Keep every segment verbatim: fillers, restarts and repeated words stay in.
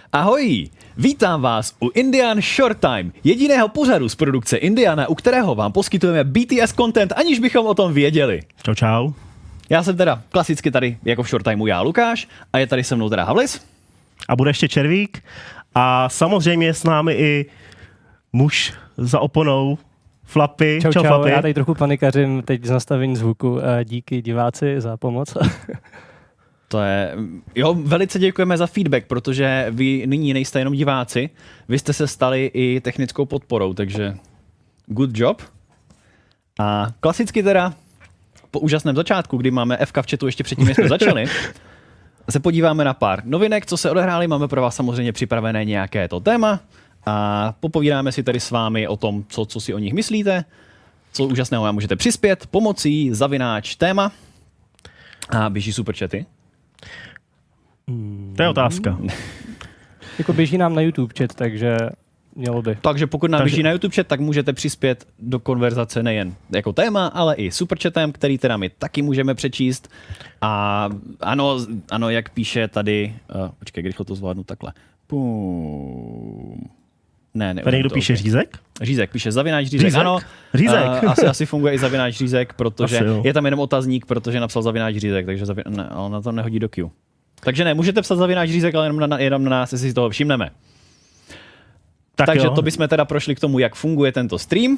Ahoj! Vítám vás u Indian Shorttime, jediného pořadu z produkce Indiana, u kterého vám poskytujeme B T S content, aniž bychom o tom věděli. Čau, čau. Já jsem teda klasicky tady jako v Shorttimeu já, Lukáš, a je tady se mnou teda Havlis. A bude ještě Červík. A samozřejmě je s námi i muž za oponou, Flapy. Čau, čau, čau, Flapy. Já tady trochu panikařím teď z nastavení zvuku. Díky diváci za pomoc. To je, jo, velice děkujeme za feedback, protože vy nyní nejste jenom diváci, vy jste se stali i technickou podporou, takže good job. A klasicky teda, po úžasném začátku, kdy máme F K v chatu ještě předtím, než jsme začali, se podíváme na pár novinek, co se odehrály, máme pro vás samozřejmě připravené nějaké to téma a popovídáme si tady s vámi o tom, co, co si o nich myslíte, co úžasného vám můžete přispět pomocí zavináč téma a běží superchaty. To je otázka. Jako běží nám na YouTube chat, takže mělo by. Takže pokud nám Takže... běží na YouTube chat, tak můžete přispět do konverzace nejen jako téma, ale i superchatem, který teda my taky můžeme přečíst. A ano, ano, jak píše tady, uh, počkej, rychle to zvládnu takhle. Pum. Ne, ne. Tady někdo to, píše okay. Řízek? Řízek, píše zavináč Řízek. Řízek? Ano, Řízek. Uh, asi, asi funguje i zavináč Řízek, protože Asi, je tam jenom otazník, protože napsal zavináč Řízek, takže zavi... ne, ale na to nehodí do queue. Takže ne, můžete psat zavináč Řízek, ale jenom na, jenom na nás, jestli si toho všimneme. Tak Takže jo. to bychom teda prošli k tomu, jak funguje tento stream.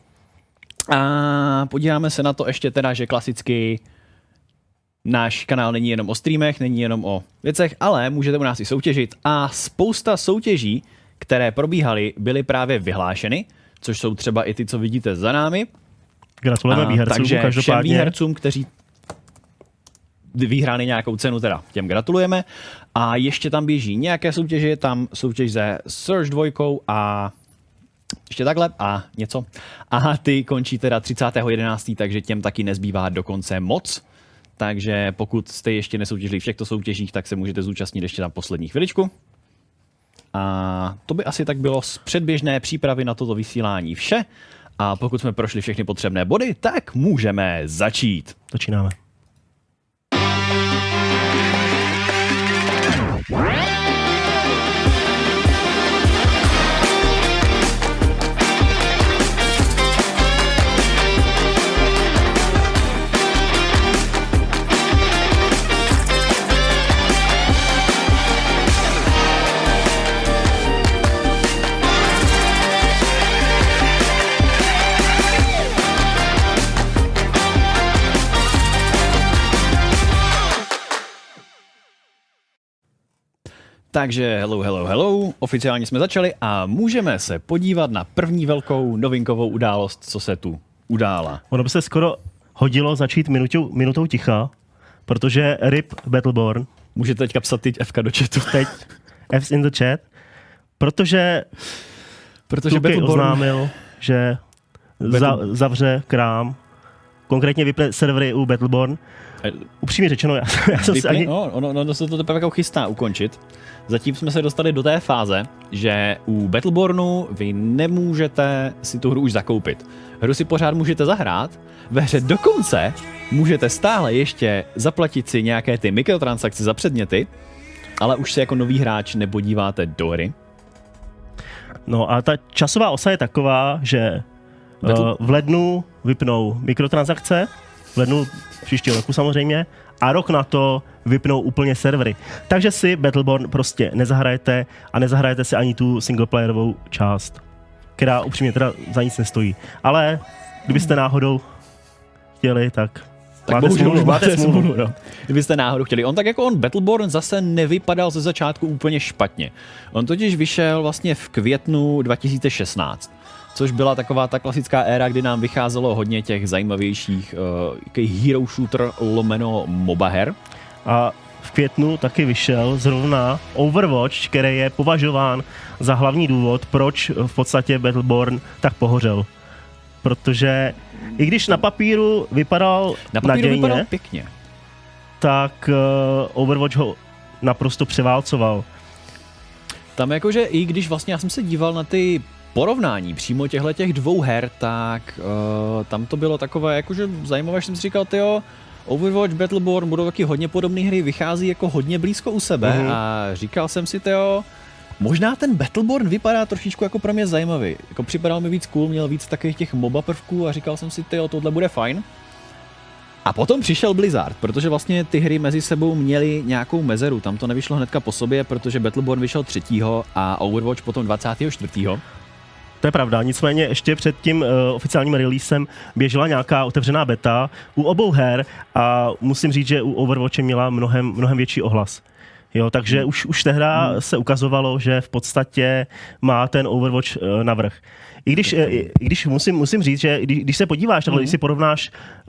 A podíváme se na to ještě teda, že klasicky náš kanál není jenom o streamech, není jenom o věcech, ale můžete u nás i soutěžit. A spousta soutěží, které probíhaly, byly právě vyhlášeny, což jsou třeba i ty, co vidíte za námi. Gratulujeme výhercům, takže každopádně. všem výhercům, kteří vyhráli nějakou cenu, teda těm gratulujeme. A ještě tam běží nějaké soutěže, je tam soutěž ze Surge dva a ještě takhle a něco. A ty končí teda třicátého jedenáctého takže těm taky nezbývá dokonce moc. Takže pokud jste ještě nesoutěžili v těchto soutěžích, tak se můžete zúčastnit ještě na poslední chviličku. A to by asi tak bylo z předběžné přípravy na toto vysílání vše. A pokud jsme prošli všechny potřebné body, tak můžeme začít. Začínáme. Takže hello, hello, hello, oficiálně jsme začali a můžeme se podívat na první velkou novinkovou událost, co se tu udála. Ono by se skoro hodilo začít minutou, minutou ticha, protože R I P Battleborn. Můžete teďka psat teď F K do chatu. Teď F's in the chat, protože, protože Tuky oznámil, že Battle... za, zavře krám, konkrétně vypne servery u Battleborn. Upřímně řečeno, já, já jsem si ani... No, ono, ono se to teprve jako chystá ukončit. Zatím jsme se dostali do té fáze, že u Battlebornu vy nemůžete si tu hru už zakoupit. Hru si pořád můžete zahrát, ve hře dokonce můžete stále ještě zaplatit si nějaké ty mikrotransakce za předměty, ale už se jako nový hráč nepodíváte do hry. No a ta časová osa je taková, že Battle... uh, v lednu vypnou mikrotransakce, v lednu příštího roku samozřejmě, a rok na to vypnou úplně servery. Takže si Battleborn prostě nezahrajete a nezahrajete si ani tu singleplayerovou část, která upřímně teda za nic nestojí. Ale kdybyste náhodou chtěli, tak, tak máte bohužel smůlu. Máte smůlu no. Kdybyste náhodou chtěli. On tak jako on Battleborn zase nevypadal ze začátku úplně špatně. On totiž vyšel vlastně v květnu dva tisíce šestnáct. Což byla taková ta klasická éra, kdy nám vycházelo hodně těch zajímavějších uh, hero shooter lomeno MOBA her. A v květnu taky vyšel zrovna Overwatch, který je považován za hlavní důvod, proč v podstatě Battleborn tak pohořel. Protože i když na papíru vypadal na papíru nadějně, vypadal pěkně, tak uh, Overwatch ho naprosto převálcoval. Tam jakože i když vlastně já jsem se díval na ty porovnání přímo těchto těch dvou her, tak uh, tam to bylo takové jakože zajímavé, že jsem si říkal, tyjo, Overwatch, Battleborn budou taky hodně podobné hry, vychází jako hodně blízko u sebe mm. a říkal jsem si, tyjo, Možná ten Battleborn vypadá trošičku jako pro mě zajímavý. Jako připadal mi víc cool, měl víc takových těch MOBA prvků a říkal jsem si, tyjo, tohle bude fajn. A potom přišel Blizzard, protože vlastně ty hry mezi sebou měly nějakou mezeru. Tam to nevyšlo hnedka po sobě, protože Battleborn vyšel třetího a Overwatch potom dvacátého čtvrtého To je pravda, nicméně ještě před tím uh, oficiálním releasem běžela nějaká otevřená beta u obou her a musím říct, že u Overwatche měla mnohem, mnohem větší ohlas. Jo, takže hmm. už, už tehda hmm. se ukazovalo, že v podstatě má ten Overwatch uh, navrch. I když, uh, i, i když musím, musím říct, že když, když se podíváš, takhle, hmm. když si porovnáš uh,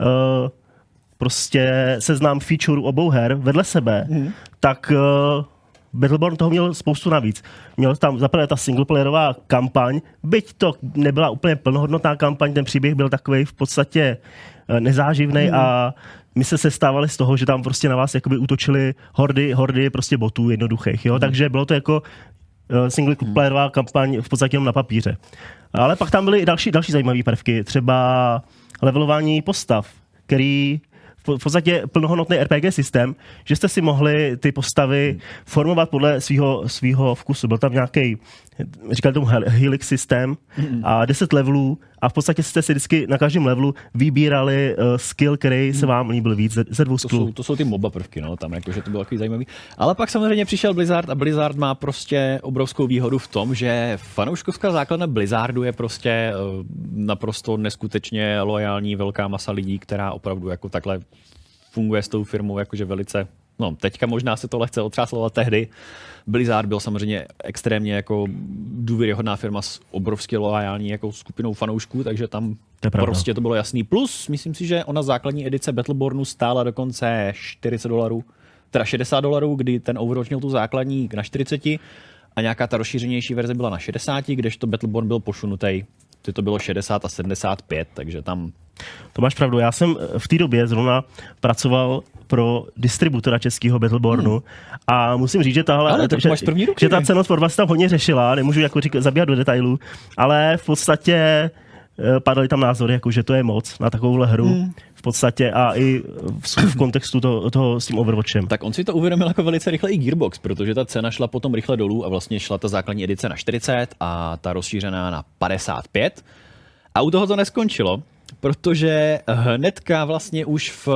prostě seznam feature obou her vedle sebe, hmm. tak uh, Battleborn toho měl spoustu navíc. Měl tam zaprvé ta singleplayerová kampaň, byť to nebyla úplně plnohodnotná kampaň, ten příběh byl takovej v podstatě nezáživnej hmm. a my se sestávali z toho, že tam prostě na vás jakoby útočili hordy, hordy prostě botů jednoduchých, jo? Hmm. Takže bylo to jako singleplayerová hmm. kampaň v podstatě jenom na papíře. Ale pak tam byly i další, další zajímavé prvky, třeba levelování postav, který v podstatě plnohodnotný R P G systém, že jste si mohli ty postavy formovat podle svého svého vkusu. Byl tam nějaký, říkali tomu Helix systém a deset levelů a v podstatě jste si vždycky na každém levelu vybírali uh, skill, který se vám líbil víc ze, ze dvou skillů. To jsou, to jsou ty MOBA prvky, no, tam jakože to bylo takový zajímavý. Ale pak samozřejmě přišel Blizzard a Blizzard má prostě obrovskou výhodu v tom, že fanouškovská základna Blizzardu je prostě uh, naprosto neskutečně loajální velká masa lidí, která opravdu jako takhle funguje s tou firmou jakože velice, no teďka možná se to lehce otřáslo, ale tehdy Blizzard byl samozřejmě extrémně jako důvěryhodná firma s obrovsky loajální jako skupinou fanoušků, takže tam to prostě to bylo jasný. Plus, myslím si, že ona základní edice Battlebornu stála dokonce čtyřicet dolarů, teda šedesát dolarů, kdy ten Overwatch měl tu základní na čtyřicet a nějaká ta rozšířenější verze byla na šedesát, kdežto Battleborn byl pošunutý. To bylo šedesát a sedmdesát pět, takže tam... To máš pravdu, já jsem v té době zrovna pracoval pro distributora českého Battlebornu hmm. a musím říct, že tahle, ale že, že ta cenotvorba se tam hodně řešila, nemůžu jako říkat, zabíhat do detailů, ale v podstatě padaly tam názory, jako že to je moc na takovouhle hru hmm. v podstatě a i v, v kontextu toho, toho s tím Overwatchem. Tak on si to uvědomil jako velice rychle i Gearbox, protože ta cena šla potom rychle dolů a vlastně šla ta základní edice na čtyřicet a ta rozšířená na padesát pět. A u toho to neskončilo, protože hnedka vlastně už v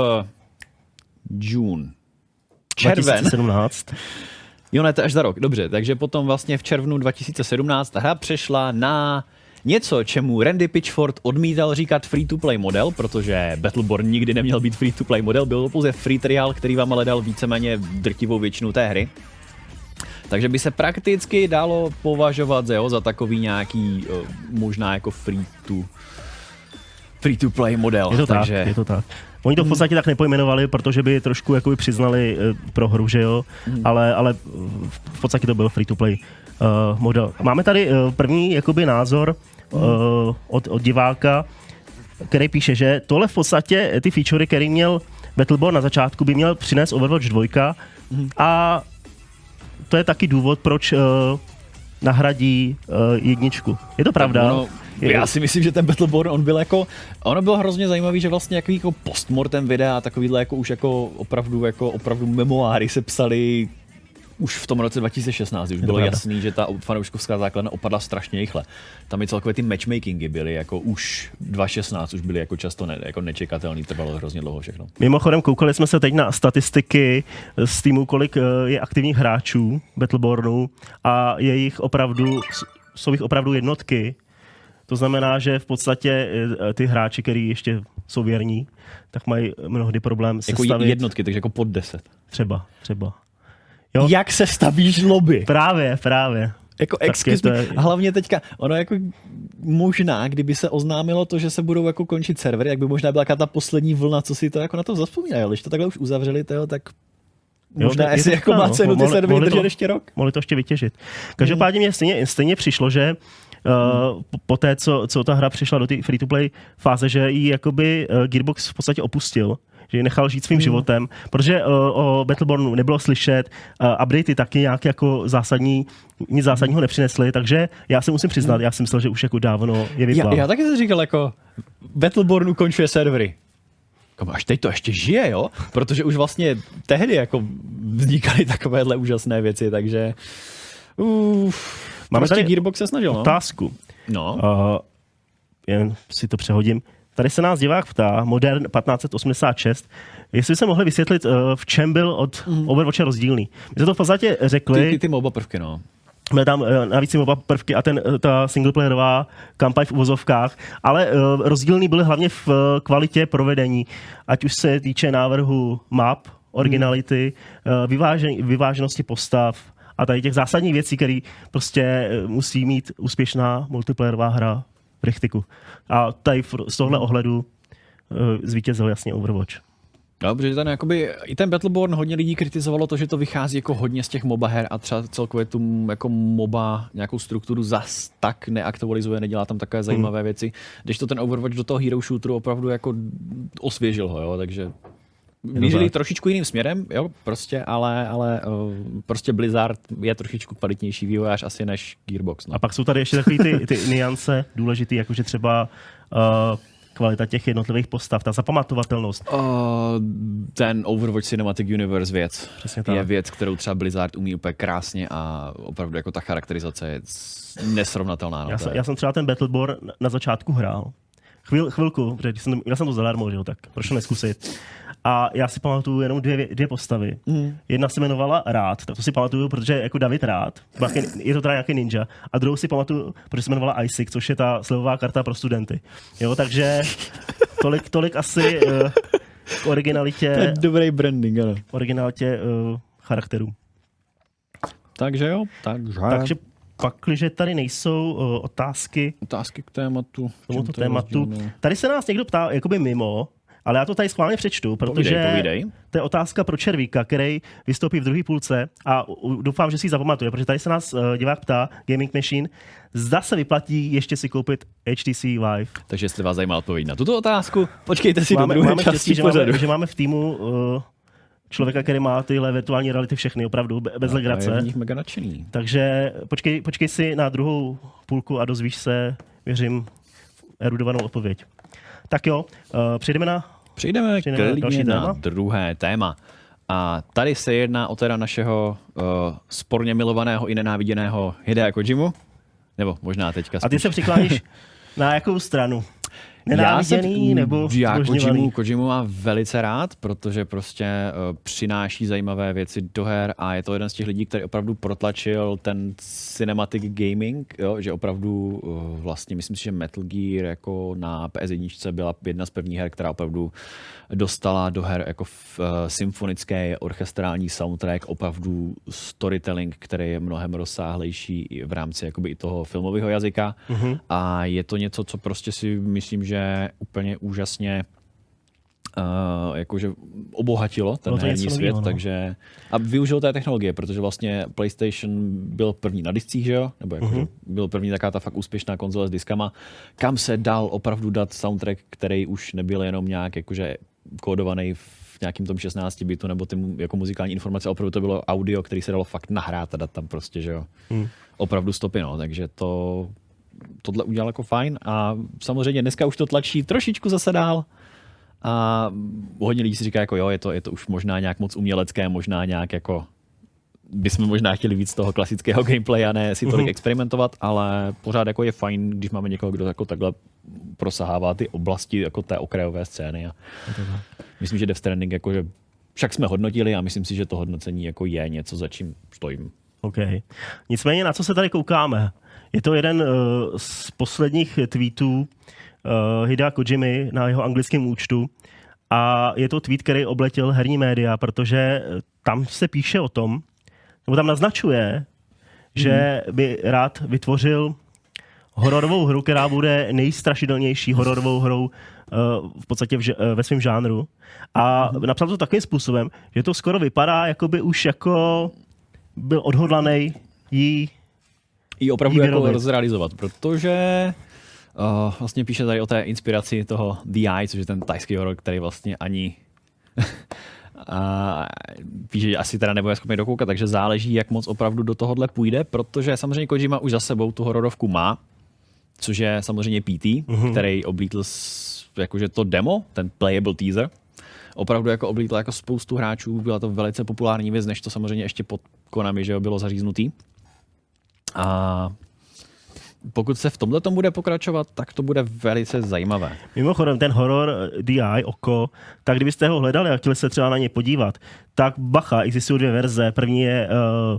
June, červen, dva tisíce sedmnáct Jo, ne, to až za rok, dobře, takže potom vlastně v červnu dva tisíce sedmnáct hra přešla na něco, čemu Randy Pitchford odmítal říkat free-to-play model, protože Battleborn nikdy neměl být free-to-play model, byl pouze free trial, který vám ale dal víceméně drtivou většinu té hry. Takže by se prakticky dalo považovat jo, za takový nějaký možná jako free-to free-to-play model. Je to takže... tak, je to tak. Oni to v podstatě tak nepojmenovali, protože by trošku jakoby přiznali pro hru, že jo, hmm. ale, ale v podstatě to byl free-to-play uh, model. Máme tady uh, první jakoby názor uh, od, od diváka, který píše, že tohle v podstatě ty featurey, který měl Battleborn na začátku, by měl přinést Overwatch dva hmm. a to je taky důvod, proč uh, nahradí uh, jedničku. Je to pravda? Ono, já si myslím, že ten Battleborn, on byl jako, ono bylo hrozně zajímavý, že vlastně jaký jako postmortem videa a takovýhle jako už jako opravdu, jako opravdu memoáry se psaly už v tom roce dva tisíce šestnáct, už bylo jasný, že ta fanouškovská základna opadla strašně rychle. Tam i celkové ty matchmakingy byly jako už dva tisíce šestnáct, už byly jako často ne, jako nečekatelný, trvalo hrozně dlouho všechno. Mimochodem koukali jsme se teď na statistiky z týmu, kolik je aktivních hráčů Battlebornu a je jich opravdu, jsou jich opravdu jednotky. To znamená, že v podstatě ty hráči, kteří ještě jsou věrní, tak mají mnohdy problém sestavit. Jako jednotky, takže jako pod deset. Třeba, třeba. Jo? Jak se stavíš lobby? Právě, právě. Jako excuse me, a hlavně teďka, ono jako možná, kdyby se oznámilo to, že se budou jako končit servery, jak by možná byla ta poslední vlna, co si to jako na to zavzpomínají, ale když to takhle už uzavřeli, toho, tak možná jestli jako má cenu ty servery držet ještě rok. Mohli to ještě vytěžit. Každopádně mě stejně, stejně přišlo, že Uh, po té, co, co ta hra přišla do té free-to-play fáze, že ji jakoby uh, Gearbox v podstatě opustil, že ji nechal žít svým mm. životem, protože uh, o Battlebornu nebylo slyšet, uh, updaty taky nějak jako zásadní, nic zásadního nepřinesly, takže já se musím přiznat, mm. já jsem myslel, že už jako dávno je vyplál. Já, já taky jsem říkal jako Battleborn ukončuje servery. Až teď to ještě žije, jo? Protože už vlastně tehdy jako vznikaly takovéhle úžasné věci, takže Uf, Máme prostě tady Gearbox se snažil, no. Otázku. No. Uh, jen si to přehodím. Tady se nás divák ptá, Modern patnáct osmdesát šest, jestli se mohli vysvětlit, uh, v čem byl od mm. Overwatche rozdílný. My jsme to v podstatě řekli. Ty, ty, ty MOBA prvky, no. Byly tam uh, navíc MOBA prvky a ten, uh, ta singleplayerová kampaň v uvozovkách, ale uh, rozdílný byly hlavně v uh, kvalitě provedení, ať už se týče návrhu map, originality, mm. uh, vyvážen, vyváženosti postav a tady těch zásadních věcí, které prostě uh, musí mít úspěšná multiplayerová hra v Richtiku. A tady z tohle ohledu uh, zvítězil jasně Overwatch. No, protože ten, jakoby, i ten Battleborn hodně lidí kritizovalo to, že to vychází jako hodně z těch MOBA her a třeba celkově tu jako MOBA nějakou strukturu zas tak neaktualizuje, nedělá tam takové zajímavé hmm. věci, když to ten Overwatch do toho hero shooteru opravdu jako osvěžil ho, jo, takže mířili trošičku jiným směrem, jo, prostě, ale, ale uh, prostě Blizzard je trošičku kvalitnější vývojář asi než Gearbox. No. A pak jsou tady ještě takové ty, ty niance důležitý, jakože třeba uh, kvalita těch jednotlivých postav, ta zapamatovatelnost. Uh, ten Overwatch Cinematic Universe věc je věc, kterou třeba Blizzard umí úplně krásně a opravdu jako ta charakterizace je nesrovnatelná. Já, jsem, já jsem třeba ten Battleborn na začátku hrál. Chvíl, chvilku, protože jsem, já jsem to zadarmo, že jo, tak proč to neskusit. A já si pamatuju jenom dvě, dvě postavy. Mm. Jedna se jmenovala Rád, tak to si pamatuju, protože jako David Rád, je to teda nějaký ninja. A druhou si pamatuju, protože se jmenovala ISIC, což je ta slevová karta pro studenty. Jo, takže tolik, tolik asi uh, k originalitě. To je dobrý branding, ano. Originalitě uh, charakterů. Takže jo, takže. Takže pakliže tady nejsou uh, otázky. Otázky k tématu. Tomuto tématu. Tady se nás někdo ptá jakoby mimo, ale já to tady schválně přečtu, protože povídej, povídej. To je otázka pro Červíka, který vystoupí v druhé půlce a doufám, že si ji zapamatuje, protože tady se nás uh, divák ptá, Gaming Machine, zda se vyplatí ještě si koupit H T C Vive. Takže jestli vás zajímá odpověď na tuto otázku, počkejte si máme, do druhé máme části štěstí, že pořadu. máme, že máme v týmu uh, člověka, který má tyhle virtuální reality všechny, opravdu, bez no, legrace. Je v nich mega nadšený. Takže počkej, počkej si na druhou půlku a dozvíš se, věřím, erudovanou odpověď. Tak jo, uh, přejdeme na... Přejdeme Přejdeme klidně na téma. druhé téma. A tady se jedná o teda našeho uh, sporně milovaného i nenáviděného Hidea Kojimu. Nebo možná teďka spíš. A ty se přikláníš na jakou stranu? Nenáviděný já nebo já Kojimu, Kojimu mám velice rád, protože prostě uh, přináší zajímavé věci do her a je to jeden z těch lidí, který opravdu protlačil ten cinematic gaming, jo, že opravdu uh, vlastně myslím si, že Metal Gear jako na P S jedna byla jedna z prvních her, která opravdu dostala do her jako v, uh, symfonický orchestrální soundtrack, opravdu storytelling, který je mnohem rozsáhlejší v rámci jakoby i toho filmového jazyka mm-hmm. a je to něco, co prostě si myslím, že úplně úžasně uh, jakože obohatilo ten herní svět, no. takže a využil té technologie, protože vlastně PlayStation byl první na discích, že jo? Nebo jako, uh-huh. byl první taková ta fakt úspěšná konzole s diskama, kam se dal opravdu dát soundtrack, který už nebyl jenom nějak jakože kódovaný v nějakým tom šestnácti bitu nebo tím jako muzikální informace, opravdu to bylo audio, který se dalo fakt nahrát a dát tam prostě, že jo? Hmm. Opravdu stopy, no, takže to tohle udělal jako fajn a samozřejmě dneska už to tlačí trošičku zase dál a hodně lidí si říká jako jo, je to, je to už možná nějak moc umělecké, možná nějak jako bychom možná chtěli víc toho klasického gameplay a ne si tolik experimentovat, ale pořád jako je fajn, když máme někoho, kdo jako takhle prosahává ty oblasti jako té okrajové scény a myslím, že Death Stranding jako, že však jsme hodnotili a myslím si, že to hodnocení jako je něco, za čím stojím. OK. Nicméně na co se tady koukáme? Je to jeden uh, z posledních tweetů uh, Hidea Kojimy na jeho anglickém účtu a je to tweet, který obletěl herní média, protože tam se píše o tom, nebo tam naznačuje, že by rád vytvořil hororovou hru, která bude nejstrašidelnější hororovou hrou uh, v podstatě v, ve svém žánru. A napsal to takovým způsobem, že to skoro vypadá, jako by už jako byl odhodlaný jí i opravdu jako rozrealizovat, protože uh, vlastně píše tady o té inspiraci toho The Eye, což je ten thajský horor, který vlastně ani a píše, že asi teda nebude schopný dokoukat, takže záleží, jak moc opravdu do tohohle půjde, protože samozřejmě Kojima už za sebou tu hororovku má, což je samozřejmě P T, mm-hmm. který oblítl s, jakože to demo, ten playable teaser, opravdu jako oblítl jako spoustu hráčů, byla to velice populární věc, než to samozřejmě ještě pod Konami, že jo, bylo zaříznutý. A pokud se v tomhle tom bude pokračovat, tak to bude velice zajímavé. Mimochodem, ten horor D I, oko, tak kdybyste ho hledali a chtěli se třeba na ně podívat, tak bacha, existují dvě verze. První je uh,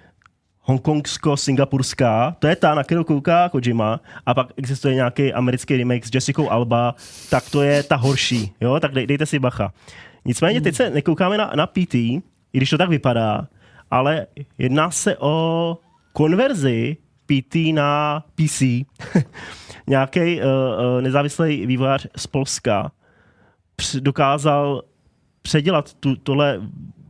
hongkongsko-singapurská, to je ta, na kterou kouká Kojima, a pak existuje nějaký americký remake s Jessicou Alba, tak to je ta horší, jo, tak dej, dejte si bacha. Nicméně teď se nekoukáme na, na P T, i když to tak vypadá, ale jedná se o konverzi P T na P C. Nějaký uh, uh, nezávislý vývojář z Polska př- dokázal předělat tu, tohle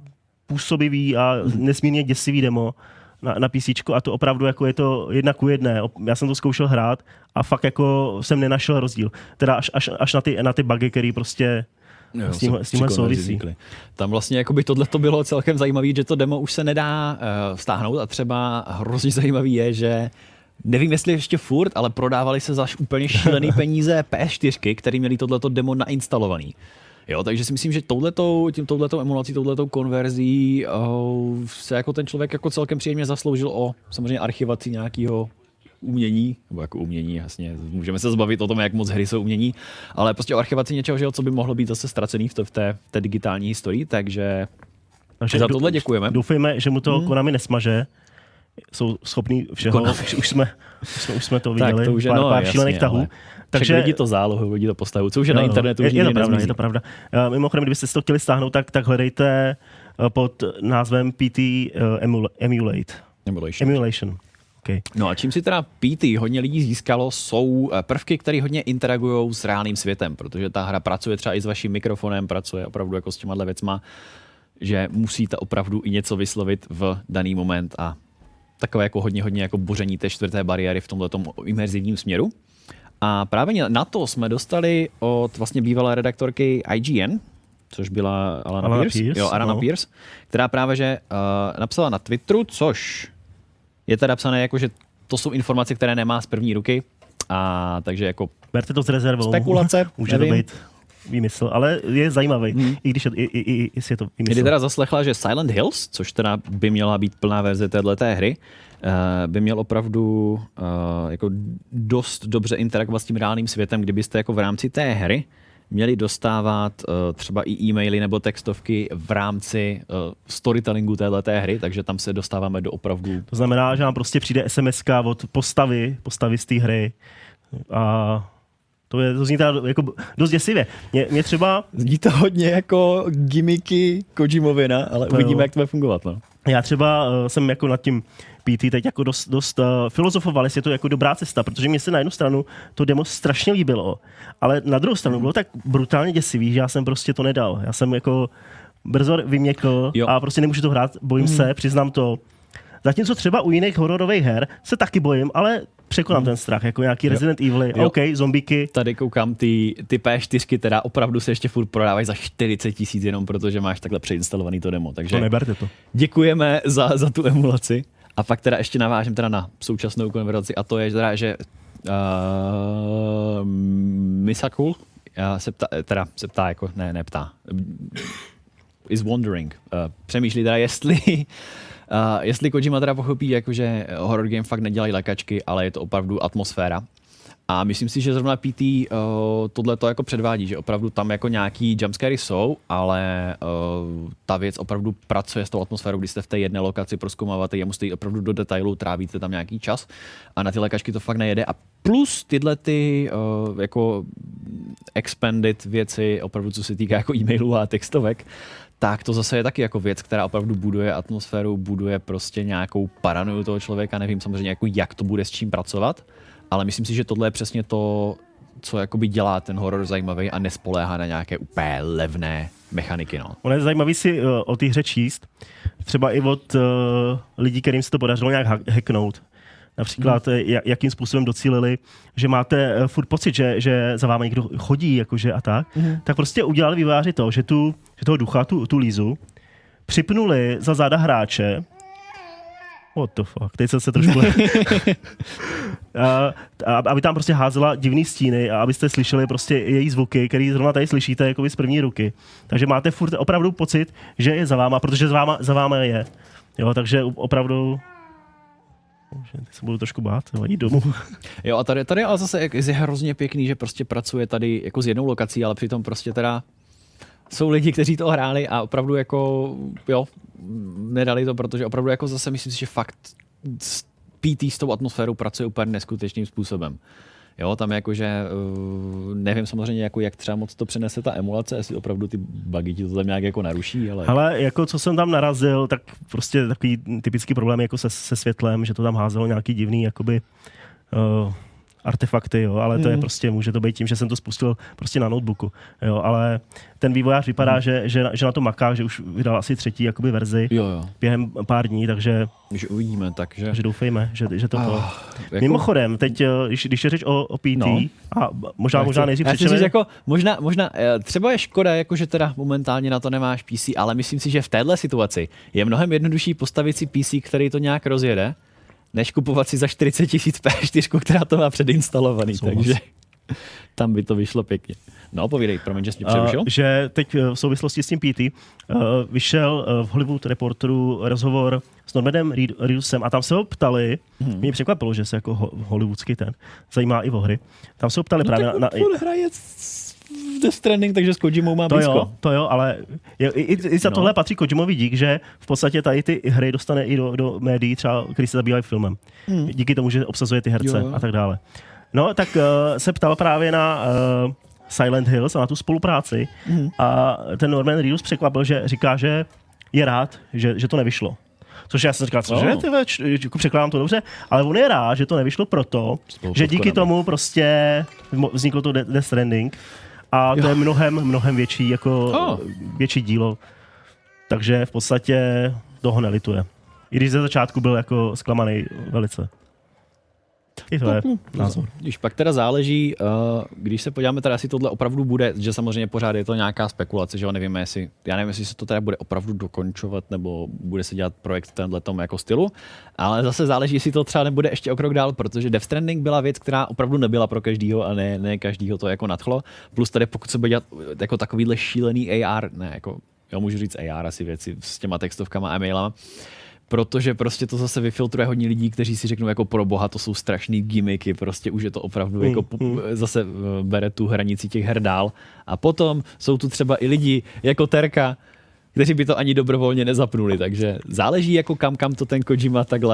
působivý a nesmírně děsivý demo na, na PCčko a to opravdu jako je to jedna ku jedné. Já jsem to zkoušel hrát a fakt jako jsem nenašel rozdíl. Teda až, až, až na, ty, na ty bugy, který prostě Jo, s tímhle, s tímhle souvisí. Tam vlastně jakoby tohle to bylo celkem zajímavé, že to demo už se nedá uh, stáhnout a třeba hrozně zajímavý je, že nevím, jestli ještě furt, ale prodávali se za úplně šílený peníze P S čtyři, který měli tohleto demo nainstalovaný. Jo, takže si myslím, že touhletou, tím touhletou emulací, touhletou konverzí uh, se jako ten člověk jako celkem příjemně zasloužil o samozřejmě archivaci nějakého umění, nebo jako umění, jasně, můžeme se zbavit o tom, jak moc hry jsou umění, ale prostě o archivaci něčeho, že, co by mohlo být zase ztracený v, to, v, té, v té digitální historii, takže, takže za tohle děkujeme. Doufejme, že mu to hmm. Konami nesmaže, jsou schopní všeho, už, už, jsme, už, jsme, už jsme to viděli, tak to už je, pár, no, pár jasně, šílených tahů. Takže lidi to zálohu, lidi to postavu, co už je no, na internetu, už je, je to pravda, pravda, je to pravda. Uh, mimochodem, kdybyste si to chtěli stáhnout, tak, tak hledejte uh, pod názvem P T uh, emula, Emulate. Emulation. Emulation. Okay. No a čím si teda P T hodně lidí získalo, jsou prvky, které hodně interagují s reálným světem, protože ta hra pracuje třeba i s vaším mikrofonem, pracuje opravdu jako s těma věcma, že musíte opravdu i něco vyslovit v daný moment a takové jako hodně, hodně jako boření té čtvrté bariéry v tomhletom imerzivním směru. A právě na to jsme dostali od vlastně bývalé redaktorky I G N, což byla Alana, Alana Pierce, Pierce, jo, Alana no. Pierce, která právě že uh, napsala na Twitteru, což je teda psané jako, že to jsou informace, které nemá z první ruky, a takže jako berte to s rezervou. Spekulace, může to být výmysl, ale je zajímavý, hmm. i když je, i, i, i, jestli je to výmysl. Kdy teda zaslechla, že Silent Hills, což teda by měla být plná verze téhleté hry, uh, by měl opravdu uh, jako dost dobře interagovat s tím reálným světem, kdybyste jako v rámci té hry měli dostávat uh, třeba i e-maily nebo textovky v rámci uh, storytellingu téhleté hry, takže tam se dostáváme do opravdu... To znamená, že nám prostě přijde es em eska od postavy, postavy z té hry a to, je, to zní teda jako dost děsivě. Mě, mě třeba... Zní to hodně jako gimmicky Kojimovina, ale no, uvidíme, jak to bude fungovat. No. Já třeba uh, jsem jako nad tím P T teď jako dost, dost uh, filozofoval, jestli je to jako dobrá cesta, protože mě se na jednu stranu to demo strašně líbilo, ale na druhou stranu bylo tak brutálně děsivý, že já jsem prostě to nedal. Já jsem jako brzo vyměkl jo. a prostě nemůžu to hrát, bojím mm. se, přiznám to. Zatímco třeba u jiných hororových her se taky bojím, ale překonám mm. ten strach, jako nějaký jo. Resident Evil, OK, zombíky. Tady koukám, ty, ty P čtyři teda opravdu se ještě furt prodávají za čtyřicet tisíc jenom protože máš takhle přeinstalovaný to demo. Takže to neberte to. Děkujeme za, za tu emulaci. A pak teda ještě navážím teda na současnou konverzaci a to je teda, že uh, Misakul se ptá, teda se ptá jako, ne, neptá, is wondering, uh, přemýšlí teda, jestli Uh, jestli Kojima teda pochopí, jakože horror game fakt nedělají lékačky, ale je to opravdu atmosféra. A myslím si, že zrovna P T uh, tohle to jako předvádí, že opravdu tam jako nějaký jumpscary jsou, ale uh, ta věc opravdu pracuje s tou atmosférou, když jste v té jedné lokaci, prozkoumáváte ji a musíte jít opravdu do detailu, trávíte tam nějaký čas a na ty lékačky to fakt nejede. A plus tyhle ty uh, jako expanded věci, opravdu co se týká jako e-mailů a textovek, tak to zase je taky jako věc, která opravdu buduje atmosféru, buduje prostě nějakou paranoju toho člověka, nevím samozřejmě jako jak to bude s čím pracovat, ale myslím si, že tohle je přesně to, co jakoby dělá ten horor zajímavý a nespoléhá na nějaké úplně levné mechaniky. No. Ono je zajímavý si uh, o té hře číst, třeba i od uh, lidí, kterým se to podařilo nějak ha- hacknout. Například, hmm. jakým způsobem docílili, že máte uh, furt pocit, že, že za vámi někdo chodí jakože a tak, hmm. tak prostě udělali vývojáři to, že, tu, že toho ducha, tu, tu Lízu, připnuli za záda hráče. What the fuck, teď jsem se trošku... a, aby tam prostě házela divný stíny a abyste slyšeli prostě její zvuky, který zrovna tady slyšíte jakoby z první ruky. Takže máte furt opravdu pocit, že je za váma, protože za váma, za váma je. Jo, takže opravdu... Teď se budu trošku bát, jo, jít domů. Jo, a tady, tady ale zase je hrozně pěkný, že prostě pracuje tady jako s jednou lokací, ale přitom prostě teda jsou lidi, kteří to hráli a opravdu jako, jo, nedali to, protože opravdu jako zase myslím si, že fakt P T s tou atmosférou pracuje úplně neskutečným způsobem. Jo, tam jakože, uh, nevím samozřejmě, jako jak třeba moc to přenese ta emulace, jestli opravdu ty bugy ti to tam nějak jako naruší, ale... Ale jako co jsem tam narazil, tak prostě takový typický problém jako se, se světlem, že to tam házelo nějaký divný, jakoby... Uh, artefakty, jo, ale to mm. je prostě, může to být tím, že jsem to spustil prostě na notebooku, jo, ale ten vývojář vypadá, mm. že, že, že na to maká, že už vydal asi třetí jakoby verzi jo, jo. během pár dní, takže když uvidíme, takže... takže doufejme, že, že to oh, to... Jako... Mimochodem, teď, když, když je řeč o, o P T, no. a možná, možná nejdřív přečeme... jako, možná, možná, třeba je škoda, jako, že teda momentálně na to nemáš P C, ale myslím si, že v téhle situaci je mnohem jednodušší postavit si P C, který to nějak rozjede, než kupovat si za čtyřicet tisíc P čtyři, která to má předinstalovaný, Souhlas. Takže tam by to vyšlo pěkně. No, povídej, promiň, že jsi mě přerušil. Uh, že teď v souvislosti s tím P T uh, vyšel uh, v Hollywood Reporteru rozhovor s Normanem Reedusem a tam se ho ptali, hmm. mě překvapilo, že se jako ho, hollywoodsky ten zajímá i o hry. Tam se ho ptali no právě tak na... on na hraje Death Stranding, takže s Kojimou má to blízko. Jo, to jo, ale je, i, i za no. tohle patří Kojimovi dík, že v podstatě tady ty hry dostane i do, do médií, třeba, který se zabývají filmem. Hmm. Díky tomu, že obsazuje ty herce jo. a tak dále. No, tak uh, se ptal právě na uh, Silent Hills a na tu spolupráci hmm. a ten Norman Reedus překvapil, že říká, že je rád, že, že to nevyšlo. Což já jsem říkal, cože, ty več, překládám to dobře, ale on je rád, že to nevyšlo proto, Spolu že díky tomu prostě vzniklo to Death Stranding a to jo. je mnohem, mnohem větší, jako oh. větší dílo. Takže v podstatě toho nelituje. I když ze začátku byl jako zklamaný velice. I to je názor. Když pak teda záleží, když se podíváme teda, jestli tohle opravdu bude, že samozřejmě pořád je to nějaká spekulace, že jo, nevíme, jestli, já nevím, jestli se to teda bude opravdu dokončovat, nebo bude se dělat projekt v tenhletom jako stylu, ale zase záleží, jestli to třeba nebude ještě o krok dál, protože Death Stranding byla věc, která opravdu nebyla pro každýho a ne, ne každýho to jako nadchlo. Plus tady pokud se bude dělat jako takovýhle šílený A R, ne, jako, já můžu říct A R asi věci s těma textovkama a e-mailama, protože prostě to zase vyfiltruje hodně lidí, kteří si řeknou jako pro boha, to jsou strašný gimmicky, prostě už je to opravdu mm, jako mm. zase bere tu hranici těch her dál. A potom jsou tu třeba i lidi jako Terka, kteří by to ani dobrovolně nezapnuli, takže záleží jako kam, kam to ten Kojima takhle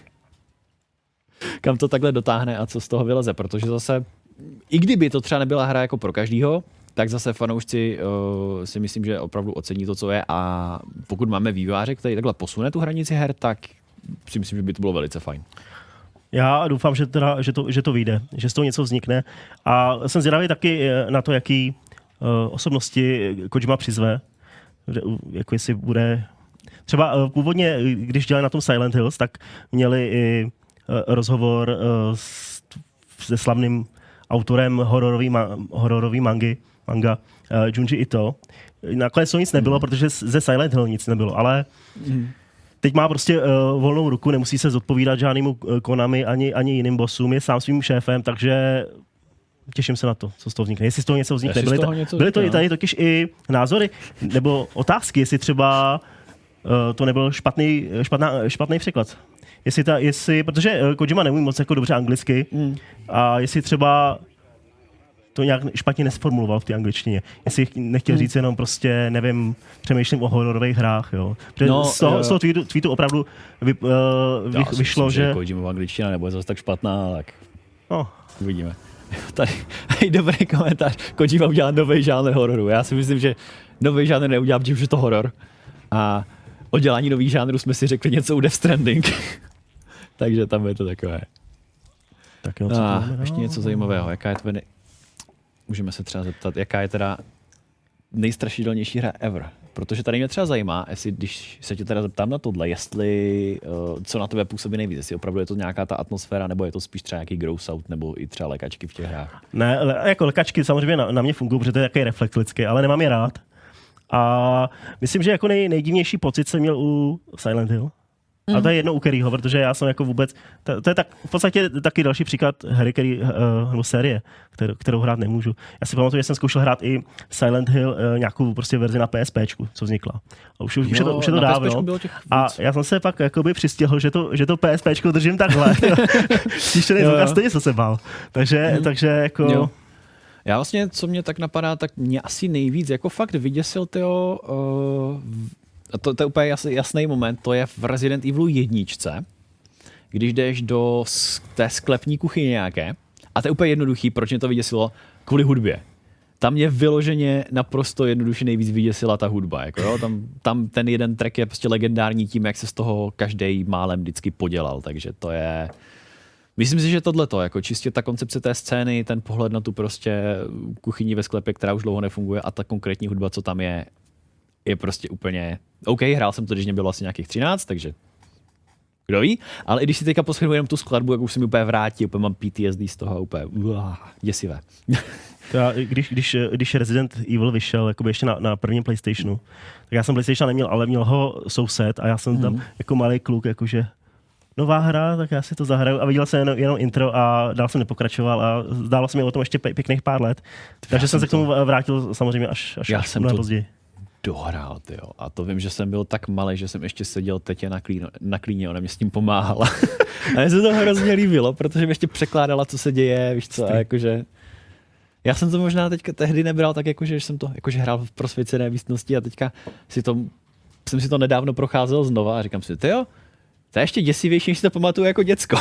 kam to takhle dotáhne a co z toho vyleze, protože zase i kdyby to třeba nebyla hra jako pro každýho, tak zase fanoušci uh, si myslím, že opravdu ocení to, co je a pokud máme vývojáře, který takhle posune tu hranici her, tak si myslím, že by to bylo velice fajn. Já doufám, že, teda, že, to, že to vyjde, že z toho něco vznikne a jsem zvědavý taky na to, jaký uh, osobnosti Kojima přizve, jako jestli bude... Třeba uh, původně, když dělali na tom Silent Hills, tak měli i uh, rozhovor uh, s, se slavným autorem hororový, ma, hororový mangy, manga uh, Junji Ito. Nakonec to nic nebylo, mm. protože ze Silent Hill nic nebylo, ale mm. teď má prostě uh, volnou ruku, nemusí se zodpovídat žádnému Konami ani, ani jiným bossům, je sám svým šéfem, takže těším se na to, co z toho vznikne. Jestli z toho něco vznikne. Byly, ta, něco byly to i tady totiž i názory nebo otázky, jestli třeba uh, to nebyl špatný, špatná, špatný překlad. Jestli ta, jestli, protože Kojima neumí moc jako dobře anglicky mm. a jestli třeba to nějak špatně nesformuloval v té angličtině. Jestli nechtěl mm. říct jenom prostě, nevím, přemýšlím o hororových hrách, jo. No, z toho, z toho tweetu, tweetu opravdu vy, uh, vy, vyšlo, myslím, že... Kojima angličtina nebude zase tak špatná, tak no. Uvidíme. Tady je dobrý komentář. Kojima udělal nový žánr hororu. Já si myslím, že nový žánr neudělá, protože už je to horor. A o dělání nových žánrů jsme si řekli něco u Death Stranding. Takže tam je to takové. Tak jo, co a, to ještě něco zajímavého. Jaká je tvoje nej... Můžeme se třeba zeptat, jaká je teda nejstrašidelnější hra ever? Protože tady mě třeba zajímá, jestli, když se tě teda zeptám na tohle, jestli uh, co na tebe působí nejvíc, jestli opravdu je to nějaká ta atmosféra, nebo je to spíš třeba nějaký gross out, nebo i třeba lékačky v těch hrách? Ne, le, jako lékačky samozřejmě na, na mě fungují, protože to je takový reflex lidský, ale nemám je rád. A myslím, že jako nej, nejdivnější pocit jsem měl u Silent Hill. Mm. A to je jedno u kterýho, protože já jsem jako vůbec, to, to je tak v podstatě taky další příklad hry, který, uh, nebo série, kterou, kterou hrát nemůžu. Já si pamatuju, že jsem zkoušel hrát i Silent Hill, uh, nějakou prostě verzi na PSPčku, co vznikla. A už, už, jo, je, to, už je to dávno. A já jsem se pak jakoby přistihl, že to, že to PSPčko držím takhle. Stištěný zvuk a stejně jsem se bál. Takže, mm. takže jako... Jo. Já vlastně, co mě tak napadá, tak mě asi nejvíc jako fakt vyděsil tyjo, uh, to, to je úplně jas, jasný moment, to je v Resident Evilu jedničce, když jdeš do té sklepní kuchyně nějaké, a to je úplně jednoduchý, proč mě to vyděsilo, kvůli hudbě. Tam mě vyloženě naprosto jednoduše nejvíc vyděsila ta hudba. Jako jo? Tam, tam ten jeden track je prostě legendární tím, jak se z toho každý málem vždycky podělal, takže to je... Myslím si, že tohleto, jako čistě ta koncepce té scény, ten pohled na tu prostě kuchyni ve sklepě, která už dlouho nefunguje a ta konkrétní hudba, co tam je, je prostě úplně... OK, hrál jsem to, když mě bylo asi nějakých třináct, takže kdo ví, ale i když si teďka poslouchám jenom tu skladbu, jak už se mi úplně vrátí, úplně mám P T S D z toho, úplně uah, děsivé. Já, když, když, když Resident Evil vyšel jakoby ještě na, na prvním PlayStationu, tak já jsem PlayStation neměl, ale měl ho soused a já jsem mm. tam jako malý kluk, jakože nová hra, tak já si to zahraju a viděl jsem jenom, jenom intro a dál jsem nepokračoval a zdálo se mi o tom ještě pěkných pár let. Takže jsem se k tomu vrátil samozřejmě až, až, já až jsem to později. Dohrál, tyjo. A to vím, že jsem byl tak malý, že jsem ještě seděl tetě na, klíno, na klíně, ona mě s tím pomáhala. A mně se to hrozně líbilo, protože mě ještě překládala, co se děje, víš co, a jakože... Já jsem to možná teďka tehdy nebral tak, jakože jsem to jakože hrál v prosvěcené místnosti a teďka si to, jsem si to nedávno procházel znova a říkám si, tyjo, to je ještě děsivější, než si to pamatuju jako děcko.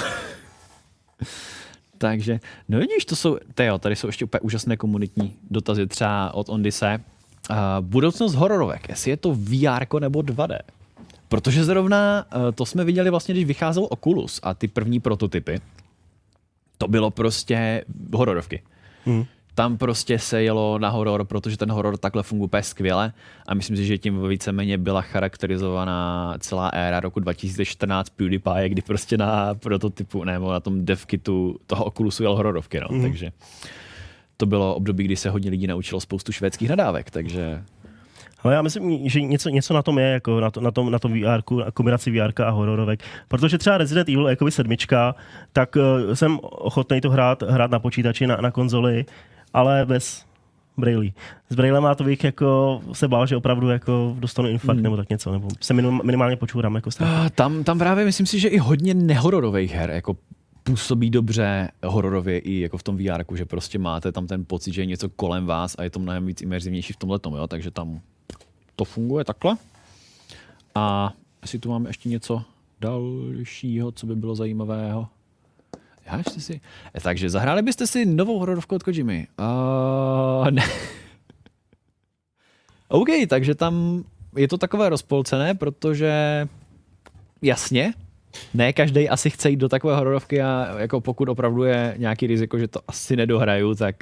Takže, no vidíš, to jsou, tyjo, tady jsou ještě úplně úžasné komunitní dotazy, třeba od Ondise. Uh, budoucnost hororovek, jestli je to V R nebo dva D. Protože zrovna uh, to jsme viděli vlastně, když vycházel Oculus a ty první prototypy, to bylo prostě hororovky. Hmm. Tam prostě se jelo na horor, protože ten horor takhle funguje skvěle a myslím si, že tím víceméně byla charakterizovaná celá éra roku dva tisíce čtrnáct PewDiePie, kdy prostě na prototypu, nebo na tom devkitu toho Oculusu jel hororovky, no, hmm. takže to bylo období, kdy se hodně lidí naučilo spoustu švédských nadávek, takže... Ale já myslím, že něco, něco na tom je, jako na, to, na tom, na tom V R ku, kombinaci V R ka a hororovek. Protože třeba Resident Evil jakoby sedmička, tak uh, jsem ochotný to hrát, hrát na počítači, na, na konzoli, ale bez brailí. S brailema to bych jako se bál, že opravdu jako dostanu infarkt hmm. nebo tak něco, nebo se minim, minimálně počůrám jako uh, tam, tam právě myslím si, že i hodně nehororových her, jako působí dobře hororově i jako v tom V R ku, že prostě máte tam ten pocit, že je něco kolem vás a je to mnohem víc imerzivnější v tomhletom, jo, takže tam to funguje takhle. A jestli tu máme ještě něco dalšího, co by bylo zajímavého. Já ještě si... Takže zahráli byste si novou hororovku od Kojimy? Uh, ne. OK, takže tam je to takové rozpolcené, protože jasně, ne každý asi chce jít do takové hororovky a jako pokud opravdu je nějaký riziko, že to asi nedohraju, tak...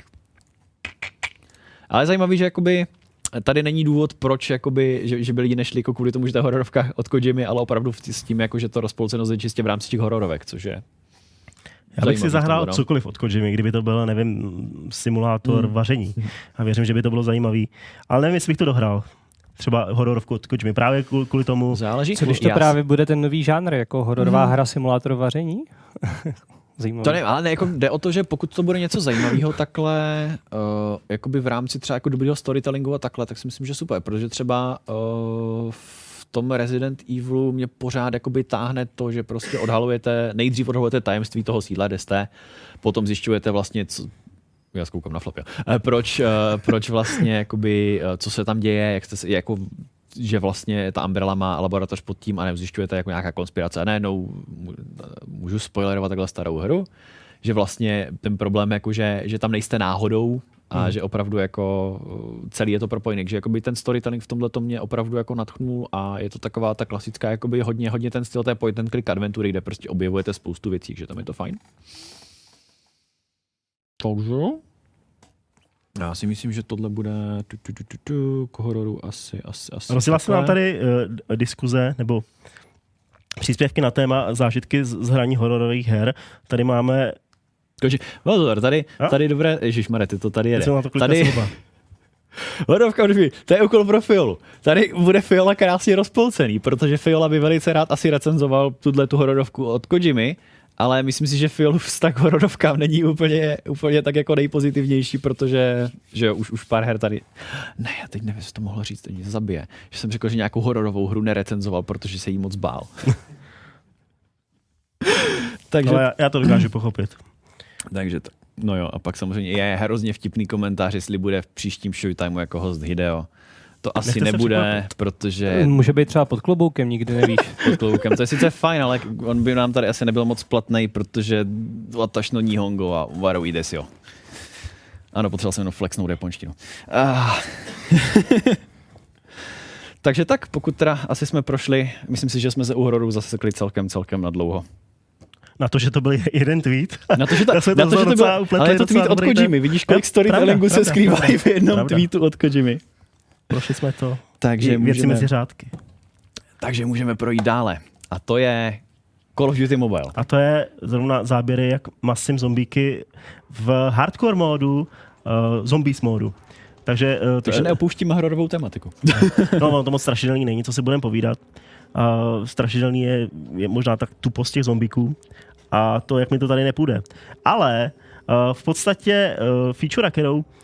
Ale zajímavý, že jakoby tady není důvod, proč jakoby, že, že by lidi nešli jako kvůli tomu, že ta hororovka od Kojimy, ale opravdu s tím, jako, že to rozpolcenost je čistě v rámci těch hororovek, což je... Já bych si zahrál to, cokoliv od Kojimy, kdyby to byl, nevím, simulátor hmm. vaření. A věřím, že by to bylo zajímavý. Ale nevím, jestli bych to dohrál. Třeba hororovku od Kojimy. Právě kvůli tomu... Záleží. Co když to jas. právě bude ten nový žánr, jako hororová hmm. hra simulátor vaření? Zajímavé. To ne, ale ne, jako jde o to, že pokud to bude něco zajímavého takhle, uh, jakoby v rámci třeba jako dobrýho storytellingu a takhle, tak si myslím, že super, protože třeba uh, v tom Resident Evilu mě pořád jakoby táhne to, že prostě odhalujete, nejdřív odhalujete tajemství toho sídla, kde jste, potom zjišťujete vlastně, co, já zkoukám na flap, jo. Proč, uh, proč vlastně, jakoby, uh, co se tam děje, jak jste se, jako že vlastně ta Umbrella má laboratoř pod tím a nezjišťujete jako nějaká konspirace. A najednou můžu spoilerovat takhle starou hru, že vlastně ten problém je jako, že, že tam nejste náhodou a hmm. že opravdu jako celý je to propojený. Takže jakoby ten storytelling v tomhle to mě opravdu jako nadchnul a je to taková ta klasická jakoby hodně, hodně ten styl té point and click adventury, kde prostě objevujete spoustu věcí, že tam je to fajn. Takže... Já si myslím, že tohle bude tu, tu, tu, tu, tu, k hororu asi, asi, asi. Rozjela se nám tady uh, diskuze nebo příspěvky na téma zážitky z, z hraní hororových her. Tady máme... Koži, tady, tady dobré... Ježišmarja, ty to tady jede. To tady, Hledovka odbí, to je úkol pro Fiolu. Tady bude Fiola krásně rozpolcený, protože Fiola by velice rád asi recenzoval tuhle tu hororovku od Kojimy, ale myslím si, že Fiolův vztah k hororovkám není úplně, úplně tak jako nejpozitivnější, protože že jo, už, už pár her tady... Ne, já teď nevím, jestli to mohlo říct, to mě zabije. Že jsem řekl, že nějakou hororovou hru nerecenzoval, protože se jí moc bál. Takže... No, já, já to dokážu pochopit. Takže to, no jo, a pak samozřejmě je hrozně vtipný komentář, jestli bude v příštím Showtimeu jako host Hideo. To asi Nechte nebude, protože... Může být třeba pod kloboukem, nikdy nevíš. Pod kloboukem, to je sice fajn, ale on by nám tady asi nebyl moc platnej, protože Watashi no Nihongo a Warui desu jo. Ano, potřeboval jsem jenom flexnout japonštinu. Ah. Takže tak, pokud teda asi jsme prošli, myslím si, že jsme se u hororu zasekli celkem, celkem na dlouho. Na to, že to byl jeden tweet. Na to, že, ta, na to, že to byl, ale je to tweet od Kojimy. Vidíš, kolik storytellingu se skrývají v jednom pravda. tweetu od Kojimy. Prošli jsme to. Takže věci můžeme, mezi řádky. Takže můžeme projít dále. A to je Call of Duty Mobile. A to je zrovna záběry, jak masím zombíky v hardcore módu, uh, zombies módu. Takže, uh, Takže je... neopouštíme hororovou tematiku. No, to moc strašidelný není, co si budeme povídat. Uh, strašidelný je, je možná tak tupost těch zombíků a to, jak mi to tady nepůjde. Ale uh, v podstatě uh, feature, kterou uh,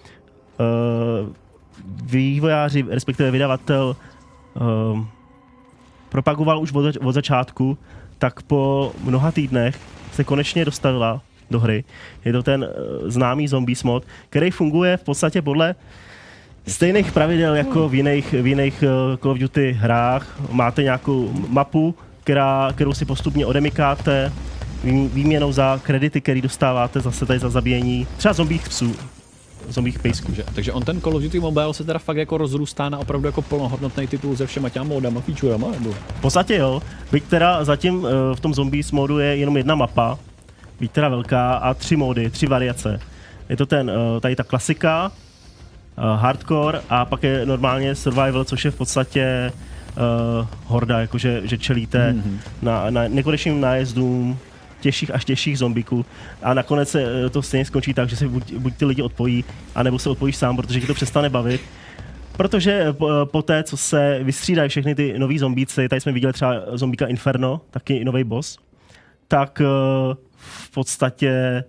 vývojáři, respektive vydavatel uh, propagoval už od, od začátku, tak po mnoha týdnech se konečně dostavila do hry. Je to ten uh, známý zombies mod, který funguje v podstatě podle stejných pravidel jako v jiných, v jiných uh, Call of Duty hrách. Máte nějakou mapu, která, kterou si postupně odemykáte vý, výměnou za kredity, který dostáváte zase tady za zabíjení třeba zombích psů. Zombích pejsků. Takže, takže on ten Call of Duty Mobile se teda fakt jako rozrůstá na opravdu jako plnohodnotný titul se všema těma modama, featurema, nebo? V podstatě jo, byť teda zatím uh, v tom zombies modu je jenom jedna mapa, byť teda velká a tři mody, tři variace. Je to ten, uh, tady ta klasika, uh, hardcore a pak je normálně survival, což je v podstatě uh, horda, jakože že čelíte mm-hmm. na, na nekonečným nájezdům těžších až těžších zombíků a nakonec se to stejně skončí tak, že si buď, buď ty lidi odpojí, anebo se odpojíš sám, protože ti to přestane bavit. Protože po, po té, co se vystřídají všechny ty nový zombíci, tady jsme viděli třeba zombíka Inferno, taky nový boss, tak uh, v podstatě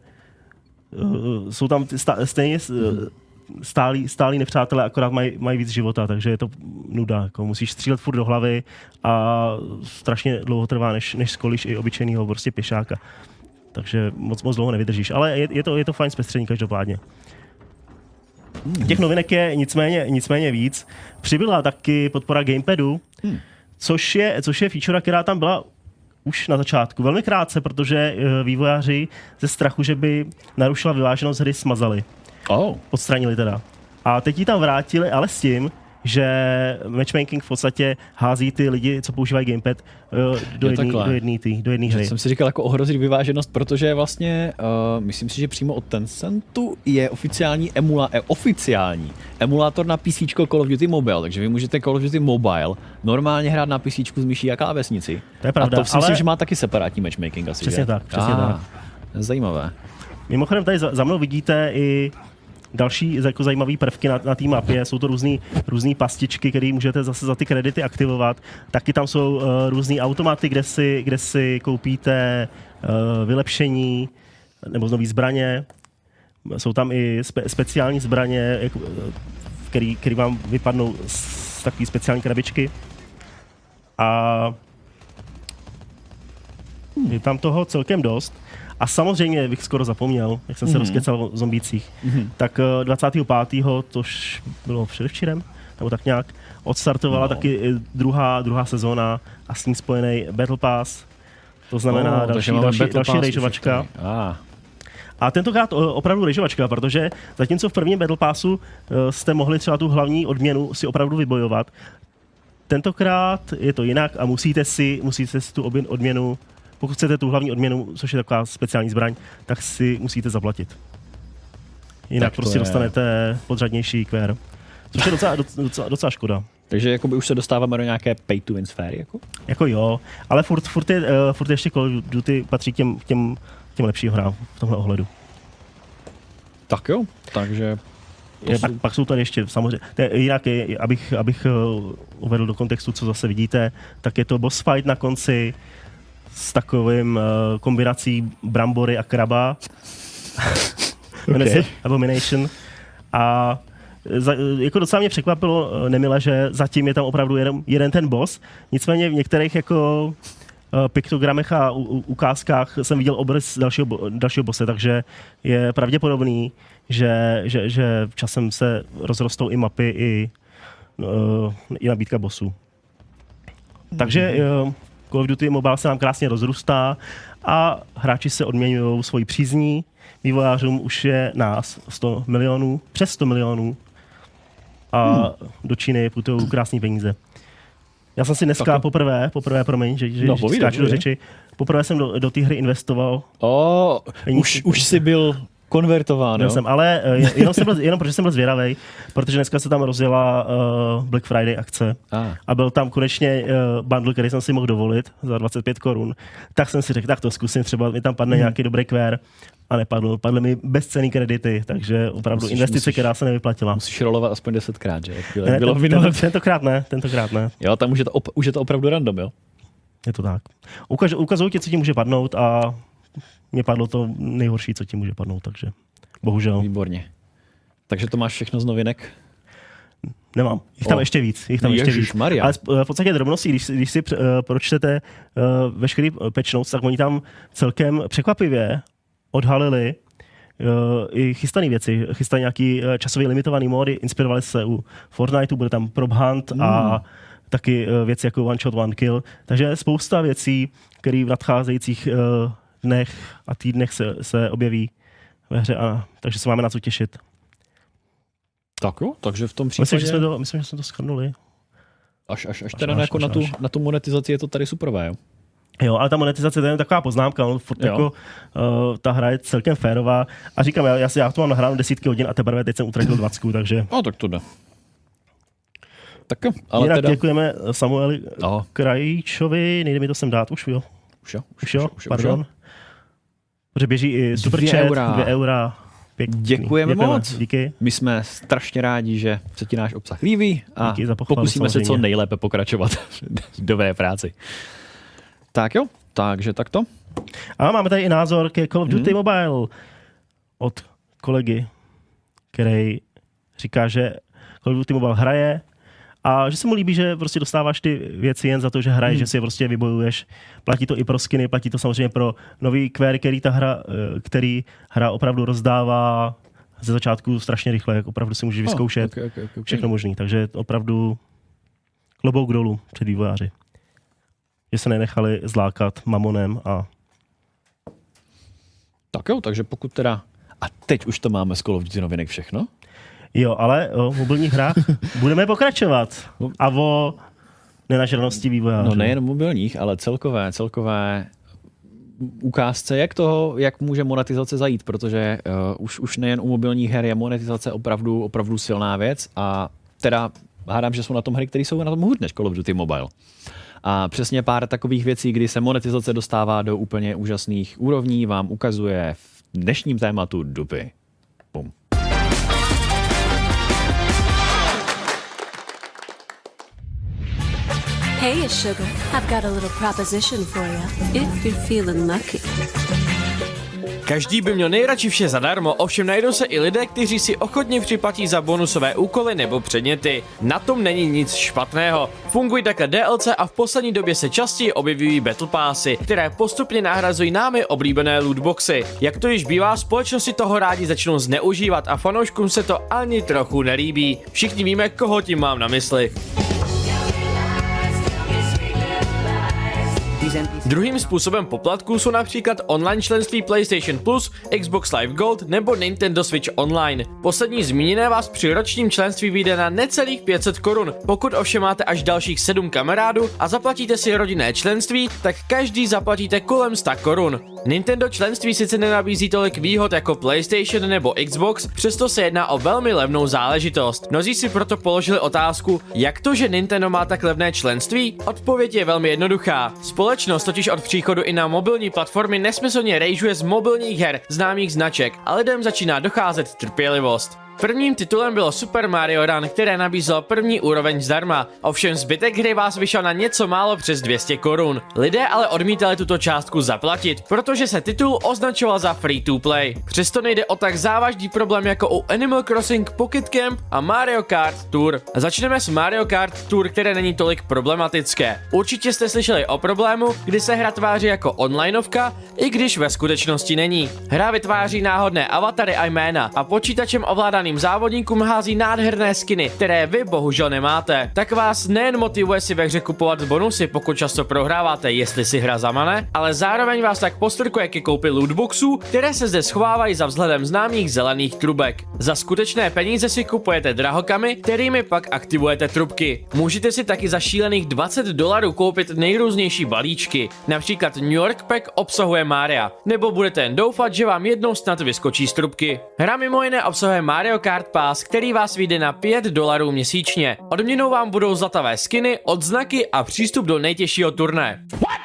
uh, jsou tam stá, stejně uh, stálí, stálí nepřátelé, akorát mají, mají víc života, takže je to nuda. Jako musíš střílet furt do hlavy a strašně dlouho trvá, než, než skolíš i obyčejného prostě pěšáka. Takže moc, moc dlouho nevydržíš, ale je, je, to, je to fajn zpestření každopádně. Hmm. Těch novinek je nicméně, nicméně víc. Přibyla taky podpora gamepadu, hmm. což, je, což je feature, která tam byla už na začátku. Velmi krátce, protože vývojáři ze strachu, že by narušila vyváženost hry, smazali. Oh. Odstranili teda. A teď ji tam vrátili, ale s tím, že matchmaking v podstatě hází ty lidi, co používají gamepad, do jedné do jedné hry. Jsem si říkal jako ohrozit vyváženost, protože vlastně uh, myslím si, že přímo od Tencentu je oficiální emula, eh, oficiální emulátor na PCčko Call of Duty Mobile, takže vy můžete Call of Duty Mobile normálně hrát na PCčku s myší a klávesnici. To je pravda, a to si ale... myslím, že má taky separátní matchmaking asi. Přesně že? tak, přesně ah, tak. Zajímavé. Mimochodem tady za, za mnou vidíte i další jako zajímavé prvky na, na té mapě. Jsou to různý, různý pastičky, které můžete zase za ty kredity aktivovat. Taky tam jsou uh, různý automaty, kde si, kde si koupíte uh, vylepšení nebo nový zbraně. Jsou tam i spe, speciální zbraně, jako, který, který vám vypadnou z takové speciální krabičky. A je tam toho celkem dost. A samozřejmě bych skoro zapomněl, jak jsem se mm-hmm. rozkecal o zombících, mm-hmm. tak dvacátého pátého, tož bylo předevčírem, nebo tak nějak, odstartovala no. taky druhá, druhá sezóna a s tím spojený Battle Pass, to znamená oh, další, další, další rejžovačka. Ah. A tentokrát opravdu rejžovačka, protože zatímco v prvním Battle Passu jste mohli třeba tu hlavní odměnu si opravdu vybojovat, tentokrát je to jinak a musíte si, musíte si tu odměnu, pokud chcete tu hlavní odměnu, což je taková speciální zbraň, tak si musíte zaplatit. Jinak prostě je... dostanete podřadnější Q R. Což je docela, docela, docela škoda. Takže jakoby už se dostáváme do nějaké pay to win sféry? Jako, jako jo, ale furt, furt, je, uh, furt ještě Call of Duty patří k těm, těm, těm lepším hrám v tomhle ohledu. Tak jo, takže Je, jsou... Pak, pak jsou tady ještě samozřejmě, to je, jinak, je, abych, abych uh, uvedl do kontextu, co zase vidíte, tak je to boss fight na konci s takovým uh, kombinací brambory a kraba. Okay. Abomination. A za, jako docela mě překvapilo nemile, že zatím je tam opravdu jeden, jeden ten boss. Nicméně v některých jako uh, piktogramech a u, u, ukázkách jsem viděl obrys dalšího, dalšího bosse, takže je pravděpodobný, že, že, že časem se rozrostou i mapy, i, uh, i nabídka bossů. Takže uh, Call of Duty Mobile se nám krásně rozrůstá a hráči se odměňují svojí přízní. Vývojářům už je nás sto milionů, přes sto milionů a hmm. do Číny putují krásný peníze. Já jsem si dneska tak. poprvé, poprvé, promiň, že, že, no, že skáču do řeči, poprvé jsem do, do té hry investoval. Oh, už, už jsi byl konvertován, jo? Jsem, ale jenom, jsem byl, jenom protože jsem byl zvědavej, protože dneska se tam rozjela uh, Black Friday akce ah. a byl tam konečně uh, bundle, který jsem si mohl dovolit za dvacet pět korun. Tak jsem si řekl, tak to zkusím, třeba mi tam padne hmm. nějaký dobrý kvér a nepadl. Padly mi bezcenný kredity, takže opravdu musíš, investice, musíš, která se nevyplatila. Musíš rolovat aspoň desetkrát, že? Bylo, ne, bylo ten, ten, tentokrát ne, tentokrát ne. Jo, tam už je to, op, už je to opravdu random, jo? Je to tak. Ukaž, ukazují ti, co ti může padnout a mně padlo to nejhorší, co ti může padnout, takže bohužel. Výborně. Takže to máš všechno z novinek? Nemám. Jich tam oh. ještě víc. Jich tam Ježiš, ještě víc. Maria. Ale v podstatě drobností, když, když si uh, pročtete uh, veškerý patch notes, tak oni tam celkem překvapivě odhalili uh, i chystané věci. Chystají nějaký uh, časově limitovaný módy, inspirovali se u Fortniteu, bude tam prop hunt mm. a taky uh, věci jako one shot, one kill. Takže spousta věcí, které v nadcházejících uh, dnech a týdnech se, se objeví ve hře, a, takže se máme na co těšit. Tak jo, takže v tom případě... Myslím, že jsme to, myslím, že jsme to shrnuli. Až, až, až teda až, jako až, na, tu, až. na tu monetizaci je to tady superové, jo? Jo, ale ta monetizace to je taková poznámka, no, furt jako, uh, ta hra je celkem férová a říkám, já, já, si, já to mám nahráno desítky hodin a teprve teď jsem utratil dvacet, takže... No, tak to jde. Tak jo, ale jinak teda... děkujeme Samueli no. Krajíčovi, nejde mi to sem dát, už jo. Už jo, už, už jo, už, pardon. Protože běží i superchat, dvě eura. Pěkný. Děkujeme, Děkujeme moc. Díky. My jsme strašně rádi, že se ti náš obsah líbí a pochvalu, pokusíme samozřejmě. se co nejlépe pokračovat v dobré práci. Tak jo, takže takto. A máme tady i názor ke Call of Duty hmm. Mobile od kolegy, který říká, že Call of Duty Mobile hraje a že se mu líbí, že prostě dostáváš ty věci jen za to, že hraješ, hmm. že si je prostě vybojuješ. Platí to i pro skiny, platí to samozřejmě pro nový query, který ta hra, který hra opravdu rozdává ze začátku strašně rychle, jak opravdu si můžeš vyzkoušet oh, okay, okay, okay. všechno možný. Takže opravdu klobouk dolů před vývojáři. Že se nenechali zlákat mamonem a... Tak jo, takže pokud teda... A teď už to máme z Call of Duty novinek všechno? Jo, ale o mobilních hrách budeme pokračovat. A o nenažranosti vývojářů. No nejen mobilních, ale celkové, celkové ukázce, jak toho, jak může monetizace zajít, protože uh, už, už nejen u mobilních her je monetizace opravdu, opravdu silná věc a teda hádám, že jsou na tom hry, které jsou na tom hůř než Call of Duty Mobile. A přesně pár takových věcí, kdy se monetizace dostává do úplně úžasných úrovní, vám ukazuje v dnešním tématu Dupy. Bum. Hey, sugar, I've got a little proposition for you, if you're feeling lucky. Každý by měl nejradši vše zadarmo, ovšem najdou se i lidé, kteří si ochotně připlatí za bonusové úkoly nebo předměty. Na tom není nic špatného. Fungují takhle D L C a v poslední době se častěji objevují Battle Passy, které postupně nahrazují námi oblíbené lootboxy. Jak to již bývá, společnosti toho rádi začnou zneužívat a fanouškům se to ani trochu nelíbí. Všichni víme, koho tím mám na mysli. Druhým způsobem poplatků jsou například online členství PlayStation Plus, Xbox Live Gold nebo Nintendo Switch Online. Poslední zmíněné vás při ročním členství vyjde na necelých pět set korun. Pokud ovšem máte až dalších sedm kamarádů a zaplatíte si rodinné členství, tak každý zaplatíte kolem sto korun. Nintendo členství sice nenabízí tolik výhod jako PlayStation nebo Xbox, přesto se jedná o velmi levnou záležitost. Mnozí si proto položili otázku, jak to, že Nintendo má tak levné členství? Odpověď je velmi jednoduchá. Společnost totiž od příchodu i na mobilní platformy nesmyslně rejžuje z mobilních her známých značek a lidem začíná docházet trpělivost. Prvním titulem bylo Super Mario Run, které nabízelo první úroveň zdarma, ovšem zbytek hry vás vyšel na něco málo přes dvě stě korun. Lidé ale odmítali tuto částku zaplatit, protože se titul označoval za free to play. Přesto nejde o tak závažný problém jako u Animal Crossing Pocket Camp a Mario Kart Tour. Začneme s Mario Kart Tour, které není tolik problematické. Určitě jste slyšeli o problému, kdy se hra tváří jako onlineovka, i když ve skutečnosti není. Hra vytváří náhodné avatary a jména a počítačem ovládaným závodníkům hází nádherné skiny, které vy bohužel nemáte. Tak vás nejen motivuje si ve hře kupovat bonusy, pokud často prohráváte, jestli si hra zamane, ale zároveň vás tak postrkuje ke koupi lootboxů, které se zde schovávají za vzhledem známých zelených trubek. Za skutečné peníze si kupujete drahokamy, kterými pak aktivujete trubky. Můžete si taky za šílených dvacet dolarů koupit nejrůznější balíčky, například New York Pack obsahuje Mária, nebo budete jen doufat, že vám jednou snad vyskočí z trubky. Hra mimo jiné obsahuje Mario Kart Pass, který vás vyjde na pět dolarů měsíčně. Odměnou vám budou zlatavé skiny, odznaky a přístup do nejtěžšího turné.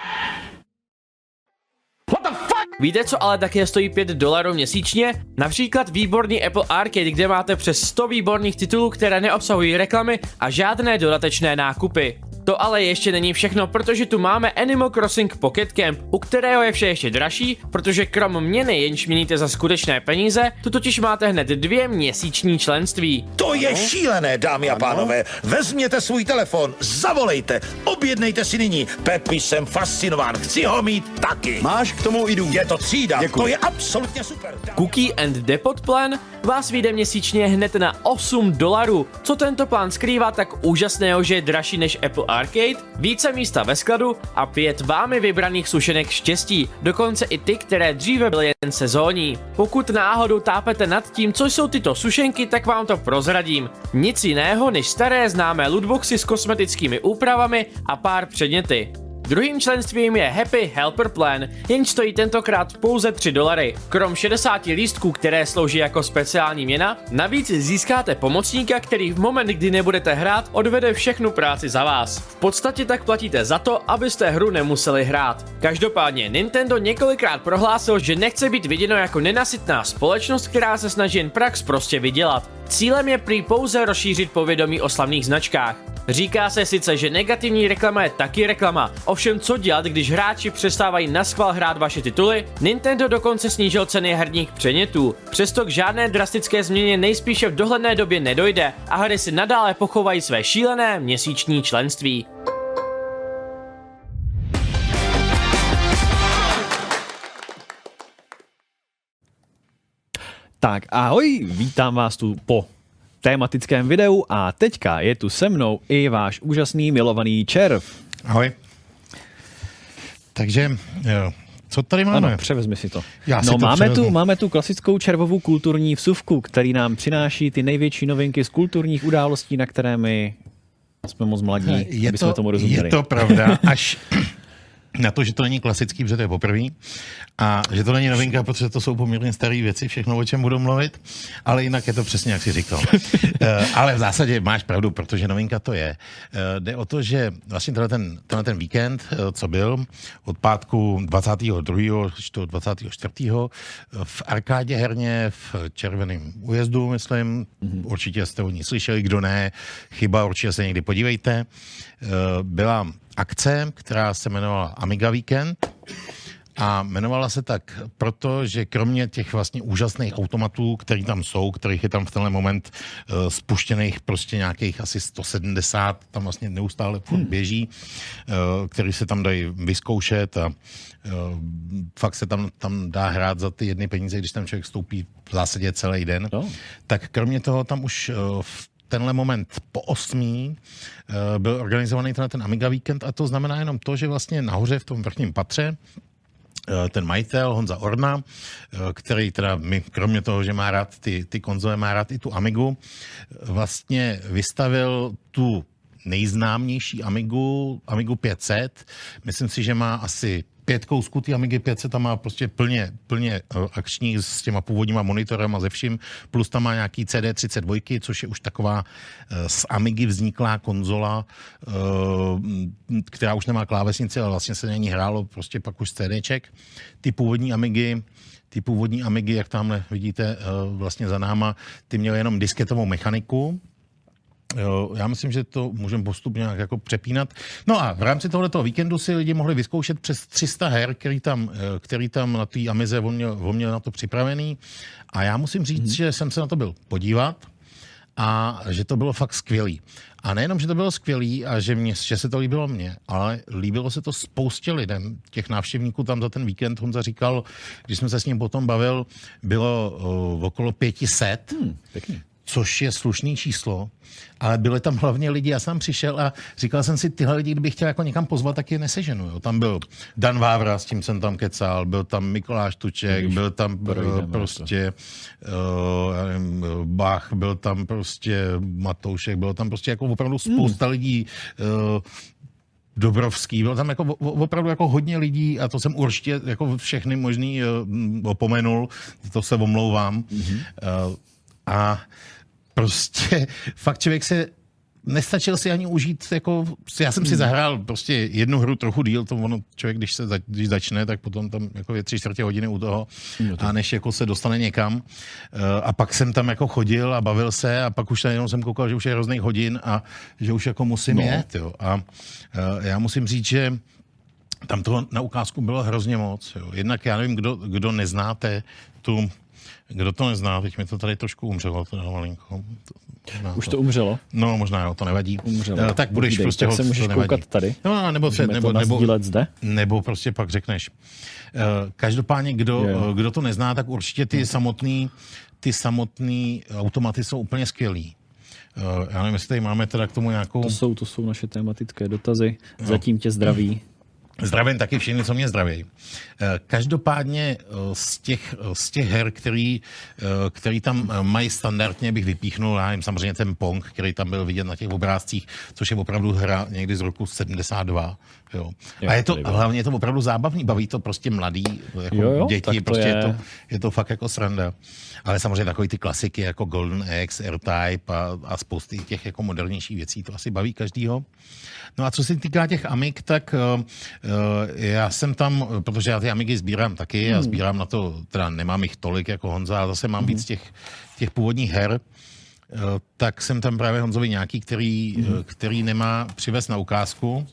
Víte, co ale také stojí pět dolarů měsíčně? Například výborný Apple Arcade, kde máte přes sto výborných titulů, které neobsahují reklamy a žádné dodatečné nákupy. To ale ještě není všechno, protože tu máme Animal Crossing Pocket Camp, u kterého je vše ještě dražší, protože krom měny, jenž měníte za skutečné peníze, tu totiž máte hned dvě měsíční členství. To je šílené, dámy a pánové. Vezměte svůj telefon, zavolejte, objednejte si nyní. Pepi, jsem fascinován, chci ho mít taky. Máš k tomu i důvod. Je to třída, Děkuji. to je absolutně super. Cookie and Depot Plan vás vyjde měsíčně hned na osm dolarů. Co tento plán skrývá tak úžasného, že je dražší než Apple Arcade, více místa ve skladu a pět vámi vybraných sušenek štěstí, dokonce i ty, které dříve byly jen sezónní. Pokud náhodou tápete nad tím, co jsou tyto sušenky, tak vám to prozradím. Nic jiného než staré známé lootboxy s kosmetickými úpravami a pár předměty. Druhým členstvím je Happy Helper Plan, jenž stojí tentokrát pouze tři dolary. Krom šedesáti lístků, které slouží jako speciální měna, navíc získáte pomocníka, který v moment, kdy nebudete hrát, odvede všechnu práci za vás. V podstatě tak platíte za to, abyste hru nemuseli hrát. Každopádně Nintendo několikrát prohlásil, že nechce být viděno jako nenasytná společnost, která se snaží jen prax prostě vydělat. Cílem je prý pouze rozšířit povědomí o slavných značkách. Říká se sice, že negativní reklama je taky reklama, ovšem co dělat, když hráči přestávají naschvál hrát vaše tituly? Nintendo dokonce snížil ceny herních předmětů, přesto k žádné drastické změně nejspíše v dohledné době nedojde a hry si nadále pochovají své šílené měsíční členství. Tak ahoj, vítám vás tu po tématickém videu a teďka je tu se mnou i váš úžasný milovaný červ. Ahoj. Takže, jo, co tady máme? Ano, převezmi si to. Já si no to máme převezmu. tu, máme tu klasickou červovou kulturní vsuvku, který nám přináší ty největší novinky z kulturních událostí, na které my jsme moc mladí, je aby jsme to, tomu rozuměli. Je to pravda, až na to, že to není klasický, protože to je poprvé a že to není novinka, protože to jsou poměrně staré věci, všechno, o čem budu mluvit, ale jinak je to přesně, jak jsi říkal. Ale v zásadě máš pravdu, protože novinka to je. Jde o to, že vlastně tenhle ten, tenhle ten víkend, co byl, od pátku dvacátého druhého do dvacátého čtvrtého v arkádě herně v Červeném újezdu, myslím, mm-hmm. určitě jste o ní slyšeli, kdo ne, chyba, určitě se někdy podívejte. Byla akce, která se jmenovala Amiga Weekend a jmenovala se tak proto, že kromě těch vlastně úžasných automatů, který tam jsou, kterých je tam v tenhle moment uh, spuštěných prostě nějakých asi sto sedmdesát, tam vlastně neustále furt běží, uh, který se tam dají vyzkoušet a uh, fakt se tam, tam dá hrát za ty jedny peníze, když tam člověk stoupí v zásadě celý den. No. Tak kromě toho tam už uh, v tenhle moment po osmý uh, byl organizovaný tenhle ten Amiga Weekend a to znamená jenom to, že vlastně nahoře v tom vrchním patře ten majitel Honza Orna, který teda mi, kromě toho, že má rád ty, ty konzole, má rád i tu Amigu, vlastně vystavil tu nejznámější Amigu, Amigu pět set. Myslím si, že má asi pět kousků ty Amigy pět set, tam má prostě plně, plně akční s těma původníma monitorem a ze vším, plus tam má nějaký C D třicet dva, což je už taková z Amigy vzniklá konzola, která už nemá klávesnici, ale vlastně se na ní hrálo prostě pak už z CDček. Ty původní Amigy, ty původní Amigy, jak tamhle vidíte vlastně za náma, ty měly jenom disketovou mechaniku. Jo, já myslím, že to můžeme postupně nějak jako přepínat. No a v rámci tohoto víkendu si lidi mohli vyzkoušet přes tři sta her, který tam, který tam na té Amize on měl, on měl na to připravený. A já musím říct, hmm. že jsem se na to byl podívat a že to bylo fakt skvělý. A nejenom, že to bylo skvělý a že, mě, že se to líbilo mně, ale líbilo se to spoustě lidem. Těch návštěvníků tam za ten víkend, Honza říkal, když jsme se s ním potom bavil, bylo o, okolo pěti set. Hmm, pěkně. Což je slušný číslo, ale byli tam hlavně lidi, já jsem přišel a říkal jsem si, tyhle lidi, kdybych chtěl jako někam pozvat, tak je neseženu. Jo. Tam byl Dan Vávra, s tím jsem tam kecal, byl tam Mikuláš Tuček, Víš, byl tam uh, prostě uh, nevím, Bach, byl tam prostě Matoušek, bylo tam prostě jako opravdu spousta hmm. lidí, uh, Dobrovský, bylo tam jako opravdu jako hodně lidí a to jsem určitě jako všechny možný uh, opomenul, to se omlouvám. Mm-hmm. Uh, a prostě fakt člověk se nestačil si ani užít, jako, já jsem si zahrál prostě jednu hru trochu díl, to ono člověk, když se když začne, tak potom tam jako je tři čtvrtě hodiny u toho a než jako se dostane někam a pak jsem tam jako chodil a bavil se a pak už jenom jsem koukal, že už je hrozných hodin a že už jako musím no. jet, jo. A já musím říct, že tam toho na ukázku bylo hrozně moc, jo. Jednak já nevím, kdo, kdo neznáte tu Kdo to nezná, teď mi to tady trošku umřelo, to malinko. To, Už to umřelo? No, možná jo, to nevadí. Umřelo. Uh, tak budeš Povídej, prostě... Tak ho, se můžeš koukat tady? No, nebo, se, nebo, nebo, nebo, zde? nebo prostě pak řekneš. Uh, každopádně, kdo, yeah. kdo to nezná, tak určitě ty samotný, ty samotný automaty jsou úplně skvělý. Uh, já nevím, jestli tady máme teda k tomu nějakou... To jsou, to jsou naše tematické dotazy. No. Zatím tě zdraví. Zdravím taky všichni, co mě zdraví. Každopádně z těch, z těch her, který, který tam mají standardně, bych vypíchnul, já jim samozřejmě ten Pong, který tam byl vidět na těch obrázcích, což je opravdu hra někdy z roku sedmdesát dva. Jo. A je to, hlavně je to opravdu zábavný, baví to prostě mladý, jako jo, jo, děti, prostě je... Je, to, je to fakt jako sranda. Ale samozřejmě takový ty klasiky jako Golden Axe, R-Type a, a spousty těch jako modernějších věcí, to asi baví každýho. No a co se týká těch Amig, tak uh, já jsem tam, protože já ty Amigy sbírám taky, hmm. a sbírám na to, teda nemám jich tolik jako Honza, ale zase mám hmm. víc těch, těch původních her, uh, tak jsem tam právě Honzovi nějaký, který, hmm. uh, který nemá přivést na ukázku.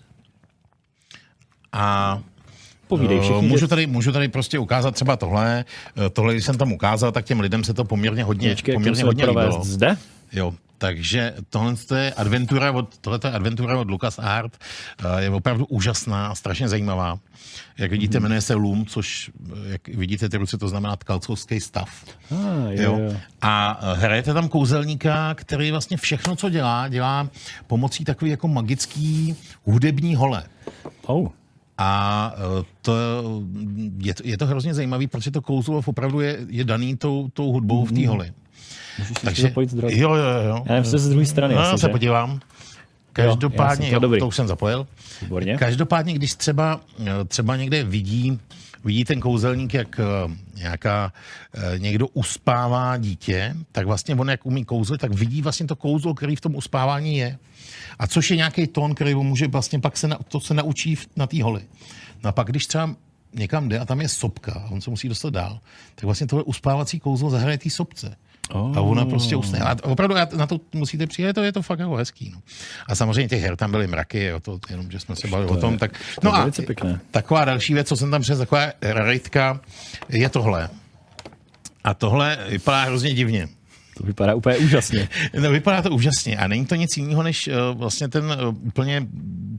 A Povídej všichni. Můžu tady, můžu tady prostě ukázat třeba tohle. Tohle, když jsem tam ukázal, tak těm lidem se to poměrně hodně, Počkej, poměrně hodně líbilo. Zde? Jo, takže tohle je adventura od, tohle je adventura od LucasArts, je opravdu úžasná a strašně zajímavá. Jak vidíte, mm-hmm. jmenuje se Loom, což, jak vidíte, ty ruce, to znamená tkalcovský stav. Ah, jo, jo. A hrajete tam kouzelníka, který vlastně všechno, co dělá, dělá pomocí takový jako magický hudební hole. Oh. A to, je, to, je to hrozně zajímavý, protože to kouzlo opravdu je, je daný tou, tou hudbou v té holi. Můžeš Takže, zapojit zdroj. Jo, jo, jo. Já nevím, z druhé strany. No, asi, se že? podívám. Každopádně, jo, to, jo, to už jsem zapojil. Výborně. Každopádně, když třeba, třeba někde vidí, vidí ten kouzelník, jak nějaká, někdo uspává dítě, tak vlastně on, jak umí kouzlit, tak vidí vlastně to kouzlo, který v tom uspávání je. A což je nějaký tón, který může vlastně pak se, na, to se naučí na té holi. No a pak, když třeba někam jde a tam je sopka a on se musí dostat dál, tak vlastně tohle uspávací kouzlo zahraje té sopce. Oh. A ona prostě usne. A opravdu na to musíte přijet, to je to fakt jako hezký. No. A samozřejmě těch her tam byly mraky, jo, to jenom, že jsme se bavili o tom. Tak, no a taková další věc, co jsem tam přes taková raritka, je tohle. A tohle vypadá hrozně divně. To vypadá úplně úžasně. No, vypadá to úžasně a není to nic jiného, než uh, vlastně ten uh, úplně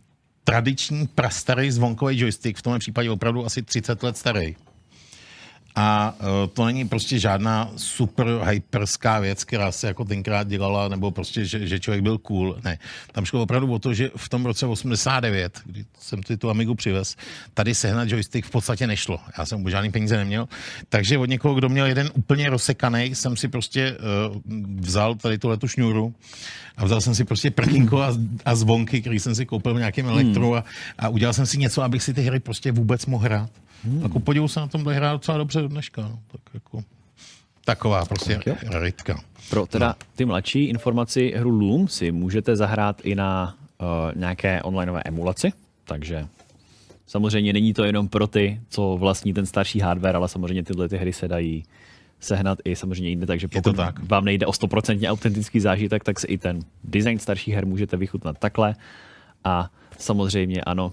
tradiční prastarý zvonkový joystick, v tomhle případě opravdu asi třicet let starý. a uh, to není prostě žádná super hyperská věc, která se jako tenkrát dělala, nebo prostě, že, že člověk byl cool. Ne. Tam šlo opravdu o to, že v tom roce osmdesát devět, kdy jsem si tu Amigu přivez, tady sehnat joystick v podstatě nešlo. Já jsem žádný peníze neměl, takže od někoho, kdo měl jeden úplně rozsekaný, jsem si prostě uh, vzal tady tuhletu šňůru a vzal jsem si prostě prkínko a, a zvonky, který jsem si koupil v nějakém elektru hmm. a, a udělal jsem si něco, abych si ty hry prostě vůbec mohl hrát. Hmm. A ku podivu se na tomhle hrál docela dobře do dneška. No. Tak jako, taková prostě rytka. Pro teda no. ty mladší informaci hru Loom si můžete zahrát i na uh, nějaké onlineové emulaci, takže samozřejmě není to jenom pro ty, co vlastní ten starší hardware, ale samozřejmě tyhle ty hry se dají sehnat i samozřejmě jinde, takže pokud tak. vám nejde o sto procent autentický zážitek, tak si i ten design starších her můžete vychutnat takhle a samozřejmě ano,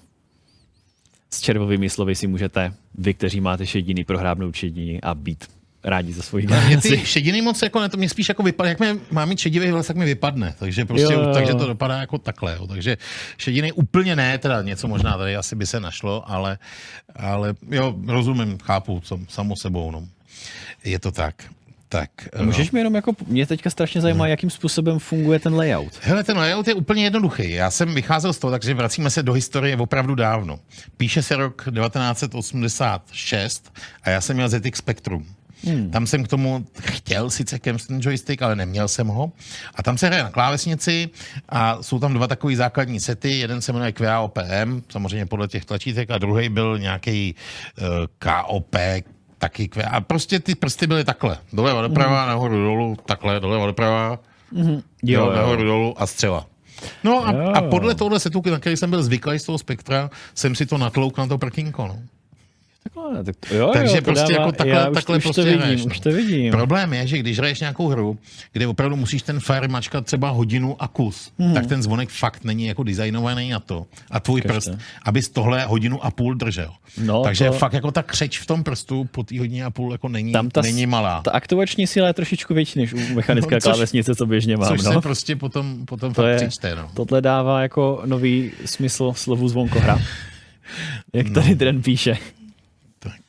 s červovými slovy si můžete, vy, kteří máte šediny, prohrábnout šediny a být rádi za svoji Mě ty šediny moc jako ne, to mě spíš jako vypadá, jak mě mám mít šedivý vlas, tak mi vypadne, takže prostě, jo, jo. takže to dopadá jako takhle, jo. Takže šediny úplně ne, teda něco možná tady asi by se našlo, ale, ale jo, rozumím, chápu, co samo sebou, no. Je to tak. Tak, můžeš mi jenom jako, mě teďka strašně zajímá, hmm. jakým způsobem funguje ten layout. Hele, ten layout je úplně jednoduchý. Já jsem vycházel z toho, takže vracíme se do historie opravdu dávno. Píše se rok devatenáct set osmdesát šest a já jsem měl Z X Spectrum. Hmm. Tam jsem k tomu chtěl sice ten joystick, ale neměl jsem ho. A tam se hraje na klávesnici a jsou tam dva takový základní sety. Jeden se jmenuje Q A O P M, samozřejmě podle těch tlačítek, a druhý byl nějaký uh, K O P, taky kve. A prostě ty prsty byly takhle. Doleva doprava, mm. nahoru dolů, takhle, doleva doprava, mm. jo, jo, nahoru dolů a střela. No a, a podle tohle setu, na který jsem byl zvyklý z toho Spektra, jsem si to natlouk na to prkínko, no. Takhle, tak, jo, Takže jo, prostě dává, jako takhle, já takhle už, prostě už to vidím, hraješ, už no. to vidím. Problém je, že když hraješ nějakou hru, kde opravdu musíš ten fire mačkat třeba hodinu a kus, hmm. tak ten zvonek fakt není jako designovaný na to. A tvůj Každé. prst, abys tohle hodinu a půl držel. No, Takže to... fakt jako ta křeč v tom prstu po té hodině a půl jako není, Tam ta, není malá. Ta aktivační síla je trošičku větší než u mechanické no, což, klávesnice, co běžně mám. Což no. se prostě potom, potom to fakt je, přičte. No. Tohle dává jako nový smysl slovu zvonkohra. Jak no. tady Dren píše. Tak.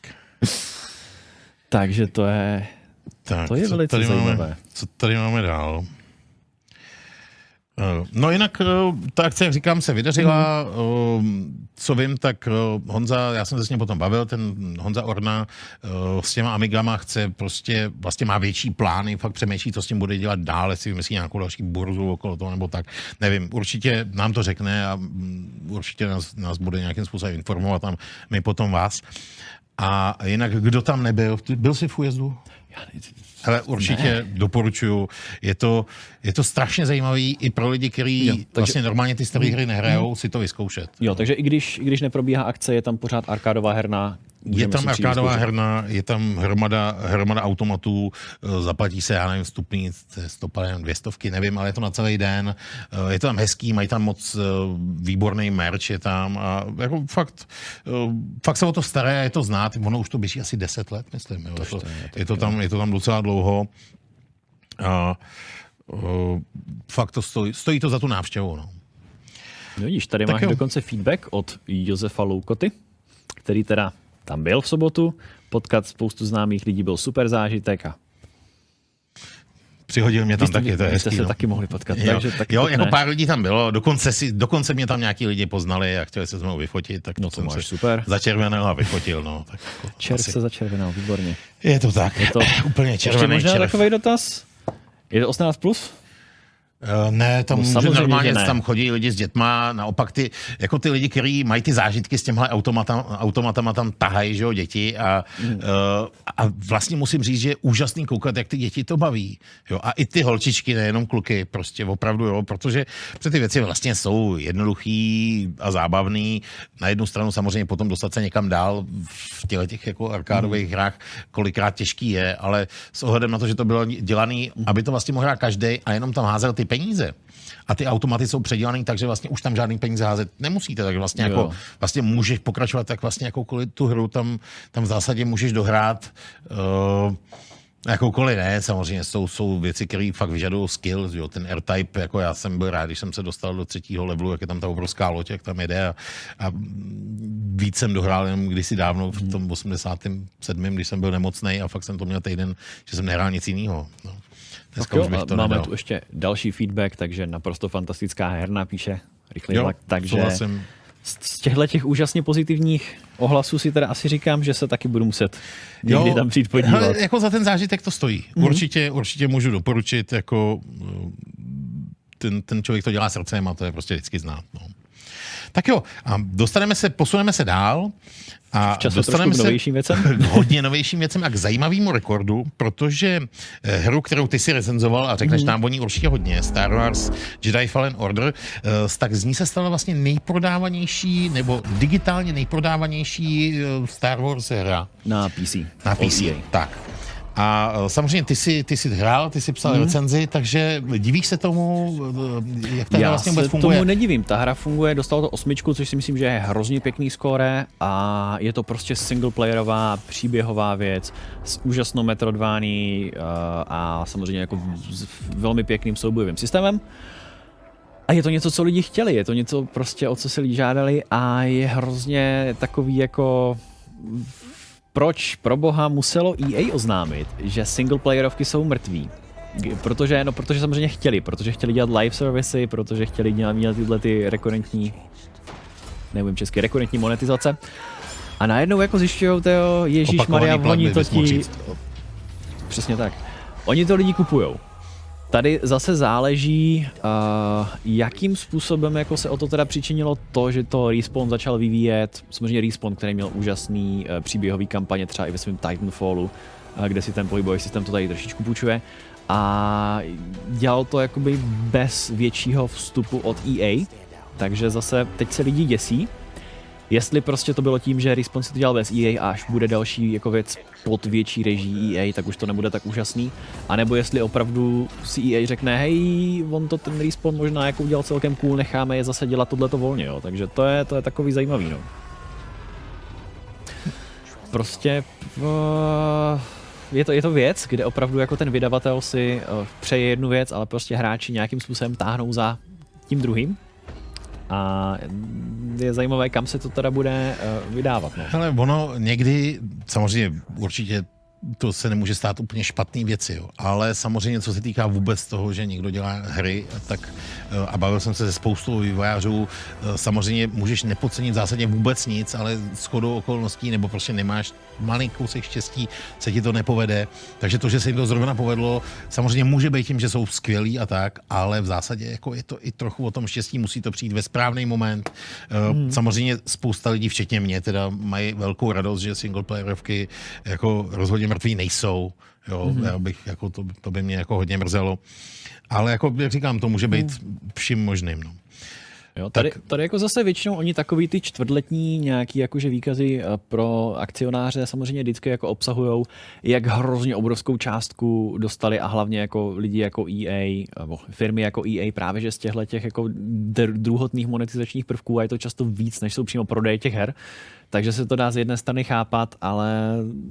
Takže to je, tak, to je velice tady zajímavé. Máme, co tady máme dál? No jinak ta akce, jak říkám, se vydařila. Mm. Co vím, tak Honza, já jsem se s ním potom bavil, ten Honza Orna s těma Amigama chce prostě, vlastně má větší plány, fakt přemýšlí, co s tím bude dělat dál, jestli vymyslí nějakou další burzu okolo toho, nebo tak. Nevím, určitě nám to řekne a určitě nás, nás bude nějakým způsobem informovat a my potom vás. A jinak, kdo tam nebyl? Byl jsi v újezdu? Hele, určitě ne. Doporučuju. Je to, je to strašně zajímavý i pro lidi, kteří takže... vlastně normálně ty staré hry nehrajou, hmm. si to vyzkoušet. Jo, takže i když, i když neprobíhá akce, je tam pořád arkádová herna. Je tam arkádová herna, je tam hromada, hromada automatů, zaplatí se, já nevím, vstupný, sto dvě stovky, nevím, ale je to na celý den. Je to tam hezký, mají tam moc výborný merch, je tam a jako fakt, fakt se o to staré, je to znát, ono už to běží asi deset let, myslím. Jo. To, je, je, to tam, je to tam docela dlouho. A, uh, fakt to stojí, stojí to za tu návštěvu. No. No vidíš, tady tak máš jo. dokonce feedback od Josefa Loukoty, který teda tam byl v sobotu, potkat spoustu známých lidí, byl super zážitek a přihodil mě tam jste, taky, to je hezký. Jste se no. taky mohli potkat. Jo, takže taky jo jako pár lidí tam bylo, dokonce, si, dokonce mě tam nějaký lidi poznali a chtěli se s mnou vyfotit, tak no to to jsem se super. začervenal a vyfotil. No, tak jako Červ asi. se začervenal, výborně. Je to tak, je to úplně červený ještě možná červ. takový dotaz? Je to osmnáct plus? Uh, ne, tam no, může normálně ne. Tam chodí lidi s dětma, naopak ty, jako ty lidi, kteří mají ty zážitky s těmhle automatama, automatama tam tahají, že jo, děti a, mm. uh, a vlastně musím říct, že je úžasný koukat, jak ty děti to baví, jo, a i ty holčičky, nejenom kluky, prostě opravdu, jo, protože ty věci vlastně jsou jednoduchý a zábavný, na jednu stranu samozřejmě potom dostat se někam dál v těle těch jako arkádových mm. hrách, kolikrát těžký je, ale s ohledem na to, že to bylo dělaný, mm. aby to vlastně mohl hrát každej a jenom tam házel ty peníze. A ty automaty jsou předělaný, takže vlastně už tam žádný peníze házet nemusíte, takže vlastně jako vlastně můžeš pokračovat tak vlastně jakoukoliv tu hru tam, tam v zásadě můžeš dohrát. Uh, Jakoukoliv ne, samozřejmě jsou, jsou věci, které fakt vyžadují skill, jo, ten R-Type, jako já jsem byl rád, když jsem se dostal do třetího levelu, jak je tam ta obrovská loď, jak tam jede a, a víc jsem dohrál jenom kdysi dávno v tom osmdesátém sedmém když jsem byl nemocnej a fakt jsem to měl týden, že jsem nehrál nic jiného. No. Dneska jo, už bych to máme nedal. tu ještě další feedback, takže naprosto fantastická herna, píše Rychlý Jo, vlak, takže souhlasím. z těchto těch úžasně pozitivních ohlasů si teda asi říkám, že se taky budu muset někdy Jo, tam přijít podívat. hele, jako za ten zážitek to stojí. Mm-hmm. Určitě, určitě můžu doporučit, jako ten, ten člověk to dělá srdcem a to je prostě vždycky znát. No. Tak jo, a dostaneme se, posuneme se dál. A dostaneme se k novějším věcem? K hodně novějším věcem a k zajímavému rekordu, protože hru, kterou ty si recenzoval a řekneš mm. nám o ní určitě hodně, Star Wars Jedi Fallen Order, tak z ní se stala vlastně nejprodávanější nebo digitálně nejprodávanější Star Wars hra. Na P C. Na P C, tak. A samozřejmě ty jsi, ty jsi hrál, ty jsi psal hmm. recenzi, takže divíš se tomu, jak ta hra vlastně vůbec funguje? Já se tomu nedivím, ta hra funguje, dostalo to osmičku, což si myslím, že je hrozně pěkný skóre a je to prostě singleplayerová, příběhová věc s úžasnou Metroidvanií a samozřejmě jako s velmi pěkným soubojovým systémem. A je to něco, co lidi chtěli, je to něco prostě, o co se lidi žádali a je hrozně takový jako... Proč pro boha muselo E A oznámit, že singleplayerovky jsou mrtví? Protože, no, protože samozřejmě chtěli, protože chtěli dělat live servisy, protože chtěli dělat, dělat tyhle ty rekurentní, nevím česky, rekurentní monetizace. A najednou jako zjišťujou to, ježíšmarja, oni to ti... Přesně tak. Oni to lidi kupujou. Tady zase záleží, uh, jakým způsobem jako se o to teda přičinilo to, že to Respawn začal vyvíjet. Samozřejmě Respawn, který měl úžasný uh, příběhový kampaně, třeba i ve svém Titanfallu, uh, kde si ten pohybový systém to tady trošičku půjčuje. A dělal to jakoby bez většího vstupu od E A, takže zase teď se lidi děsí. Jestli prostě to bylo tím, že Respawn si to dělal bez E A a až bude další jako věc pod větší režii E A, tak už to nebude tak úžasný. A nebo jestli opravdu si E A řekne, hej, on to ten Respawn možná jako udělal celkem cool, necháme je zase dělat tohleto volně, jo. Takže to je, to je takový zajímavý, no. Prostě uh, je, to, je to věc, kde opravdu jako ten vydavatel si uh, přeje jednu věc, ale prostě hráči nějakým způsobem táhnou za tím druhým. A je zajímavé, kam se to teda bude uh, vydávat. No. Hele, ono někdy, samozřejmě určitě to se nemůže stát úplně špatný věci, jo. Ale samozřejmě, co se týká vůbec toho, že někdo dělá hry, tak a bavil jsem se se spoustou vývojářů, samozřejmě můžeš nepodcenit v zásadě vůbec nic, ale shodou okolností nebo prostě nemáš malý kousek štěstí, se ti to nepovede. Takže to, že se jim to zrovna povedlo, samozřejmě může být tím, že jsou skvělí a tak, ale v zásadě jako je to i trochu o tom štěstí, musí to přijít ve správný moment. Hmm. Samozřejmě spousta lidí, včetně mě, teda mají velkou radost, že singleplayerovky jako rozhodně mrtví nejsou. Jo, mm-hmm. já bych, jako to, to by mě jako hodně mrzelo. Ale jako, jak říkám, to může být vším možným. No. Jo, tady, tady jako zase většinou oni takový ty čtvrtletní nějaký jakože výkazy pro akcionáře samozřejmě vždycky jako obsahujou, jak hrozně obrovskou částku dostali a hlavně jako lidi jako E A, nebo firmy jako E A právě, že z těchto těch jako druhotných monetizačních prvků a je to často víc, než jsou přímo prodeje těch her. Takže se to dá z jedné strany chápat, ale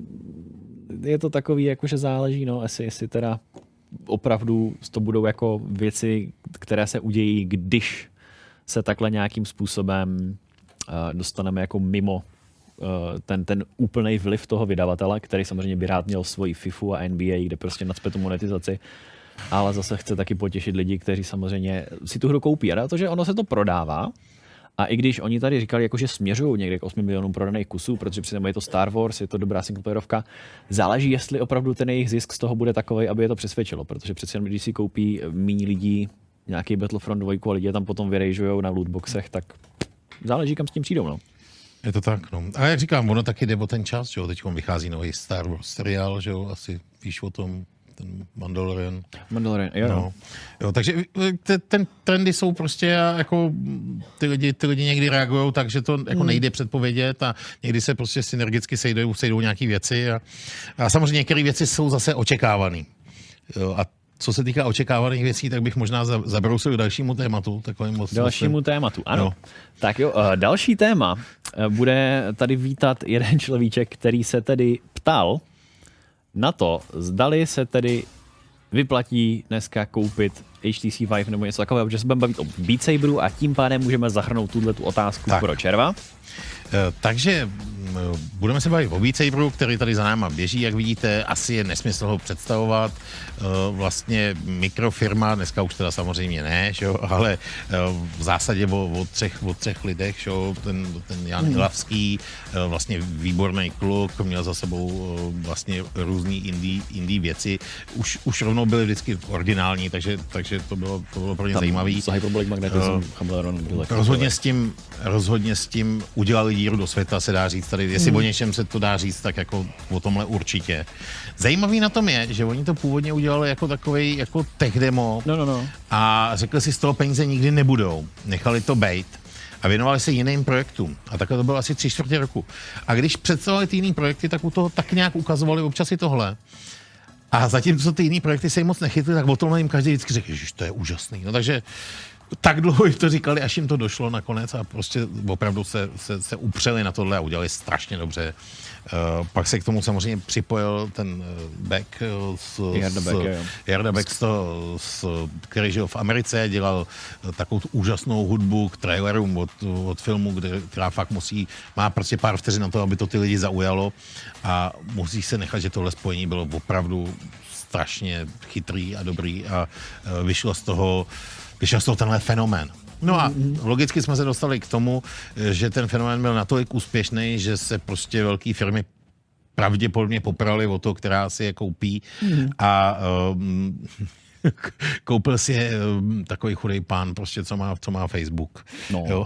je to takový, jakože záleží, no, jestli, jestli teda opravdu to budou jako věci, které se udějí, když se takhle nějakým způsobem uh, dostaneme jako mimo uh, ten, ten úplný vliv toho vydavatele, který samozřejmě by rád měl svoji FIFU a N B A, kde prostě nacpe tu monetizaci, ale zase chce taky potěšit lidi, kteří samozřejmě si tu hru koupí. A to, že ono se to prodává, a i když oni tady říkali, jako, že směřují někde k osmi milionům prodaných kusů, protože přitom je to Star Wars, je to dobrá singleplayerovka, záleží, jestli opravdu ten jejich zisk z toho bude takovej, aby je to přesvědčilo, protože přece jenom, když si koupí méně lidí nějaký Battlefront dva a lidi tam potom vyrejžujou na lootboxech, tak záleží, kam s tím přijdou, no. Je to tak, no. A jak říkám, ono taky jde o ten čas, že jo, teď vychází nový Star Wars seriál, že jo, asi víš o tom, ten Mandalorian. Mandalorian, jo. No. Jo, takže ten trendy jsou prostě jako ty lidi, ty lidi někdy reagují tak, že to jako nejde předpovědět a někdy se prostě synergicky sejdou, sejdou nějaký věci a, a samozřejmě některé věci jsou zase očekávané. A co se týká očekávaných věcí, tak bych možná zabrousil k dalšímu tématu. Moc, dalšímu moc tématu, ano. No. Tak jo, další téma bude tady vítat jeden človíček, který se tedy ptal na to, zdali se tedy vyplatí dneska koupit H T C Vive nebo něco takového, protože se budeme bavit o Beat Saberu a tím pádem můžeme zahrnout tuto otázku tak. pro červa. Takže budeme se bavit o Beat Saberu, který tady za náma běží, jak vidíte, asi je nesmysl ho představovat. Vlastně mikrofirma, dneska už teda samozřejmě ne, že jo, ale v zásadě o, o, třech, o třech lidech, že jo, ten, ten Jan hmm. Ilavský, vlastně výborný kluk, měl za sebou vlastně různý indie, indie věci. Už, už rovnou byly vždycky originální, takže, takže to bylo, to bylo pro ně zajímavý. Rozhodně s tím, rozhodně s tím udělali díru do světa, se dá říct tady, jestli hmm. o něčem se to dá říct, tak jako o tomhle určitě. Zajímavý na tom je, že oni to původně udělali jako takovej jako tech demo no, no, no. a řekli si, z toho peníze nikdy nebudou. Nechali to bejt a věnovali se jiným projektům. A takhle to bylo asi tři čtvrtě roku. A když představovali ty jiný projekty, tak u toho tak nějak ukazovali občas i tohle. A zatímco ty jiný projekty se jim moc nechytly, tak o tomhle jim každý vždycky řekl, že to je úžasný. No takže tak dlouho jim to říkali, až jim to došlo nakonec a prostě opravdu se, se, se upřeli na tohle a udělali strašně dobře. Uh, pak se k tomu samozřejmě připojil ten Beck, s, Jarda Beck, s, Jarda Beck s, s, který žil v Americe, dělal takovou úžasnou hudbu k trailerům od, od filmu, kde, která fakt musí, má prostě pár vteřin na to, aby to ty lidi zaujalo a musí se nechat, že tohle spojení bylo opravdu strašně chytrý a dobrý a uh, vyšlo z toho vyšel z toho tenhle fenomén. No a logicky jsme se dostali k tomu, že ten fenomén byl natolik úspěšný, že se prostě velké firmy pravděpodobně poprali o to, která si je koupí mm. a um, koupil si je um, takový chudej pán, prostě, co má, co má Facebook. No. Jo?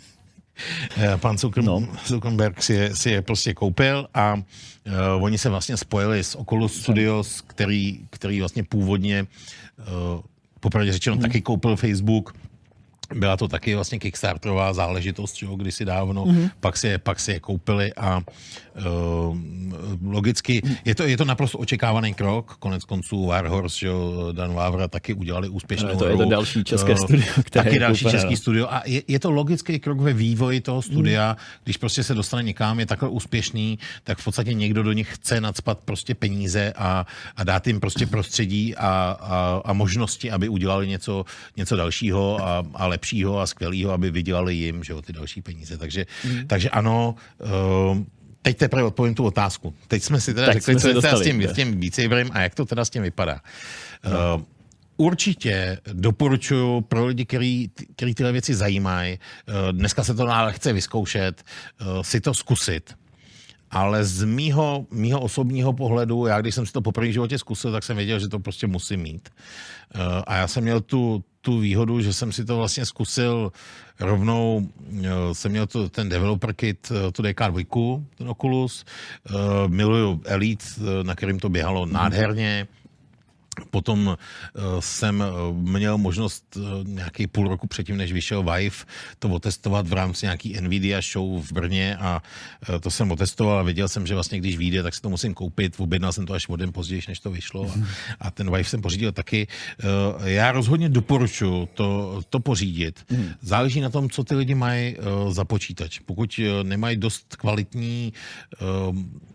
Pan Zuckerberg no. si, je, si je prostě koupil a uh, oni se vlastně spojili s Oculus Studios, který, který vlastně původně uh, popravdě řečeno mm. taky koupil Facebook. Byla to taky vlastně kickstarterová záležitost, jo, kdysi dávno, mm-hmm. pak, si je, pak si je koupili a uh, logicky je to, je to naprosto očekávaný krok, konec konců Warhorse, jo, Dan Vávra taky udělali úspěšnou hru. To je to další české uh, studio, které taky je další koupil, český studio a je, je to logický krok ve vývoji toho studia, mm. když prostě se dostane někam, je takhle úspěšný, tak v podstatě někdo do nich chce nacpat prostě peníze a, a dát jim prostě prostředí a, a, a možnosti, aby udělali něco, něco dalšího a, a lepšího a skvělého, aby vydělali jim, že jo, ty další peníze. Takže, mm. takže ano, uh, teď teprve odpovím tu otázku. Teď jsme si teda tak řekli, co je teda s tím, s tím Beat Saberem a jak to teda s tím vypadá. No. Uh, určitě doporučuji pro lidi, který, který tyhle věci zajímají, uh, dneska se to lehce vyzkoušet, uh, si to zkusit. Ale z mýho, mýho osobního pohledu, já když jsem si to poprvé v životě zkusil, tak jsem věděl, že to prostě musím mít. Uh, a já jsem měl tu, tu výhodu, že jsem si to vlastně zkusil rovnou, uh, jsem měl tu, ten developer kit, uh, tu D K dva, ten Oculus, uh, miluju Elite, uh, na kterým to běhalo mm. nádherně. Potom uh, jsem uh, měl možnost uh, nějaký půl roku předtím, než vyšel Vive, to otestovat v rámci nějaký Nvidia show v Brně a uh, to jsem otestoval a věděl jsem, že vlastně když vyjde, tak si to musím koupit. Objednal jsem to až o den později, než to vyšlo a, a ten Vive jsem pořídil taky. Uh, já rozhodně doporučuji to, to pořídit. Hmm. Záleží na tom, co ty lidi mají uh, za počítač. Pokud uh, nemají dost kvalitní uh,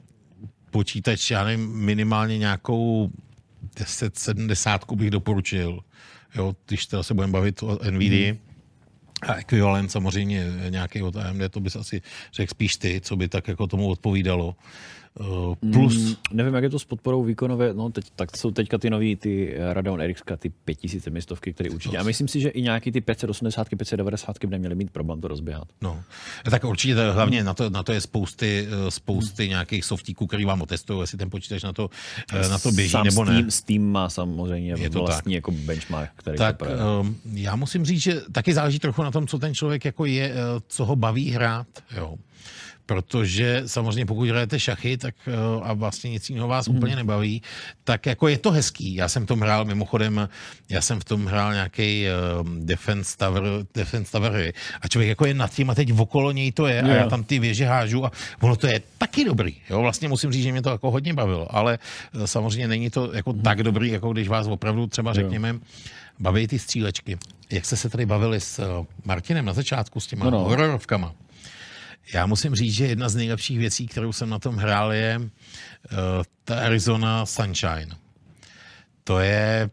počítač, já nevím, minimálně nějakou deset sedmdesát bych doporučil, jo, když teda se budeme bavit o Nvidia mm. a ekvivalent samozřejmě nějaký od A M D, to bys asi řekl spíš ty, co by tak jako tomu odpovídalo. Uh, plus... Mm, nevím, jak je to s podporou výkonové, no teď, tak jsou teďka ty nový, ty Radeon R X, ty pět tisíc stovky, které určitě, a myslím si, že i nějaký ty pět set osmdesát, pět set devadesát by neměly mít problém to rozběhat. No, tak určitě hlavně mm. na, to, na to je spousty, spousty mm. nějakých softíků, který vám otestují, jestli ten počítač na to, na to běží Sám nebo Steam, ne. Steam má samozřejmě je to vlastní tak. jako benchmark, který tak, to um, já musím říct, že taky záleží trochu na tom, co ten člověk jako je, co ho baví hrát, jo. Protože samozřejmě pokud hrajete šachy tak, a vlastně nic jiného vás mm. úplně nebaví, tak jako je to hezký. Já jsem v tom hrál, mimochodem, já jsem v tom hrál nějaký uh, Defense Tower, Defense Tower a člověk jako je nad tím a teď okolo něj to je a yeah. já tam ty věže hážu a ono to je taky dobrý. Jo? Vlastně musím říct, že mě to jako hodně bavilo, ale uh, samozřejmě není to jako mm. tak dobrý, jako když vás opravdu třeba řekněme yeah. baví ty střílečky. Jak jste se tady bavili s uh, Martinem na začátku s těma no no. hororovkama. Já musím říct, že jedna z nejlepších věcí, kterou jsem na tom hrál, je uh, ta Arizona Sunshine. To je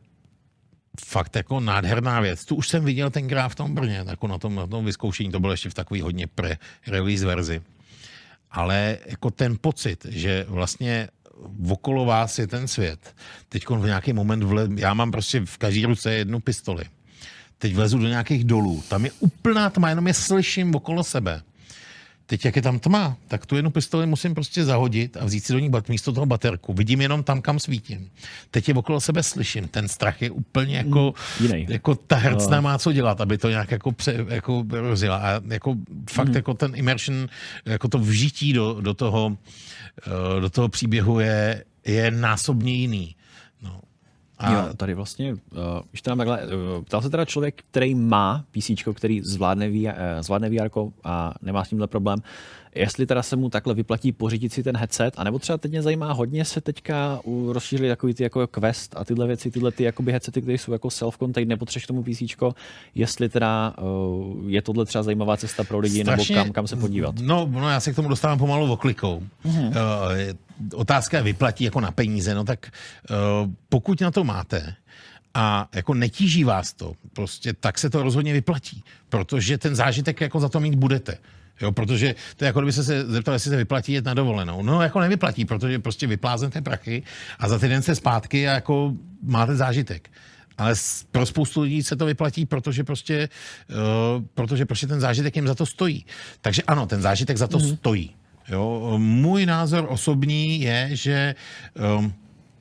fakt jako nádherná věc. Tu už jsem viděl tenkrát v tom Brně, jako na tom, na tom vyzkoušení, to bylo ještě v takový hodně pre-release verzi. Ale jako ten pocit, že vlastně okolo vás je ten svět. Teď v nějaký moment vle... já mám prostě v každé ruce jednu pistoli. Teď vlezu do nějakých dolů. Tam je úplná tma, jenom je slyším okolo sebe. Teď, jak je tam tma, tak tu jednu pistoli musím prostě zahodit a vzít si do ní bat, místo toho baterku. Vidím jenom tam, kam svítím. Teď je okolo sebe slyším. Ten strach je úplně jako, Jiný. jako ta hercna no. má co dělat, aby to nějak jako, pře, jako rozjela. A jako fakt mm. jako ten immersion, jako to vžití do, do, toho, do toho příběhu je, je násobně jiný. No. A... Jo, tady vlastně, uh, když to nám takhle, uh, ptal se teda člověk, který má PCčko, který zvládne, V R, uh, zvládne V R a nemá s tímhle problém, jestli teda se mu takhle vyplatí pořídit si ten headset, anebo třeba teď mě zajímá, hodně se teďka rozšířily takový ty jako Quest a tyhle věci, tyhle ty jakoby headsety, které jsou jako self-contained, nepotřebuješ tomu PCčko, jestli teda uh, je tohle třeba zajímavá cesta pro lidi, Strašně, nebo kam, kam se podívat. No, no, já se k tomu dostávám pomalu oklikou. Mm-hmm. Uh, otázka je vyplatí jako na peníze, no tak uh, pokud na to máte a jako netíží vás to, prostě tak se to rozhodně vyplatí, protože ten zážitek jako za to mít budete. Jo, protože to je jako kdyby se zeptal, jestli se vyplatí jet na dovolenou. No jako nevyplatí, protože prostě vypláznete prachy a za týden jste zpátky a jako máte zážitek. Ale pro spoustu lidí se to vyplatí, protože prostě, uh, protože prostě ten zážitek jim za to stojí. Takže ano, ten zážitek za to mm-hmm. stojí. Jo, můj názor osobní je, že um,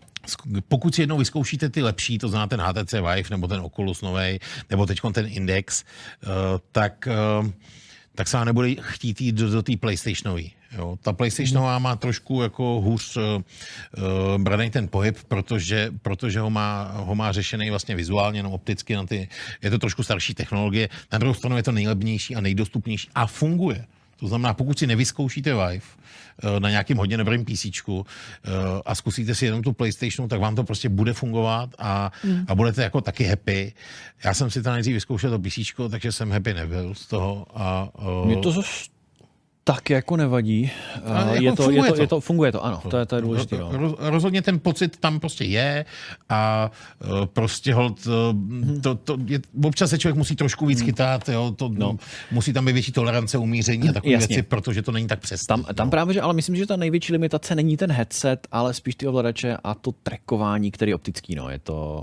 pokud si jednou vyzkoušíte ty lepší, to znamená ten H T C Vive nebo ten Oculus novej, nebo teď ten Index, uh, tak, uh, tak se vám nebude chtít jít do, do té PlayStationový. Jo, ta PlayStationová má trošku jako hůř uh, uh, branej ten pohyb, protože, protože ho, má, ho má řešený vlastně vizuálně, no opticky, na ty, je to trošku starší technologie. Na druhou stranu je to nejlevnější a nejdostupnější a funguje. To znamená, pokud si nevyzkoušíte Vive na nějakým hodně dobrým PCčku a zkusíte si jenom tu PlayStationu, tak vám to prostě bude fungovat a, mm. a budete jako taky happy. Já jsem si to nejdřív vyzkoušel to PCčko, takže jsem happy nebyl z toho. A, Mě to zase tak jako nevadí. Jako je, to, funguje je, to, to. je to, funguje to, ano, to je, to je důležité. No. Roz, rozhodně ten pocit tam prostě je a uh, prostě hold, uh, to, to je, občas se člověk musí trošku víc chytat, jo, to, no. musí tam být větší tolerance, umíření a takové věci, protože to není tak přesné. Tam, tam no. právě, že ale myslím, že ta největší limitace není ten headset, ale spíš ty ovladače a to trackování, který je optický, no, je to...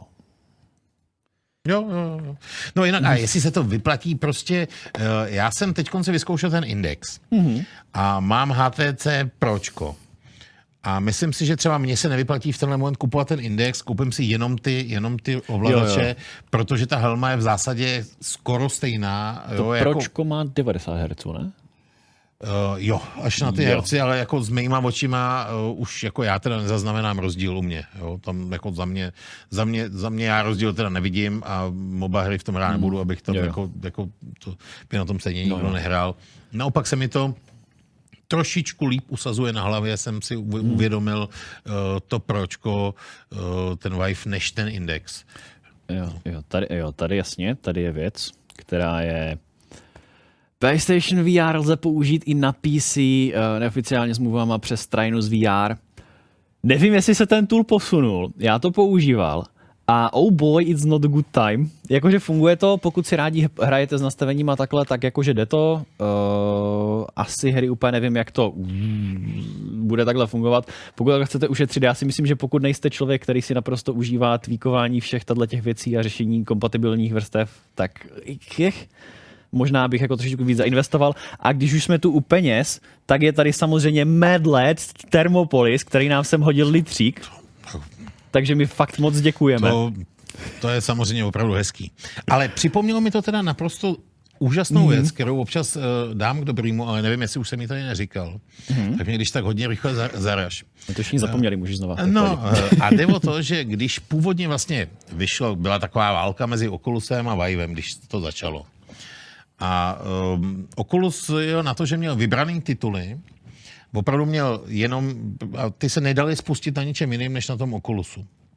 Jo, jo, jo. No jinak, a jestli se to vyplatí, prostě, uh, já jsem teď konce vyzkoušel ten Index mm-hmm. a mám H T C Pročko. A myslím si, že třeba mně se nevyplatí v tenhle moment kupovat ten Index, koupím si jenom ty, jenom ty ovladače, jo, jo. protože ta helma je v zásadě skoro stejná. To jo, Pročko jako... má devadesát hertzů, ne? Uh, jo, až na ty jo. herci, ale jako s mýma očima uh, už jako já teda nezaznamenám rozdíl u mě. Jo, tam jako za mě, za mě, za mě já rozdíl teda nevidím a moba hry v tom hrát nebudu, abych tam jo, jo. jako, jako to, by na tom stejně nikdo no, nehrál. Naopak se mi to trošičku líp usazuje na hlavě, jsem si uvědomil uh, to Pročko, uh, ten Vive, než ten Index. Jo, jo, tady, jo, tady jasně, tady je věc, která je PlayStation V R lze použít i na P C, uh, neoficiálně s mluvama přes Trainus V R. Nevím, jestli se ten tool posunul, já to používal a oh boy, it's not a good time. Jakože funguje to, pokud si rádi hrajete s nastavením a takhle, tak jakože jde to. Uh, asi hry úplně nevím, jak to bude takhle fungovat. Pokud takhle chcete ušetřit, já si myslím, že pokud nejste člověk, který si naprosto užívá tweakování všech těch věcí a řešení kompatibilních vrstev, tak těch možná bych jako trošičku víc zainvestoval. A když už jsme tu u peněz, tak je tady samozřejmě Mad Lads Thermopolis, který nám sem hodil litřík. Takže my fakt moc děkujeme. To, to je samozřejmě opravdu hezký. Ale připomnělo mi to teda naprosto úžasnou mm. věc, kterou občas uh, dám k dobrýmu, ale nevím, jestli už jsem mi tady neříkal. Mm. Tak mě když tak hodně rychle za, zaraž. No to všichni zapomněli, můžeš znova. No uh, a jde o to, že když původně vlastně vyšlo, byla taková válka mezi Oculusem a Vivem, když to začalo. A um, Oculus jo, na to, že měl vybraný tituly, opravdu měl jenom, a ty se nedali spustit na ničem jiným, než na tom Oculusu.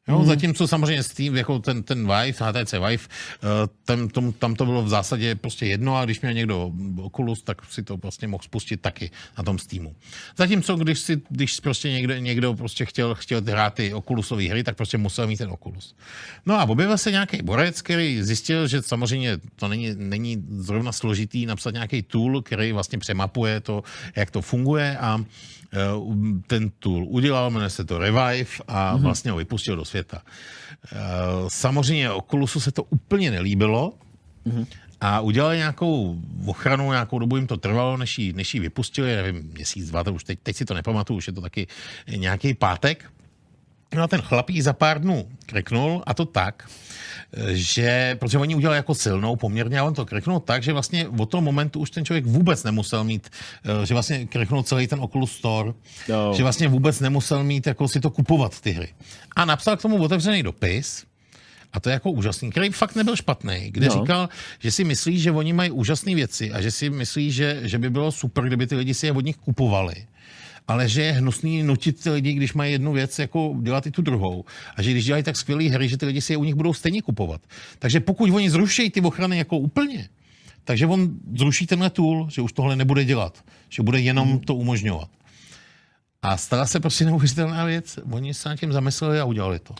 Jo, mm. Zatímco samozřejmě Steam, jako ten, ten Vive, H T C Vive, tam, tom, tam to bylo v zásadě prostě jedno a když měl někdo Oculus, tak si to vlastně mohl spustit taky na tom Steamu. Zatímco když si, když prostě někdo, někdo prostě chtěl, chtěl hrát ty Oculusové hry, tak prostě musel mít ten Oculus. No a objevil se nějaký borec, který zjistil, že samozřejmě to není, není zrovna složitý napsat nějaký tool, který vlastně přemapuje to, jak to funguje a ten tool udělal, jmenuje se to Revive a mm-hmm. vlastně ho vypustil do světa. Samozřejmě Oculusu se to úplně nelíbilo mm-hmm. a udělali nějakou ochranu, nějakou dobu jim to trvalo, než ji, než ji vypustili, nevím, měsíc, dva, to už teď, teď si to nepamatuju, už je to taky nějaký pátek. No a ten chlapík za pár dnů kreknul a to tak, že, protože oni udělali jako silnou poměrně a on to kreknul tak, že vlastně od toho momentu už ten člověk vůbec nemusel mít, že vlastně kreknul celý ten Oculus Store, no. Že vlastně vůbec nemusel mít jako si to kupovat ty hry. A napsal k tomu otevřený dopis, a to je jako úžasný, který fakt nebyl špatný, kde no. říkal, že si myslí, že oni mají úžasné věci a že si myslí, že, že by bylo super, kdyby ty lidi si je od nich kupovali. Ale že je hnusný nutit ty lidi, když mají jednu věc, jako dělat i tu druhou. A že když dělají tak skvělé hry, že ty lidi si je u nich budou stejně kupovat. Takže pokud oni zruší ty ochrany jako úplně, takže on zruší tenhle tool, že už tohle nebude dělat. Že bude jenom to umožňovat. A stala se prostě neuvěřitelná věc. Oni se nad tím zamysleli a udělali to.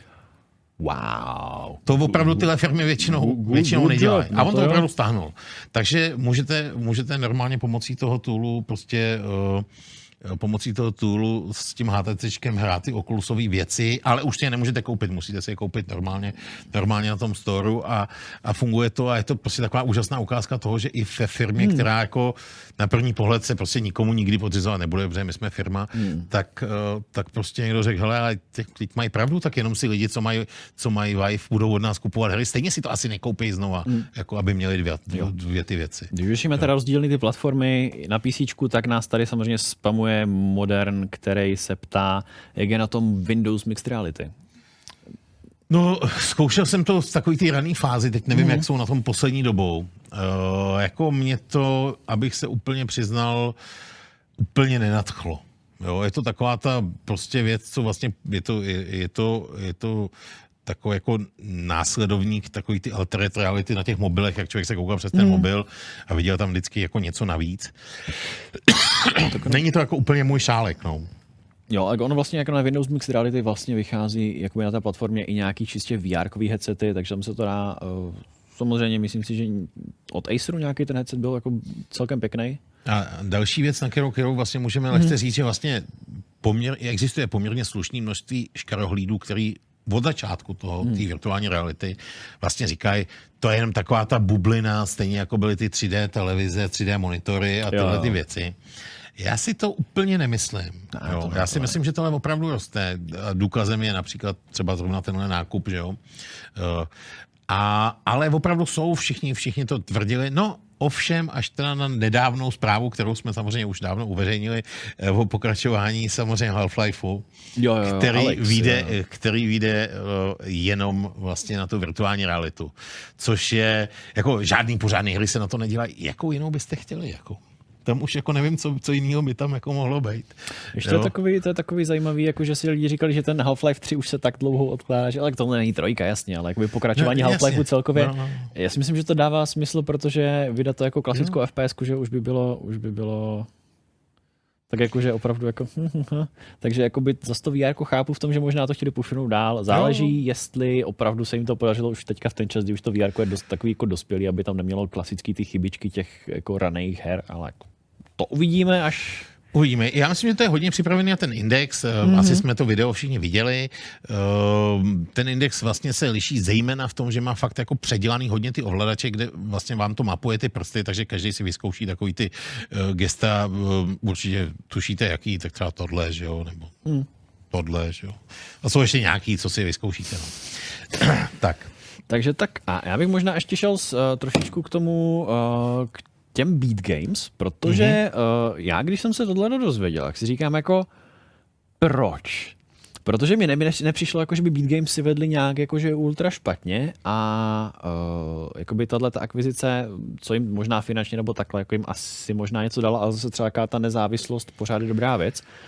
Wow. To opravdu tyhle firmy většinou, většinou nedělají. A on to opravdu stáhnul. Takže můžete, můžete normálně pomocí toho toolu prostě... Uh, pomocí toho toolu s tím HTCčkem hrát ty Oculusové věci, ale už je nemůžete koupit, musíte si je koupit normálně, normálně na tom storu a, a funguje to a je to prostě taková úžasná ukázka toho, že i ve firmě, hmm. která jako na první pohled se prostě nikomu nikdy podřizovat nebude, protože my jsme firma, hmm. tak, tak prostě někdo řekl, hele, ale teď mají pravdu, tak jenom si lidi, co mají, co mají Vive, budou od nás kupovat hry, stejně si to asi nekoupí znova, hmm. jako aby měli dvě, dvě, dvě ty věci. Když řešíme teda rozdílný ty platformy na PCčku, tak nás tady samozřejmě spamuje Modern, který se ptá, jak je na tom Windows Mixed Reality. No, zkoušel jsem to v takový té rané fázi, teď nevím, mm. jak jsou na tom poslední dobou. Uh, jako mě to, abych se úplně přiznal, úplně nenadchlo. Jo, je to taková ta prostě věc, co vlastně je to, je, je to, je to takový jako následovník takový ty alternate reality na těch mobilech, jak člověk se koukal přes ten mm. mobil a viděl tam vždycky jako něco navíc. Není to jako úplně můj šálek, no. Jo, ale ono vlastně jako na Windows Mixed Reality vlastně vychází jakoby na té platformě i nějaký čistě V R-kový headsety, takže tam se to dá, uh, samozřejmě myslím si, že od Aceru nějaký ten headset byl jako celkem pěkný. A další věc, na kterou, kterou vlastně můžeme mm. lehce říct, že vlastně poměr, existuje poměrně slušné množství škarohlídů, který od začátku toho, té virtuální reality vlastně říkají, to je jenom taková ta bublina, stejně jako byly ty tři dé televize, tři dé monitory a tyhle ty věci. Já si to úplně nemyslím. Ne, jo. Já si myslím, že tohle opravdu roste. Důkazem je například třeba zrovna tenhle nákup, že jo. A, ale opravdu jsou všichni, všichni to tvrdili. No, ovšem, až teda na nedávnou zprávu, kterou jsme samozřejmě už dávno uveřejnili o pokračování samozřejmě Half-Lifeu, jo, jo, který, Alex, vyjde, jo. který vyjde jenom vlastně na tu virtuální realitu. Což je, jako žádný pořádný hry se na to nedělají. Jakou jinou byste chtěli, jako? Tam už jako nevím, co, co jiného by tam jako mohlo být. Ještě to je takový, to je takový zajímavý, jako že si lidi říkali, že ten Half-Life tři už se tak dlouho odkládá, že ale to není trojka, jasně, ale jakoby pokračování no, Half-Lifeu celkově. No, no. Já si myslím, že to dává smysl, protože vydat to jako klasickou no. F P S, že už by bylo, už by bylo tak jakože opravdu jako takže jakoby zase to V R jako chápu v tom, že možná to chtěli posunout dál. Záleží, no. jestli opravdu se jim to podařilo už teďka v ten čas, kdy už to V R je dost takový jako dospělý, aby tam nemělo klasický ty chybičky těch jako raných her, ale to uvidíme, až... Uvidíme. Já myslím, že to je hodně připravený na ten index. Mm-hmm. Asi jsme to video všichni viděli. Ten index vlastně se liší zejména v tom, že má fakt jako předělaný hodně ty ovladače, kde vlastně vám to mapuje ty prsty, takže každý si vyzkouší takový ty gesta. Určitě tušíte jaký, tak třeba tohle, že jo, nebo mm. tohle, že jo. A jsou ještě nějaký, co si vyzkoušíte. No. Tak. Takže tak a já bych možná ještě šel s, uh, trošičku k tomu, uh, k těm Beat Games, protože mm-hmm. uh, já, když jsem se tohle dozvěděl, tak si říkám jako, proč? Protože mi ne, nepřišlo, jako, že by Beat Games si vedli nějak jakože ultra špatně a uh, jakoby tato akvizice, co jim možná finančně nebo takhle, jako jim asi možná něco dala, ale zase třeba ta nezávislost pořád je dobrá věc.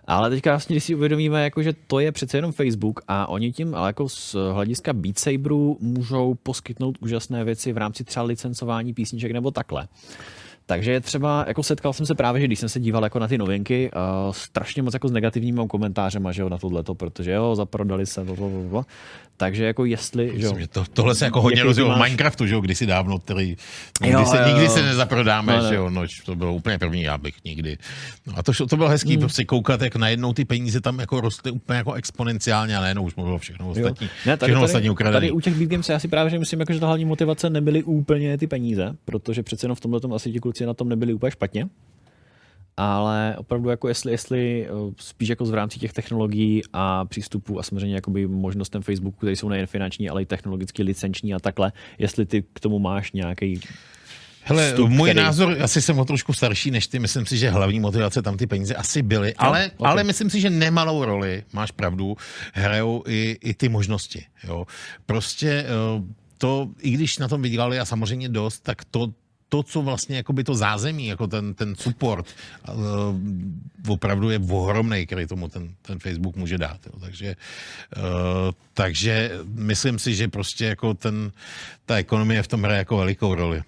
Ale teďka vlastně, když si uvědomíme, jako, že to je přece jenom Facebook a oni tím, ale jako z hlediska Beat Saberu můžou poskytnout úžasné věci v rámci třeba licencování písniček nebo takhle. Takže je třeba, jako setkal jsem se právě, že když jsem se díval jako na ty novinky, uh, strašně moc jako s negativníma komentářema, že jo, na tohleto, protože jo, zaprodali se, blablabla. Takže jako jestli, že jo. Že to, tohle se jako hodně rozjelo v Minecraftu, že jo, kdysi dávno, který nikdy, se, nikdy se nezaprodáme, no, ne. že jo, no, to bylo úplně první, já bych nikdy. No a to, to bylo hezký, hmm. prostě koukat, jak najednou ty peníze tam jako rostly úplně jako exponenciálně a najednou už mluvilo všechno ostatní, ne, tady, všechno tady, ostatní ukradený. Tady u těch Beat Games já si právě že myslím, jako, že ta hlavní motivace nebyly úplně ty peníze, protože přece jenom v tomhletom asi ti kluci na tom nebyli úplně špatně. Ale opravdu jako jestli, jestli spíš jako v rámci těch technologií a přístupů a samozřejmě jakoby možnostem Facebooku, které jsou nejen finanční, ale i technologicky licenční a takhle, jestli ty k tomu máš nějaký Hele, vstup, můj který... názor, asi jsem o trošku starší než ty, myslím si, že hlavní motivace tam ty peníze asi byly, no, ale, okay. ale myslím si, že nemalou roli, máš pravdu, hrajou i, i ty možnosti. Jo. Prostě to, i když na tom vydělali a samozřejmě dost, tak to to, co vlastně jakoby to zázemí, jako ten, ten support, uh, opravdu je ohromnej, který tomu ten, ten Facebook může dát. Jo. Takže, uh, takže myslím si, že prostě jako ten, ta ekonomie v tom hraje jako velikou roli.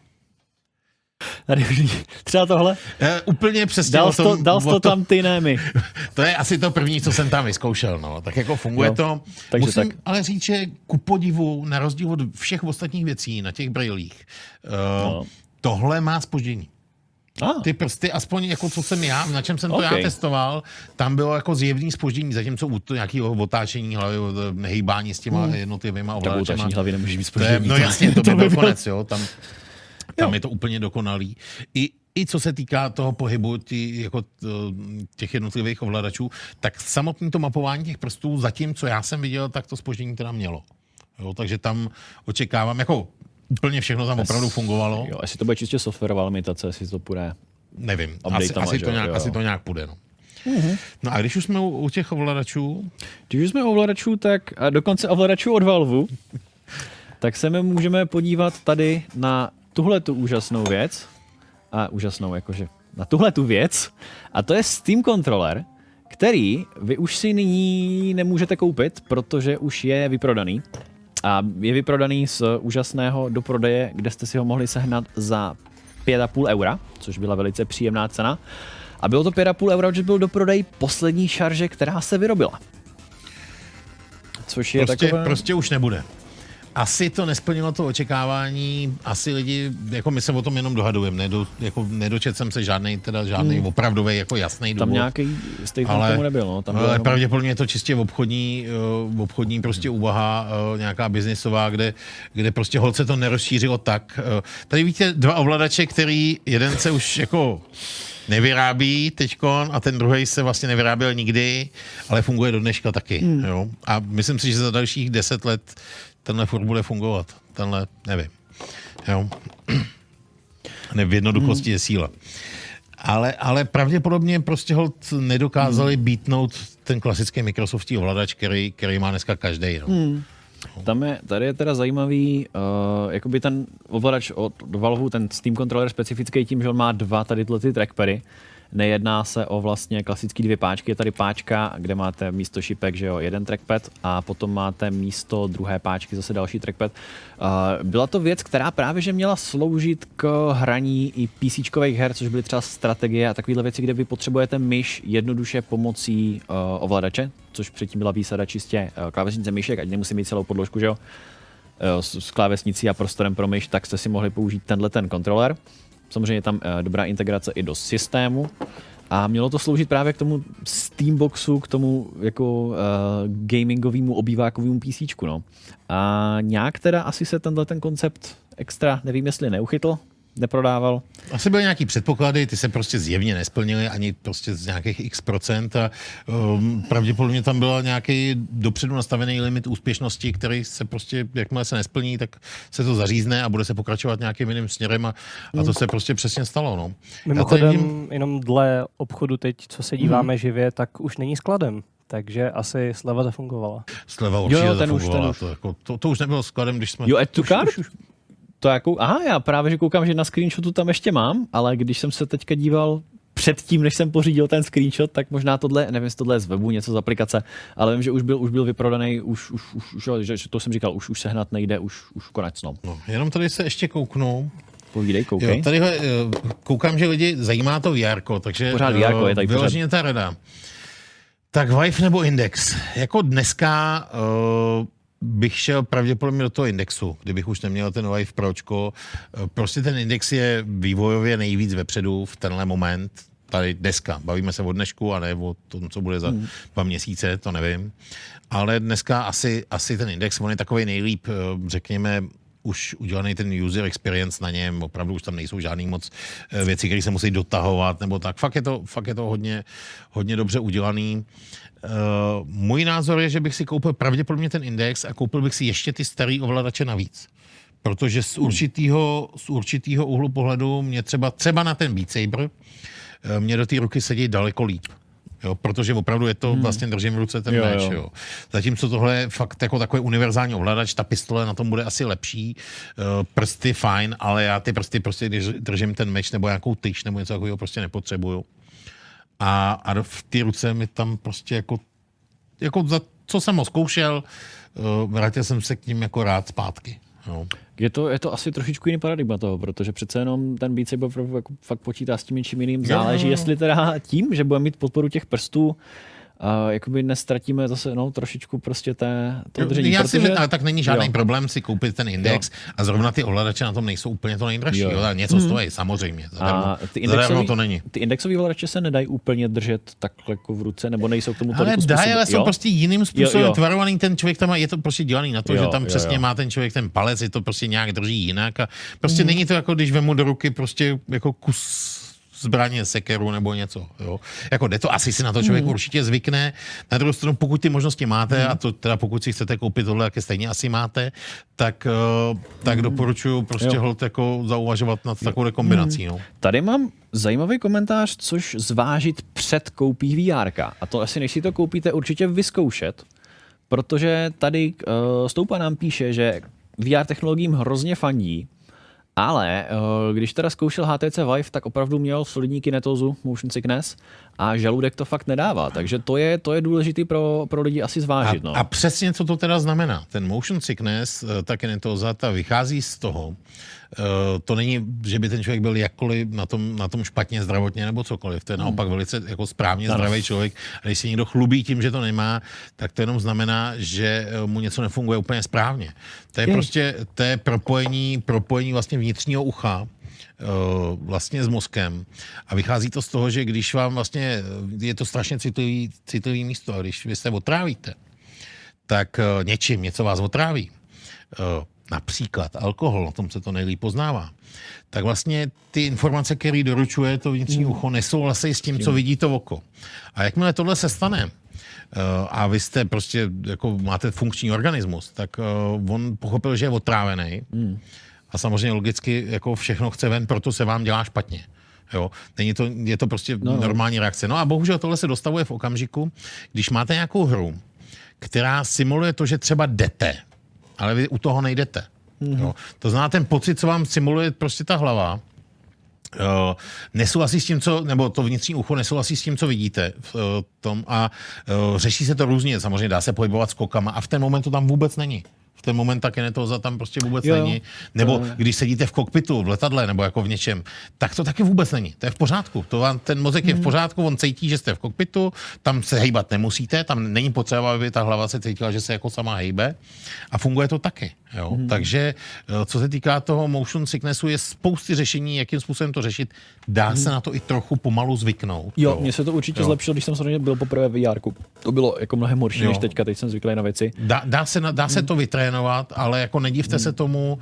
Tady třeba tohle? Uh, úplně přesně. Dal o tom, to, dal to tam ty, ne my. To je asi to první, co jsem tam vyzkoušel. No. Tak jako funguje jo, to. Takže Musím tak. ale říct, že ku podivu, na rozdíl od všech ostatních věcí na těch brailích, uh, no. tohle má zpoždění. Ah. Ty prsty, aspoň jako co jsem já, na čem jsem okay. to já testoval, tam bylo jako zjevný zpoždění, zatímco u to nějakého otáčení hlavy, nehejbání s těma hmm. jednotlivýma ovladačema. Tak otáčení hlavy nemůže být zpoždění. No jasně, to by byl konec, jo. Tam, tam je to úplně dokonalý. I I co se týká toho pohybu tí, jako těch jednotlivých ovladačů, tak samotné to mapování těch prstů, zatím, co já jsem viděl, tak to zpoždění teda mělo. Jo, takže tam očekávám, jako úplně všechno tam opravdu fungovalo. Jo, jestli to bude čistě softwarová limitace, jestli to půjde. Nevím, asi, asi, to nějak, asi to nějak půjde. No. Uh-huh. No a když už jsme u, u těch ovladačů? Když už jsme u ovladačů, tak a dokonce ovladačů od Valve, tak se my můžeme podívat tady na tuhle tu úžasnou věc. A úžasnou, jakože na tuhle tu věc. A to je Steam Controller, který vy už si nyní nemůžete koupit, protože už je vyprodaný. A je vyprodaný z úžasného doprodeje, kde jste si ho mohli sehnat za pět a půl eura, což byla velice příjemná cena. A bylo to pět a půl eura, že byl doprodej poslední šarže, která se vyrobila. Což je prostě, takové... Prostě už nebude. Asi to nesplnilo to očekávání, asi lidi, jako my se o tom jenom dohadujeme, Nedo, jako nedočet jsem se žádnej, teda žádnej hmm. opravdový, jako jasný důvod. Tam nějaký statement ale, tomu nebyl, no. Tam ale jenom... pravděpodobně je to čistě obchodní, uh, obchodní prostě úvaha, uh, nějaká biznisová, kde, kde prostě holce to nerozšířilo tak. Uh, tady vidíte dva ovladače, který jeden se už jako nevyrábí teďkon a ten druhý se vlastně nevyráběl nikdy, ale funguje do dneška taky. Hmm. Jo? A myslím si, že za dalších deset let tenhle furt bude fungovat. Tenhle, nevím. Jo? Ne, v jednoduchosti hmm. je síla. Ale, ale pravděpodobně prostě holt nedokázali hmm. beatnout ten klasický Microsoftí ovladač, který, který má dneska každý. No. Hmm. Tam je, tady je teda zajímavý, uh, jakoby ten ovladač od Valve, ten Steam Controller specifický tím, že on má dva tady tyhle ty trackpady. Nejedná se o vlastně klasický dvě páčky, je tady páčka, kde máte místo šipek, že jo, jeden trackpad a potom máte místo druhé páčky zase další trackpad. Uh, byla to věc, která právě že měla sloužit k hraní i PCčkových her, což byly třeba strategie a takovéhle věci, kde vy potřebujete myš jednoduše pomocí uh, ovladače, což předtím byla výsada čistě uh, klávesnice myšek, ať nemusí mít celou podložku, že jo, uh, s, s klávesnicí a prostorem pro myš, tak jste si mohli použít tenhle ten kontroler. Samozřejmě je tam uh, dobrá integrace i do systému a mělo to sloužit právě k tomu Steamboxu, k tomu jako uh, gamingovému obývákovému PCčku, no. A nějak teda asi se tenhle ten koncept extra, nevím jestli neuchytl, neprodával. Asi byly nějaký předpoklady, ty se prostě zjevně nesplnily ani prostě z nějakých x procent a um, pravděpodobně tam byl nějaký dopředu nastavený limit úspěšnosti, který se prostě, jakmile se nesplní, tak se to zařízne a bude se pokračovat nějakým jiným směrem a, a to se prostě přesně stalo. No. Mimochodem, vidím... jenom dle obchodu teď, co se díváme hmm. živě, tak už není skladem. Takže asi sleva zafungovala. Sleva určitě jo, ten zafungovala. Už, ten to, jako, to, to už nebylo skladem, když jsme... Jo, add to cart? To jako, aha, já právě že koukám, že na screenshotu tam ještě mám, ale když jsem se teďka díval předtím, než jsem pořídil ten screenshot, tak možná tohle, nevím, jestli tohle je z webu, něco z aplikace, ale vím, že už byl, už byl vyprodaný, už, už, už, už že, že to jsem říkal, už, už sehnat nejde, už, už konec. No. No, jenom tady se ještě kouknu. Povídej, koukej. Jo, tady koukám, že lidi zajímá to V R, takže pořád V R je tady vyloženě ta rada. Tak Vive nebo Index? Jako dneska uh, bych šel pravděpodobně do toho Indexu, kdybych už neměl ten Vive Pročko. Prostě ten Index je vývojově nejvíc vepředu v tenhle moment. Tady dneska. Bavíme se o dnešku a ne o tom, co bude za hmm. dva měsíce, to nevím. Ale dneska asi, asi ten Index, on je takový nejlíp, řekněme, už udělaný ten user experience na něm, opravdu už tam nejsou žádný moc věci, které se musí dotahovat, nebo tak. Fakt je to, fakt je to hodně, hodně dobře udělaný. Uh, můj názor je, že bych si koupil pravděpodobně ten Index a koupil bych si ještě ty starý ovladače navíc. Protože z určitýho, z určitýho úhlu pohledu mě třeba, třeba na ten Beat Saber, mě do té ruky sedí daleko líp. Jo, protože opravdu je to, hmm. vlastně držím v ruce ten meč. Jo. Jo. Zatímco tohle je fakt jako takový univerzální ovladač, ta pistole na tom bude asi lepší, prsty fajn, ale já ty prsty prostě, když držím ten meč nebo nějakou tyč nebo něco takového prostě nepotřebuju. A, a v té ruce mi tam prostě jako, jako za co jsem ho zkoušel, vrátil jsem se k ním jako rád zpátky. Jo. Je to, je to asi trošičku jiný paradigma toho, protože přece jenom ten Beat Saber jako fakt počítá s tím něčím jiným. Záleží, no. jestli teda tím, že budeme mít podporu těch prstů, a jakoby nestratíme zase no, trošičku prostě té, to držení. Já protože... si, ale tak není žádný jo. problém si koupit ten Index jo. a zrovna ty ovladače na tom nejsou úplně to nejdražší. Jo. Jo, něco hmm. stojí, samozřejmě. Zadarmo, ty zadarmo to není. Ty indexový ovladače se nedají úplně držet takhle jako v ruce, nebo nejsou k tomu tolik uspůsobený. Ale dají, ale jsou prostě jiným způsobem tvarovaný. Ten člověk tam má, je to prostě dělaný na to, jo, že tam jo, přesně jo. má ten člověk ten palec, je to prostě nějak drží jinak. A prostě hmm. není to jako, když vemu do ruky prostě jako kus zbraně, sekeru nebo něco. Jo. Jako jde to, asi si na to člověk mm. určitě zvykne. Na druhou stranu, pokud ty možnosti máte, mm. a to teda pokud si chcete koupit tohle, jaké stejně asi máte, tak, uh, tak mm. doporučuji prostě holt jako zauvažovat nad takovou kombinací. No. Tady mám zajímavý komentář, což zvážit před koupí V R. A to asi, než si to koupíte, určitě vyzkoušet, protože tady uh, Stoupa nám píše, že V R technologiím hrozně fandí, ale když teda zkoušel H T C Vive, tak opravdu měl solidní kinetózu, motion sickness a žaludek to fakt nedává. Takže to je, to je důležitý pro, pro lidi asi zvážit. A, no. a přesně co to teda znamená. Ten motion sickness, ta kinetóza, ta vychází z toho, to není, že by ten člověk byl jakkoliv na tom, na tom špatně zdravotně nebo cokoliv. To je naopak velice jako správně zdravý člověk. A když se někdo chlubí tím, že to nemá, tak to jenom znamená, že mu něco nefunguje úplně správně. To je je. prostě to je propojení, propojení vlastně vnitřního ucha vlastně s mozkem. A vychází to z toho, že když vám vlastně, je to strašně citlivý, citlivý místo, a když vy se otrávíte, tak něčím, něco vás otráví, například alkohol, na tom se to nejlíp poznává, tak vlastně ty informace, které doručuje to vnitřní ucho, nesouhlasí s tím, co vidí to oko. A jakmile tohle se stane, a vy jste prostě, jako máte funkční organismus, tak on pochopil, že je otrávený. Hmm. A samozřejmě logicky jako všechno chce ven, proto se vám dělá špatně. Jo? Není to, je to prostě no, normální reakce. No a bohužel tohle se dostavuje v okamžiku, když máte nějakou hru, která simuluje to, že třeba jdete, ale vy u toho nejdete. Mm-hmm. Jo? To znamená ten pocit, co vám simuluje prostě ta hlava, Uh, nesouhlasí s tím, co, nebo to vnitřní ucho nesouhlasí s tím, co vidíte v uh, tom a uh, řeší se to různě, samozřejmě dá se pohybovat skokama a v ten moment to tam vůbec není. V ten moment ta kinetóza tam prostě vůbec jo, není. Nebo to... když sedíte v kokpitu, v letadle nebo jako v něčem, tak to taky vůbec není. To je v pořádku. To vám, ten mozek je v pořádku, on cítí, že jste v kokpitu, tam se hejbat nemusíte, tam není potřeba, aby ta hlava se cítila, že se jako sama hejbe a funguje to taky. Jo? Hmm. Takže co se týká toho motion sicknessu, je spousty řešení, jakým způsobem to řešit. Dá hmm. se na to i trochu pomalu zvyknout. Jo, mně se to určitě jo. zlepšilo, když jsem samozřejmě byl poprvé v V R. To bylo jako mnohem horší, jo. než teďka, teď jsem zvyklý na věci. Dá, dá se, dá se to vytrénovat, ale jako nedivte hmm. se tomu,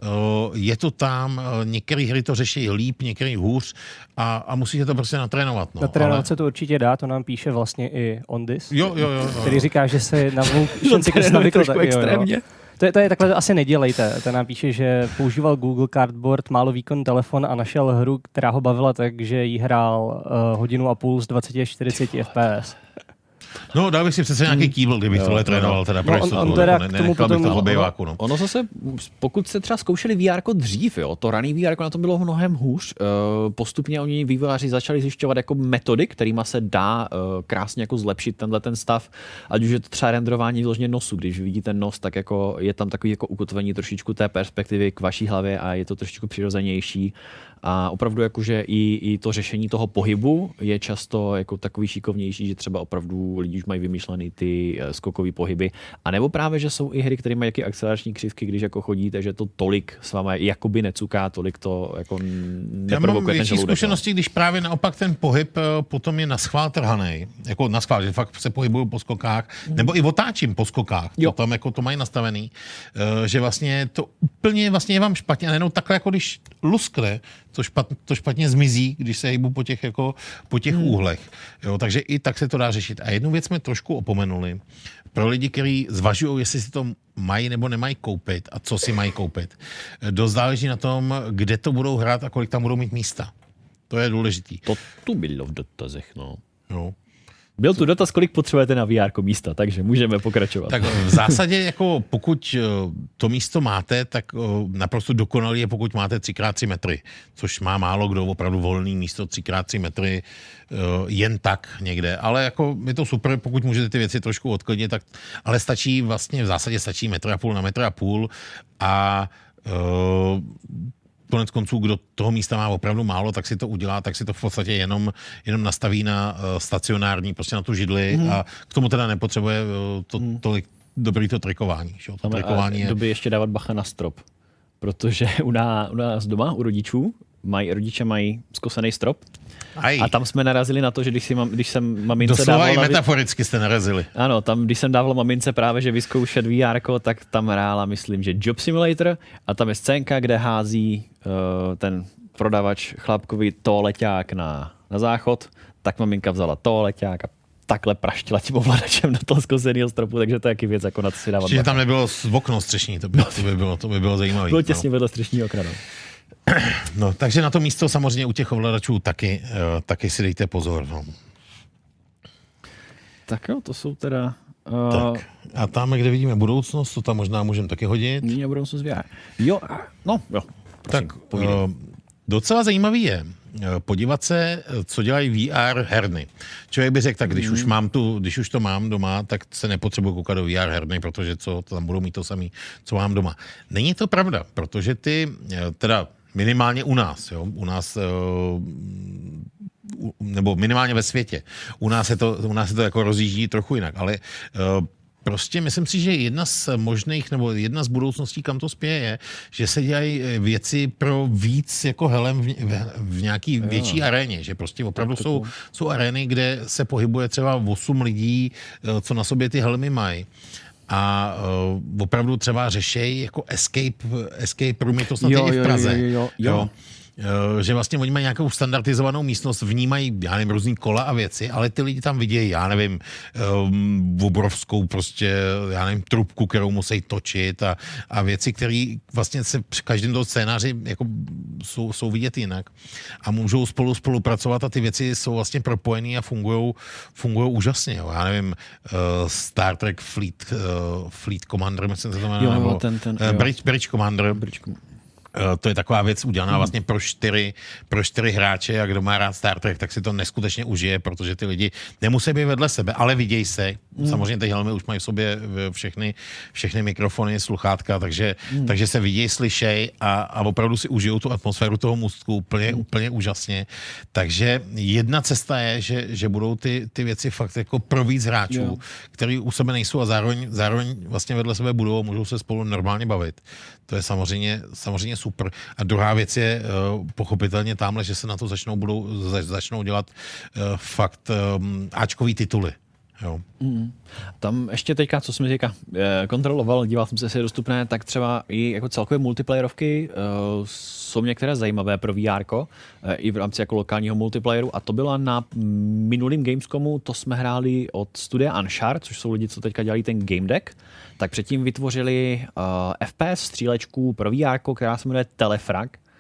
je to tam, některé hry to řeší líp, některé hůř a, a musíte to prostě natrénovat. No. Natrénovat ale... se to určitě dá, to nám píše vlastně i Ondis, jo, jo, jo, jo. který říká, že se na motion sickness navykl tak, extrémně. Jo, jo. To je, to je takhle asi nedělejte. Ten nám píše, že používal Google Cardboard, málo výkonný telefon a našel hru, která ho bavila tak, že jí hrál uh, hodinu a půl z dvacet až čtyřicet F P S. No, dal bych si přece nějaký kýbl, kdybych Jo, tohle no, trénoval, teda pro no, on- jistotu, on teda jako k ne- tomu nenechal bych potom- toho ono- bejváku, no. Ono zase, pokud se třeba zkoušeli V R dřív, jo, to raný V R na tom bylo mnohem hůř. Postupně oni vývojáři začali zjišťovat jako metody, kterýma se dá krásně jako zlepšit tenhle ten stav, ať už je to třeba renderování vyloženě nosu, když vidíte nos, tak jako je tam takový jako ukotvení trošičku té perspektivy k vaší hlavě a je to trošičku přirozenější. A opravdu jakože i, i to řešení toho pohybu je často jako takový šikovnější, že třeba opravdu lidi už mají vymýšlený ty skokové pohyby. A nebo právě, že jsou i hry, které mají jaký akcelerační křivky, když jako chodíte, že to tolik s váma jakoby necuká, tolik to jako Já mám neprovokuje ten větší žaludek. zkušenosti, když právě naopak ten pohyb eh, potom je naschvál trhanej. Jako naschvál, že fakt se pohybuju po skokách, mm. nebo i otáčím po skokách. Jo. To tam jako to mají nastavený, eh, že vlastně to úplně vlastně je vám špatně. A nejenom takhle, jako když luskne, to, špat, to špatně zmizí, když se hýbu po těch, jako, po těch hmm. úhlech. Jo, takže i tak se to dá řešit. A jednu věc jsme trošku opomenuli. Pro lidi, kteří zvažují, jestli si to mají nebo nemají koupit a co si mají koupit. Dost záleží na tom, kde to budou hrát a kolik tam budou mít místa. To je důležitý. To tu bylo v dotazech, no. Jo. Byl tu dotaz, kolik potřebujete na V R místa, takže můžeme pokračovat. Tak v zásadě, jako pokud to místo máte, tak naprosto dokonalý je, pokud máte tři krát tři metry, což má málo kdo opravdu volný místo tři krát tři metry jen tak někde. Ale jako je to super, pokud můžete ty věci trošku odklidnit, tak, ale stačí vlastně, v zásadě stačí metr a půl na metr a půl a uh, konec konců, kdo toho místa má opravdu málo, tak si to udělá, tak si to v podstatě jenom, jenom nastaví na uh, stacionární, prostě na tu židli mm. a k tomu teda nepotřebuje uh, to, mm. tolik dobrý to trikování. Že? To trikování je... doby ještě dávat bacha na strop, protože u nás, u nás doma, u rodičů, mají, rodiče mají zkosený strop. Aj. A tam jsme narazili na to, že když, si mam, když jsem mamince Doslova dával... i metaforicky jste narazili. Ano, tam, když jsem dával mamince právě, že vyzkoušet V R, tak tam hrála, myslím, že Job Simulator a tam je scénka, kde hází uh, ten prodavač chlapkový toaleťák na, na záchod, tak maminka vzala toaleťák a takhle praštila tím ovladačem do toho zkosenýho stropu, takže to je taky věc, jako na to si dávat. Čiže tam nebylo okno střešní, to by, to by, bylo, to by bylo zajímavé. Bylo těsně no. vedle střešního okna. No. No, takže na to místo samozřejmě u těch ovladačů taky, uh, taky si dejte pozor. No. Tak jo, to jsou teda... Uh, tak. A tam, kde vidíme budoucnost, to tam možná můžeme taky hodit. Nyní budoucnost V R. Jo, no, jo. Prosím, tak uh, docela zajímavý je podívat se, co dělají V R herny. Člověk by řekl, tak když, mm. už mám tu, když už to mám doma, tak se nepotřebuji koukat do V R herny, protože co, tam budou mít to samé, co mám doma. Není to pravda, protože ty, teda minimálně u nás, jo, u nás, nebo minimálně ve světě, u nás se to, u nás se to jako rozjíždí trochu jinak, ale prostě myslím si, že jedna z možných, nebo jedna z budoucností, kam to spěje, je, že se dělají věci pro víc jako helem v, v, v nějaký jo. větší aréně, že prostě opravdu jsou, jsou arény, kde se pohybuje třeba osm lidí, co na sobě ty helmy mají. A uh, opravdu třeba řešejí jako escape, escape roomy, to snad jo, je i v Praze. Jo, jo, jo, jo. Jo. Že vlastně oni mají nějakou standardizovanou místnost, vnímají, já nevím, různý kola a věci, ale ty lidi tam vidějí, já nevím, um, obrovskou prostě, já nevím, trubku, kterou musí točit a, a věci, které vlastně se při každém toho scénáři jako jsou, jsou vidět jinak a můžou spolu spolupracovat a ty věci jsou vlastně propojené a fungujou, fungujou úžasně. Jo. Já nevím, uh, Star Trek Fleet, uh, Fleet Commander, myslím, se to jmenuje, nebo ten, ten, uh, Bridge, Bridge Commander. Bridge Commander. To je taková věc udělaná vlastně pro čtyři, pro čtyři hráče a kdo má rád Star Trek, tak si to neskutečně užije, protože ty lidi nemusí být vedle sebe, ale viděj se. Mm. Samozřejmě ty helmy už mají v sobě všechny, všechny mikrofony, sluchátka, takže, mm. takže se vidějí, slyšej a, a opravdu si užijou tu atmosféru toho můstku úplně, mm. úplně úžasně. Takže jedna cesta je, že, že budou ty, ty věci fakt jako pro víc hráčů, yeah. který u sebe nejsou a zároveň, zároveň vlastně vedle sebe budou a můžou se spolu normálně bavit. To je samozřejmě, samozřejmě super. A druhá věc je uh, pochopitelně tamhle, že se na to začnou, budou, zač, začnou dělat uh, fakt um, áčkový tituly. Jo. Mm. Tam ještě teďka, co jsem říkal, kontroloval, díval jsem se, jestli je dostupné, tak třeba i jako celkové multiplayerovky uh, jsou některé zajímavé pro V R, uh, i v rámci jako lokálního multiplayeru a to bylo na minulým Gamescomu, to jsme hráli od studia Uncharted, což jsou lidi, co teďka dělají ten game deck, tak předtím vytvořili uh, F P S střílečku pro V R, která se jmenuje Telefrag.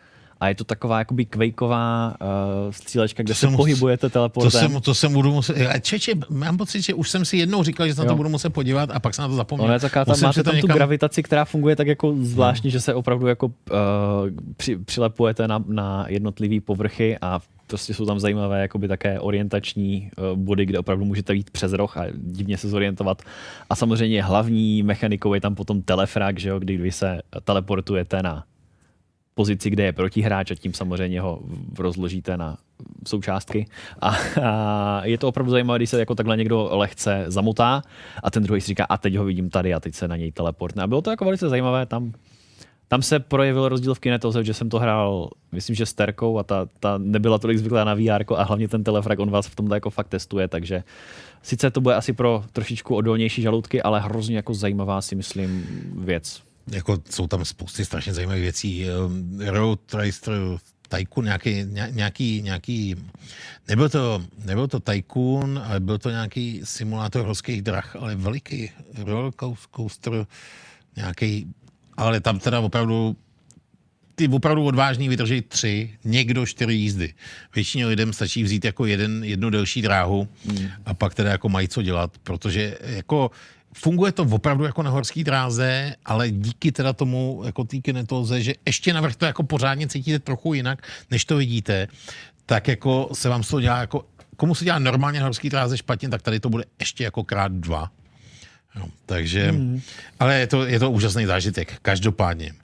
a je to taková jakoby Quakeová uh, střílečka, kde to se mus... pohybujete teleportem. To jsem, to jsem budu muset... Čeče, mám pocit, že už jsem si jednou říkal, že se na to budu muset podívat a pak se na to zapomněl. No, je taká, tam máte tam někam... tu gravitaci, která funguje tak jako zvláštní, no. že se opravdu jako uh, při, přilepujete na, na jednotlivý povrchy a prostě jsou tam zajímavé jakoby také orientační uh, body, kde opravdu můžete jít přes roh a divně se zorientovat. A samozřejmě hlavní mechanikou je tam potom telefrag, že jo, kdy vy se teleportujete na pozici, kde je protihráč a tím samozřejmě ho rozložíte na součástky. A, a je to opravdu zajímavé, když se jako takhle někdo lehce zamotá a ten druhý si říká, a teď ho vidím tady a teď se na něj teleportne. A bylo to jako velice zajímavé. Tam, tam se projevil rozdíl v kinetoze, že jsem to hrál, myslím, že s terkou a ta, ta nebyla tolik zvyklá na V R a hlavně ten telefrag, on vás v tomhle jako fakt testuje, takže sice to bude asi pro trošičku odolnější žaludky, ale hrozně jako zajímavá si myslím věc. Jako jsou tam spousty strašně zajímavých věcí. Road Racer Tycoon, nějaký, nějaký, nějaký, nebyl to, nebyl to Tycoon, ale byl to nějaký simulátor horských drah, ale veliký roller coaster, nějaký, ale tam teda opravdu ty opravdu odvážní vydrží tři, někdo čtyři jízdy. Většině lidem stačí vzít jako jeden, jednu delší dráhu hmm. a pak teda jako mají co dělat, protože jako funguje to opravdu jako na horský dráze, ale díky teda tomu, jako té kinetóze, že ještě navrch to jako pořádně cítíte trochu jinak, než to vidíte, tak jako se vám z toho dělá jako, komu se dělá normálně na horský dráze špatně, tak tady to bude ještě jako krát dva. No, takže, hmm. ale je to, je to úžasný zážitek, každopádně.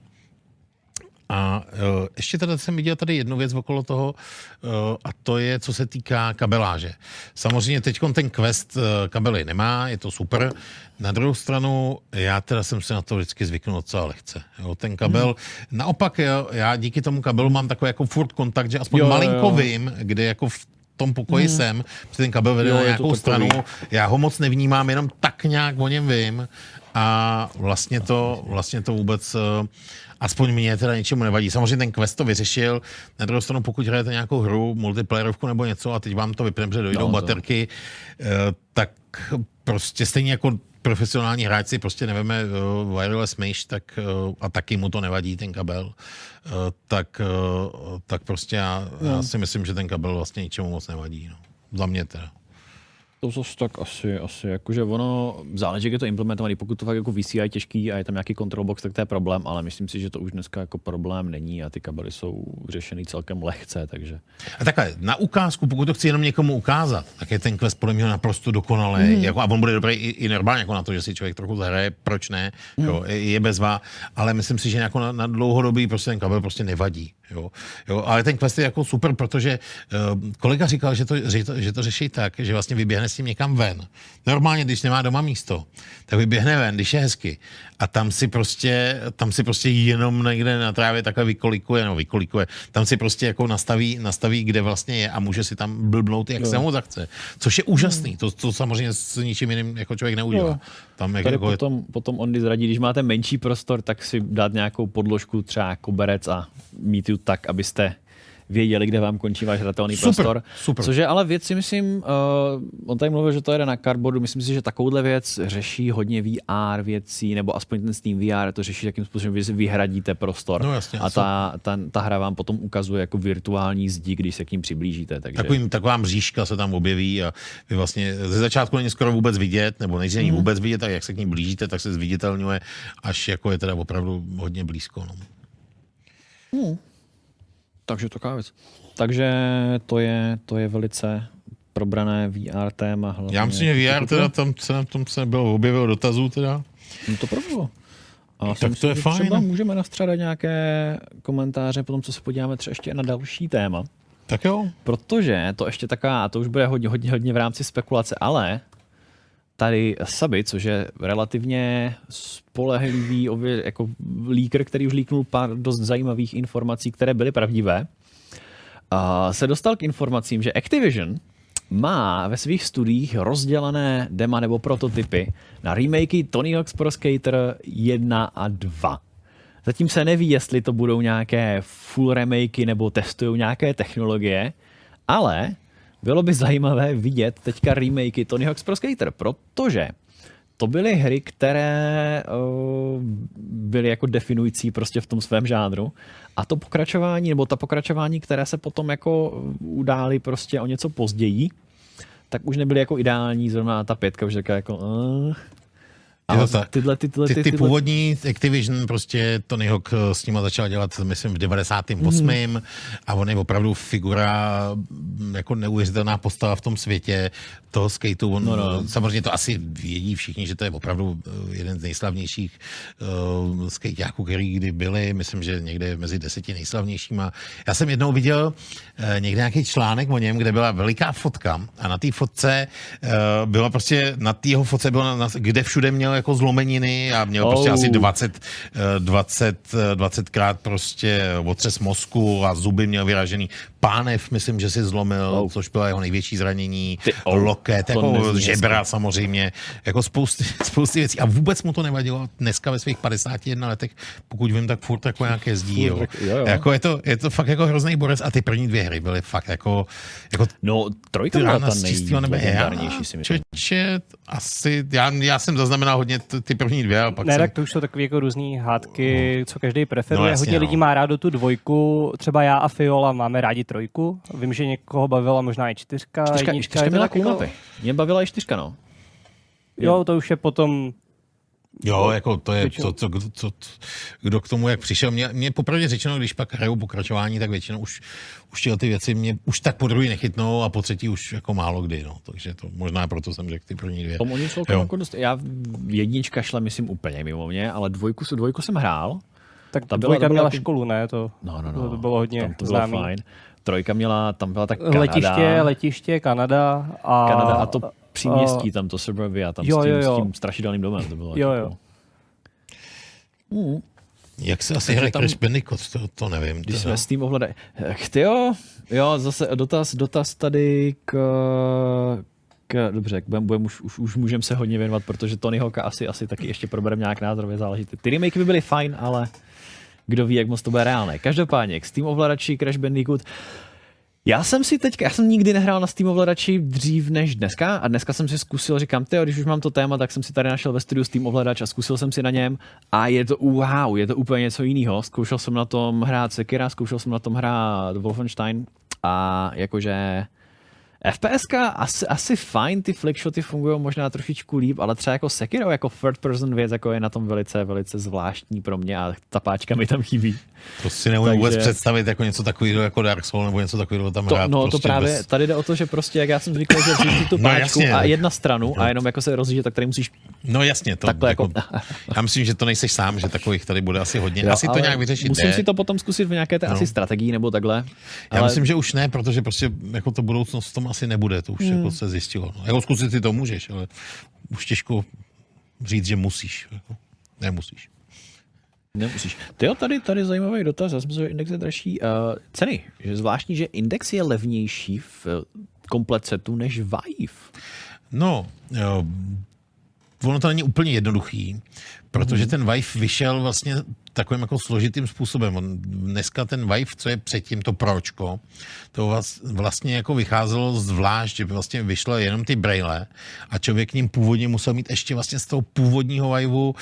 A uh, ještě teda jsem viděl tady jednu věc okolo toho uh, a to je, co se týká kabeláže. Samozřejmě teď ten Quest uh, kabely nemá, je to super. Na druhou stranu, já teda jsem se na to vždycky zvyknul docela lehce. Jo, ten kabel, hmm. naopak jo, já díky tomu kabelu mám takový jako furt kontakt, že aspoň jo, malinko jo. vím, kde jako v tom pokoji hmm. jsem, protože ten kabel vede jo, na nějakou stranu, já ho moc nevnímám, jenom tak nějak o něm vím a vlastně to, vlastně to vůbec... Uh, aspoň mě teda ničemu nevadí. Samozřejmě ten Quest to vyřešil. Na druhou stranu, pokud hrajete nějakou hru, multiplayerovku nebo něco a teď vám to vypne, že dojdou no, baterky, to. tak prostě stejně jako profesionální hráči prostě neveme uh, wireless mesh, tak, uh, a taky mu to nevadí ten kabel, uh, tak, uh, tak prostě já, no. já si myslím, že ten kabel vlastně ničemu moc nevadí. No. Za mě teda. To zase tak asi, asi jakože ono, záleží, jak je to implementovaný, pokud to fakt jako vysílají těžký a je tam nějaký control box, tak to je problém, ale myslím si, že to už dneska jako problém není a ty kabely jsou řešený celkem lehce, takže. A takhle, na ukázku, pokud to chci jenom někomu ukázat, tak je ten Quest podle mě naprosto dokonalý, mm. jako, a on bude dobrý i, i normálně jako na to, že si člověk trochu zahraje, proč ne, mm. jo, je, je bezva, ale myslím si, že jako na, na dlouhodobý prostě ten kabel prostě nevadí. Jo, jo, ale ten Quest je jako super, protože uh, kolega říkal, že to, že, to, že to řeší tak, že vlastně vyběhne s tím někam ven. Normálně, když nemá doma místo, tak vyběhne ven, když je hezky. A tam si prostě, tam si prostě jenom někde na trávě takhle vykolikuje, no vykolikuje, tam si prostě jako nastaví, nastaví, kde vlastně je a může si tam blbnout, jak jo. se mu zachce. Což je úžasný, to, to samozřejmě s ničím jiným jako člověk neudělá. Tam Tady jako potom, je... potom on zradí, když máte menší prostor, tak si dát nějakou podložku, třeba koberec a mít ju tak, abyste věděli, kde vám končí váš hratelný super, prostor. Super. Což je ale věc, si myslím, uh, on tady mluvil, že to jede na cardboardu, myslím si, že takovouhle věc řeší hodně V R věcí, nebo aspoň ten Steam V R, to řeší jakým způsobem, vy si vyhradíte prostor. No, jasně, a ta, ta, ta hra vám potom ukazuje jako virtuální zdi, když se k ním přiblížíte. Takže... Takový, taková mřížka se tam objeví a vy vlastně ze začátku není skoro vůbec vidět, nebo nejsi není hmm. vůbec vidět, a jak se k ní blížíte, tak se zviditelňuje, až jako je teda opravdu hodně blízko. No. Hmm. Takže taková věc. Takže to je, to je velice probrané V R téma. Hlavně. Já myslím, že V R teda tam se na tom se bylo objevilo dotazů teda. No to probilo. A tak to myslím, je fajn. Třeba můžeme nastřádat nějaké komentáře potom, co se podíváme třeba ještě na další téma. Tak jo. Protože to ještě taková, a to už bude hodně, hodně, hodně v rámci spekulace, ale tady Sabi, což je relativně spolehlivý jako líker, který už líknul pár dost zajímavých informací, které byly pravdivé, a se dostal k informacím, že Activision má ve svých studiích rozdělené dema nebo prototypy na remakey Tony Hawk's Pro Skater jedna a dva. Zatím se neví, jestli to budou nějaké full remakey nebo testují nějaké technologie, ale bylo by zajímavé vidět teďka remakey Tony Hawk's Pro Skater, protože to byly hry, které uh, byly jako definující prostě v tom svém žánru. A to pokračování, nebo ta pokračování, které se potom jako udály prostě o něco později, tak už nebyly jako ideální, zrovna ta pětka už říká jako... Uh, ale tyhle, ty, tyhle, ty, ty, ty tyhle... původní Activision, prostě Tony Hawk s nima začal dělat, myslím, v devadesátém osmém Mm. a on je opravdu figura, jako neuvěřitelná postava v tom světě toho skateu. On, no, no. Samozřejmě to asi vědí všichni, že to je opravdu jeden z nejslavnějších uh, skateáků, který kdy byli. Myslím, že někde mezi deseti nejslavnějšíma. Já jsem jednou viděl uh, někde nějaký článek o něm, kde byla veliká fotka a na té fotce uh, byla prostě, na té jeho fotce bylo, na, na, kde všude měl jako zlomeniny a měl oh. prostě asi dvacet, dvacet, dvacetkrát prostě otřes mozku a zuby měl vyražený. Pánev, myslím, že si zlomil, oh. což bylo jeho největší zranění. Ty, oh. Loket, jako žebra hezky. Samozřejmě, jako spousty, spousty věcí. A vůbec mu to nevadilo dneska ve svých padesáti jedna letech, pokud vím, tak furt jako nějaké zdí. Jo. Jo, jo. Jako je, to, je to fakt jako hrozný borec a ty první dvě hry byly fakt jako... jako no, trojka byla ta nejlegendárnější, si myslím. Čeče, asi, já, já jsem zaznamenal hodně t- ty první dvě a pak ne, jsem... tak to už jsou takové jako různý hádky, no. co každý preferuje. No, jasně, hodně no. lidí má rádo tu dvojku, třeba já a Fiola máme rádi trojku. Vím, že někoho bavila možná i čtyřka. Čtyřka, jednička, čtyřka měla jako... kulnaty. Mě bavila i čtyřka, no. Jo, to už je potom... Jo, jako to je to, to, to, to, kdo k tomu jak přišel. Mě, mě popravdě řečeno, když pak hraju pokračování, tak většinou už, už ty věci mě už tak po druhý nechytnou a po třetí už jako málo kdy, no. Takže to možná proto jsem řekl ty první dvě. Tom oni jsou jako dost, já jednička šla, myslím, úplně mimo mě, ale dvojku, dvojku jsem hrál. Tak ta dvojka byla, měla ty... školu, ne? To, no, no, no. to bylo hodně tam to známý. Bylo fajn. Trojka měla, tam byla tak Kanada. Letiště, letiště, Kanada a... Kanada a to příměstí, tam to Suburbia, tam jo, s, tím, jo, jo. s tím strašidelným domem. To bylo jo, jo. Mm. Jak se asi hraje Crash Bandicoot, to, to nevím. Když jsme s tím ovladají. Jo, jo, zase dotaz, dotaz tady k... k dobře, budem, už, už, už můžeme se hodně věnovat, protože Tony Hawka asi, asi taky ještě probereme nějak názorově záležitý. Ty remakey by byly fajn, ale kdo ví, jak moc to bude reálné. Každopádně, k Steam ovladači Crash Bandicoot. Já jsem si teďka, já jsem nikdy nehrál na Steam ovladači dřív než dneska a dneska jsem si zkusil, říkám, tyjo, když už mám to téma, tak jsem si tady našel ve studiu Steam ovladač a zkusil jsem si na něm a je to wow, je to úplně něco jiného. Zkoušel jsem na tom hrát Sekira, zkoušel jsem na tom hrát Wolfenstein a jakože FPSka asi, asi fajn, ty flickshoty fungují možná trošičku líp, ale třeba jako Sekiro, jako third person věc, jako je na tom velice, velice zvláštní pro mě a ta páčka mi tam chybí. To si neumím Takže... vůbec představit jako něco takového jako Dark Souls nebo něco takového tam to, hrát. No prostě to právě, bez... tady jde o to, že prostě, jak já jsem zvyklý, že vzít tu páčku no, a jedna stranu no. a jenom jako se rozjíždět, tak tady musíš No jasně, to takhle jako, jako... já myslím, že to nejseš sám, že takových tady bude asi hodně. Jo, asi to nějak vyřešit musím jde. si to potom zkusit v nějaké té no. asi strategii nebo takhle. Já ale... myslím, že už ne, protože prostě jako to budoucnost v tom asi nebude, to už hmm. jako se zjistilo. No. Jako zkusit si to můžeš, ale už těžko říct, že musíš. Jako, nemusíš. Nemusíš. Tyjo, tady, tady zajímavý dotaz, já jsem se, že Index je dražší. Uh, ceny, že zvláštní, že Index je levnější v komplet setu než Vive. No, jo, ono to není úplně jednoduchý, protože ten Vive vyšel vlastně takovým jako složitým způsobem. On, dneska ten Vive, co je předtím, to Pročko, to vlastně jako vycházelo zvlášť, že vlastně vyšlo jenom ty braille a člověk k ním původně musel mít ještě vlastně z toho původního Viveu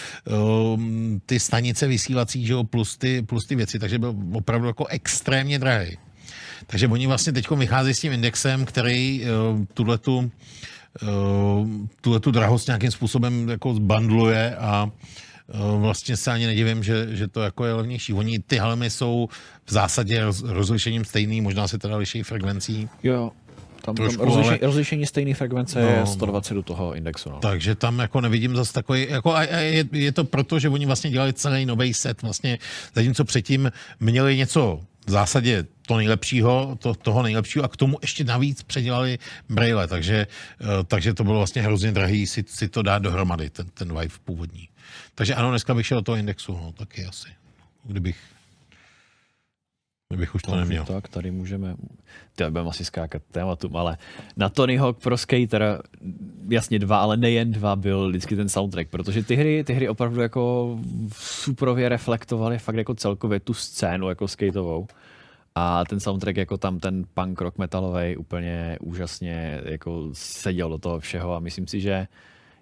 um, ty stanice vysílací, že jo, plus ty, plus ty věci, takže byl opravdu jako extrémně drahý. Takže oni vlastně teď vycházejí s tím indexem, který uh, tuhletu Uh, tuhle tu drahost nějakým způsobem jako zbandluje a uh, vlastně se ani nedivím, že, že to jako je levnější. Oni ty helmy jsou v zásadě roz, rozlišením stejný, možná se teda liší frekvencí. Jo, tam, tam rozlišení, ale... rozlišení stejné frekvence no, je sto dvacet do toho indexu. No. Takže tam jako nevidím zase takový, jako a, a je, je to proto, že oni vlastně dělali celý nový set, vlastně zatímco předtím měli něco v zásadě to nejlepšího, to, toho nejlepšího a k tomu ještě navíc předělali braille, takže, takže to bylo vlastně hrozně drahý si, si to dát dohromady, ten, ten Vive původní. Takže ano, dneska bych šel do toho indexu, no, taky asi, kdybych, kdybych už to takže neměl. Tak, tady můžeme, teď budeme asi skákat tématům, ale na Tony Hawk Pro Skater, jasně dva, ale nejen dva, byl vždycky ten soundtrack, protože ty hry, ty hry opravdu jako superově reflektovaly fakt jako celkově tu scénu jako skateovou. A ten soundtrack jako tam ten punk rock metalovej úplně úžasně jako seděl do toho všeho a myslím si, že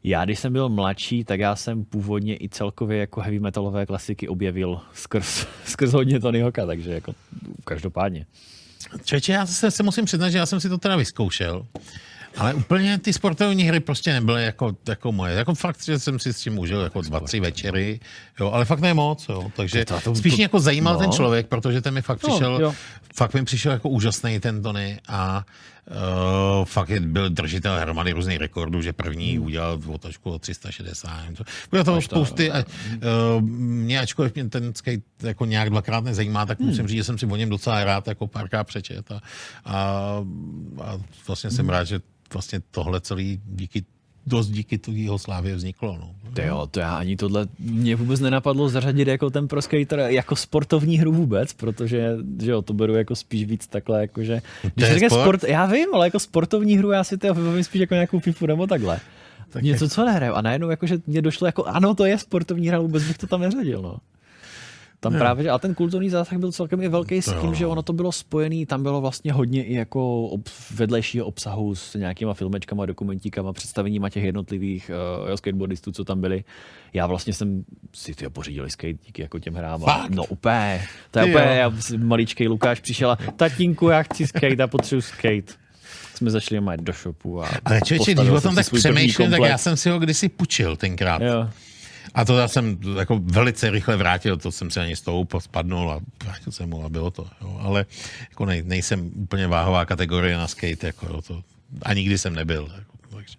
Já, když jsem byl mladší, tak já jsem původně i celkově jako heavy metalové klasiky objevil skrz, skrz hodně Tony Hawka, takže jako každopádně. Čeče, já se, se musím přiznat, že já jsem si to teda vyzkoušel, ale úplně ty sportovní hry prostě nebyly jako, jako moje. Jako fakt, že jsem si s tím užil jako dva, tři večery, jo, ale fakt ne moc, jo. Takže to, to, spíš mě jako zajímal no. ten člověk, protože ten mi fakt přišel, no, fakt mi přišel jako úžasný ten Tony a Uh, fakt je, byl držitel hromady různých rekordů, že první hmm. udělal otočku o tři sta šedesát. Bylo toho spousty a uh, mě ačkoliv mě ten skate jako nějak dvakrát nezajímá, tak hmm. musím říct, že jsem si o něm docela rád jako párkrát přečet a, a, a vlastně hmm. jsem rád, že vlastně tohle celý díky dost díky jeho slávě vzniklo. No. To jo, to já ani tohle mě vůbec nenapadlo zařadit jako ten Pro Skater jako sportovní hru vůbec, protože že jo, to beru jako spíš víc takhle, jakože... Když sport? sport? Já vím, ale jako sportovní hru já si to vybavím spíš jako nějakou FIFU nebo takhle. Tak něco, je... co nehraju. A najednou jakože mě došlo jako, ano, to je sportovní hra, vůbec bych to tam neřadil, no. Tam ne. právě, a ten kulturní zásah byl celkem i velký s tím, že ono to bylo spojený, tam bylo vlastně hodně i jako ob, vedlejšího obsahu s nějakýma filmečkama, dokumentíkama, představeníma těch jednotlivých uh, skateboardistů, co tam byli. Já vlastně jsem si tyjo, pořídil skate díky jako těm hrám. No úplně, to je úplně, já, maličkej Lukáš přišel a tatínku, já chci skate a potřebuji skate. Jsme zašli mít do shopu a ale člověče, když o tom tak přemýšlím, tak já jsem si ho kdysi půjčil tenkrát. Jo. A to já jsem jako velice rychle vrátil, to jsem se ani stoup, spadnul a vrátil jsem mu a bylo to. Jo. Ale jako nej, nejsem úplně váhová kategorie na skate, jako jo, to, a nikdy jsem nebyl. Jako, takže.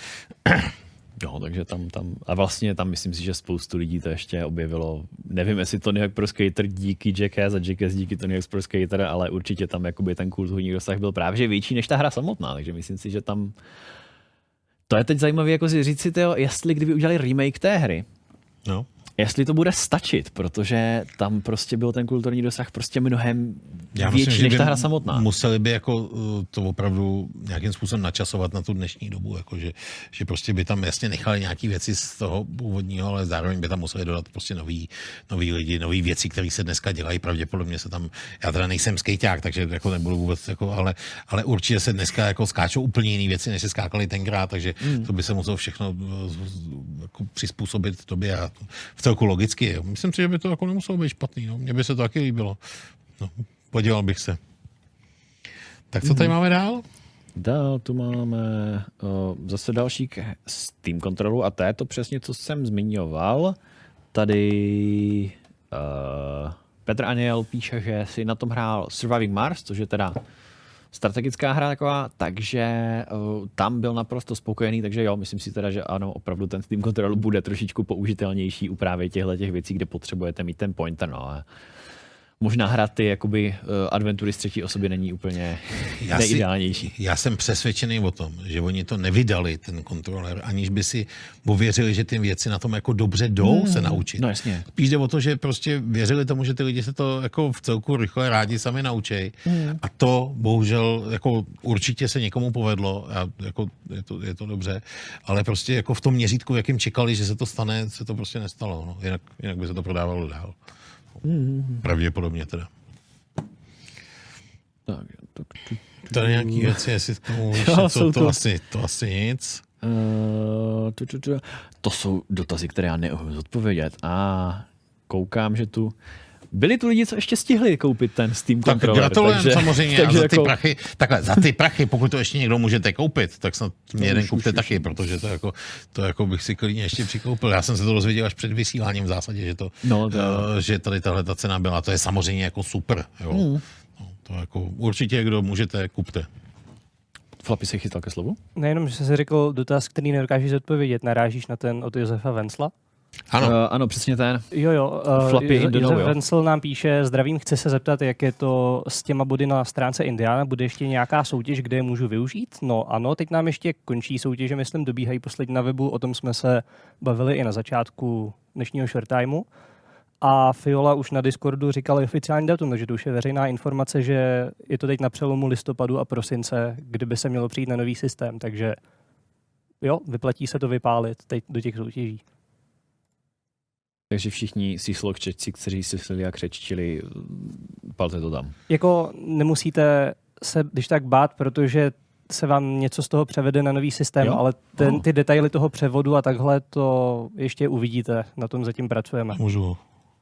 No, takže tam, tam, a vlastně tam myslím si, že spoustu lidí to ještě objevilo. Nevím, jestli Tony Hawk Pro Skater díky Jackass a Jackass díky Tony Hawk Pro Skater, ale určitě tam jakoby ten kulturní rozsah byl právě větší než ta hra samotná, takže myslím si, že tam to je teď zajímavé jako si říct si to, jestli kdyby udělali remake té hry, no. jestli to bude stačit, protože tam prostě byl ten kulturní dosah prostě mnohem Já větší myslím, než ta hra samotná. Museli by jako to opravdu nějakým způsobem načasovat na tu dnešní dobu, jako že, že prostě by tam jasně nechali nějaký věci z toho původního, ale zároveň by tam museli dodat prostě nový, nový lidi, nový věci, které se dneska dělají, pravděpodobně se tam, já teda nejsem skejťák, takže jako nebudu vůbec, jako, ale, ale určitě se dneska jako skáčou úplně jiné věci, než se skákali tenkrát, takže hmm. to by se muselo všechno jako přizpůsobit tobě a v celku logicky. Myslím si, že by to jako nemuselo být špatný. No. Mně by se to taky líbilo. No, podíval bych se. Tak co tady mm. máme dál? Dál tu máme uh, zase další k Steam kontrolu a to je to přesně, co jsem zmiňoval. Tady uh, Petr Aniel píše, že si na tom hrál Surviving Mars, což je teda strategická hra taková, takže uh, tam byl naprosto spokojený, takže jo, myslím si teda, že ano, opravdu ten Steam Control bude trošičku použitelnější u právě těchto těch věcí, kde potřebujete mít ten pointer, no a možná hrát ty jakoby uh, adventury z třetí osoby není úplně já nejideálnější. Si, já jsem přesvědčený o tom, že oni to nevydali, ten kontroler, aniž by si uvěřili, že ty věci na tom jako dobře jdou hmm. se naučit. No jasně. Spíš jde o to, že prostě věřili tomu, že ty lidi se to jako v celku rychle rádi sami naučí. Hmm. A to bohužel jako určitě se někomu povedlo a jako je to, je to dobře, ale prostě jako v tom měřítku, jakým čekali, že se to stane, se to prostě nestalo. No. Jinak, jinak by se to prodávalo dál. Mm. Pravděpodobně teda. Tak, tak, tak, Tady nějaký věci, jestli to můžeš, to, to, to, asi, to asi nic. Uh, to, to, to, to jsou dotazy, které já neumím zodpovědět. A koukám, že tu byli tu lidi, co ještě stihli koupit ten Steam Controller. Tak gratulujem samozřejmě takže a za ty jako... prachy, takhle, za ty prachy, pokud to ještě někdo můžete koupit, tak snad mě jeden kupte taky, protože to jako, to jako bych si klidně ještě přikoupil. Já jsem se to dozvěděl až před vysíláním v zásadě, že, to, no, to... Uh, že tady tahle ta cena byla. To je samozřejmě jako super. Jo. Mm. No, to jako určitě, kdo můžete, kupte. Flappy se chytal ke slovu? Nejenom, že jsi si řekl dotaz, který nedokážeš zodpovědět, narážíš na ten od Josefa Vencla? Ano. Uh, ano, přesně ten. Jo, jo. Uh, Flappy jo, Josef Vencel nám píše, zdravím, chci se zeptat, jak je to s těma body na stránce Indiana. Bude ještě nějaká soutěž, kde je můžu využít? No ano, teď nám ještě končí soutěže, myslím, dobíhají poslední na webu, o tom jsme se bavili i na začátku dnešního shorttimeu. A Fiola už na Discordu říkal oficiální datum, takže to už je veřejná informace, že je to teď na přelomu listopadu a prosince, kdyby se mělo přijít na nový systém, takže jo, vyplatí se to vypálit teď do těch soutěží. Takže všichni síslokčečci, kteří slyšeli a křečtili, palte to tam. Jako nemusíte se když tak bát, protože se vám něco z toho převede na nový systém, Jo? ale ten, Oh. ty detaily toho převodu a takhle to ještě uvidíte, na tom zatím pracujeme. Můžu.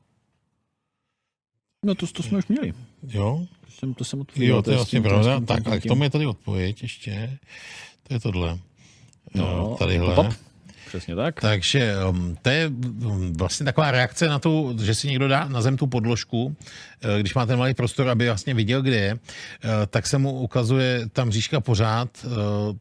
No to, to jsme už měli. Jo? To jsem, to jsem odpověděl. Jo, to je vlastně pravda. Tak, ale k tomu je... je tady odpověď ještě. To je tohle. No, Jo, tadyhle. pop. Přesně tak. Takže um, to je um, vlastně taková reakce na to, že si někdo dá na zem tu podložku, uh, když má ten malý prostor, aby vlastně viděl, kde je, uh, tak se mu ukazuje ta mřížka pořád, uh,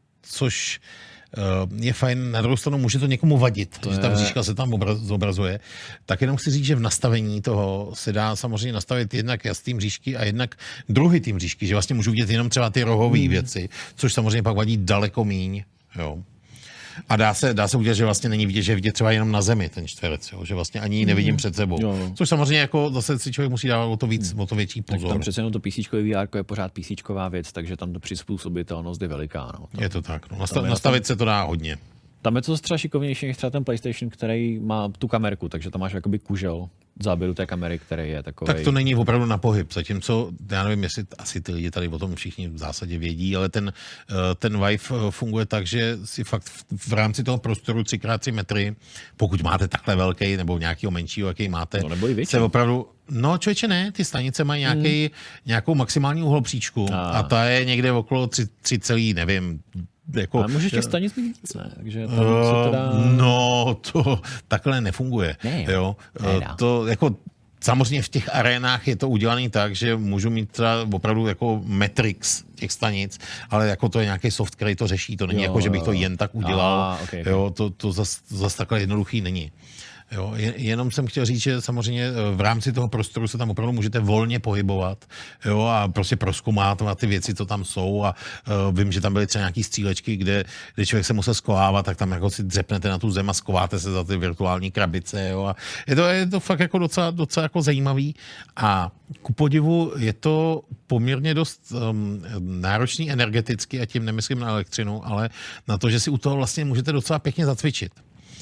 což uh, je fajn. Na druhou stranu může to někomu vadit, to že je... ta mřížka se tam obraz, zobrazuje. Tak jenom chci říct, že v nastavení toho se dá samozřejmě nastavit jednak jasný mřížky a jednak druhy ty mřížky, že vlastně můžu vidět jenom třeba ty rohové hmm. věci, což samozřejmě pak vadí daleko míň. Jo. A dá se, dá se udělat, že vlastně není vidět, že je vidět třeba jenom na zemi ten čtverec, jo? Že vlastně ani ji nevidím před sebou. Jo. Což samozřejmě jako zase si člověk musí dávat o to víc, o to větší pozor. Tak tam přece jenom to PCčkové V R je pořád PCčková věc, takže tam to přizpůsobitelnost je veliká. No. Tam, je to tak. No. Nastav, nastavit se to dá hodně. Tam je to třeba šikovnější než třeba ten PlayStation, který má tu kamerku, takže tam máš jakoby kužel záběru té kamery, který je takový. Tak to není opravdu na pohyb, zatímco, já nevím, jestli asi ty lidi tady o tom všichni v zásadě vědí, ale ten, ten Vive funguje tak, že si fakt v, v rámci toho prostoru tři krát tři metry, pokud máte takhle velký nebo nějakého menšího, jaký máte, no, nebo i větší. Se opravdu, no člověče ne, ty stanice mají nějaký, hmm. nějakou maximální uhlopříčku a. a ta je někde okolo tři, tři celý, nevím, jako, ale můžeš těch stanic mít víc, ne? Takže tam uh, se teda... No, to takhle nefunguje. Ne, jo. Jo? Nejda. To jako samozřejmě v těch arénách je to udělané tak, že můžu mít třeba opravdu jako Matrix těch stanic, ale jako to je nějaký soft, který to řeší. To není jo, jako, že bych to jen tak udělal. A, okay, okay. Jo, to, to zase zas takhle jednoduchý není. Jo, jenom jsem chtěl říct, že samozřejmě v rámci toho prostoru se tam opravdu můžete volně pohybovat, jo, a prostě prozkoumávat ty věci, co tam jsou a uh, vím, že tam byly třeba nějaký střílečky, kde, kde člověk se musel skovávat, tak tam jako si dřepnete na tu zem a skováte se za ty virtuální krabice, jo, a je to, je to fakt jako docela, docela jako zajímavý a ku podivu je to poměrně dost um, náročný energeticky a tím nemyslím na elektřinu, ale na to, že si u toho vlastně můžete docela pěkně zacvičit.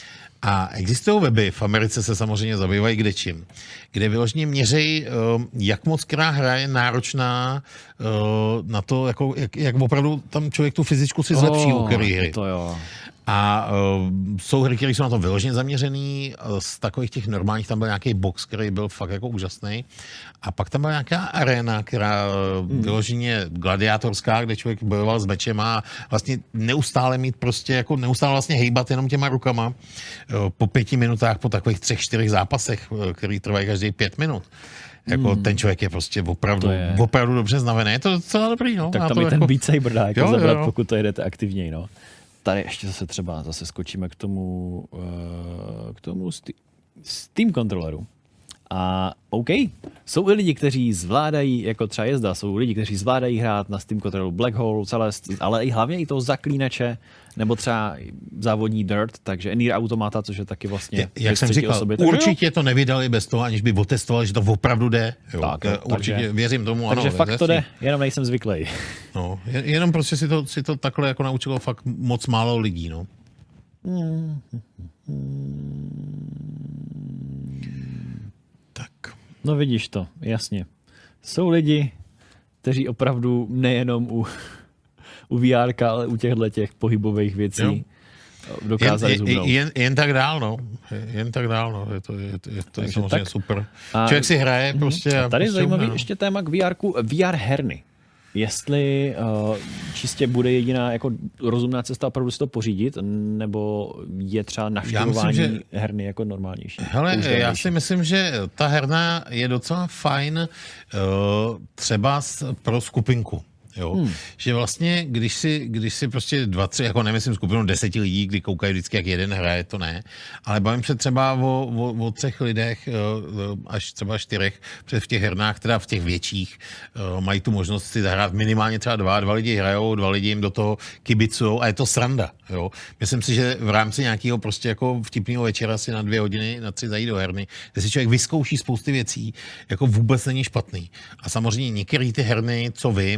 A existují weby, v Americe se samozřejmě zabývají kdečím, kde vyloženě měřejí, jak moc která hra je náročná na to, jako, jak, jak opravdu tam člověk tu fyzičku si zlepší oh, u které hry. To jo. A uh, jsou hry, které jsou na to vyloženě zaměřený. Z takových těch normálních tam byl nějaký box, který byl fakt jako úžasný. A pak tam byla nějaká arena, která hmm. vyloženě gladiátorská, kde člověk bojoval s mečem a vlastně neustále mít prostě, jako neustále vlastně hejbat jenom těma rukama. Uh, po pěti minutách, po takových třech, čtyřech zápasech, který trvají každý pět minut. Jako hmm. ten člověk je prostě opravdu, je. opravdu dobře znavený. Je to docela dobrý, no. Tak tam je i ten jako... Beat Saber dá jako jo, zabrat, jo. pokud to jedete aktivněji, no. Tady ještě zase třeba, zase skočíme k tomu, uh, k tomu sti- Steam kontroleru. A OK, jsou i lidi, kteří zvládají, jako třeba jezda, jsou lidi, kteří zvládají hrát na Steam kontroleru Black Hole, celé, ale i hlavně i toho zaklínače, nebo třeba závodní Dirt, takže Nier Automata, což je taky vlastně... Je, jak jsem říkal, sobě, určitě to nevydali bez toho, aniž by otestovali, že to opravdu jde. Jo, tak, to, určitě takže, věřím tomu, takže ano. fakt jasný. To jde, jenom nejsem zvyklý. No, jenom prostě si to, si to takhle jako naučilo fakt moc málo lidí, no. Hmm. Tak. No vidíš to, jasně. Jsou lidi, kteří opravdu nejenom u, u V R, ale u těchto těch pohybových věcí jo. dokázali jen, zhubnout. Jen, jen tak dál, no. Jen tak dál, no. Je to, je, je to, je to samozřejmě tak. Super. A, člověk si hraje prostě. A tady je prostě zajímavý umí, ještě téma k V R ku, V R herny. Jestli uh, čistě bude jediná jako rozumná cesta opravdu si to pořídit, nebo je třeba navštěvování že... herny jako normálnější? Hele, já si myslím, že ta herna je docela fajn uh, třeba pro skupinku. Jo? Hmm. Že vlastně, když si, když si prostě dva, tři, jako nemyslím skupinu deseti lidí, kdy koukají vždycky, jak jeden hraje, to ne, ale bavím se třeba o, o, o třech lidech, až třeba čtyřech, v těch hernách, teda v těch větších, mají tu možnost si zahrát minimálně třeba dva, dva lidi hrajou, dva lidi jim do toho kibicujou a je to sranda. Jo? Myslím si, že v rámci nějakého prostě jako vtipného večera si na dvě hodiny, na tři zajít do herny, kde si člověk vyzkouší spousty věcí, jako vůbec není špatný. A samozřejmě některé ty herny, co vím, vím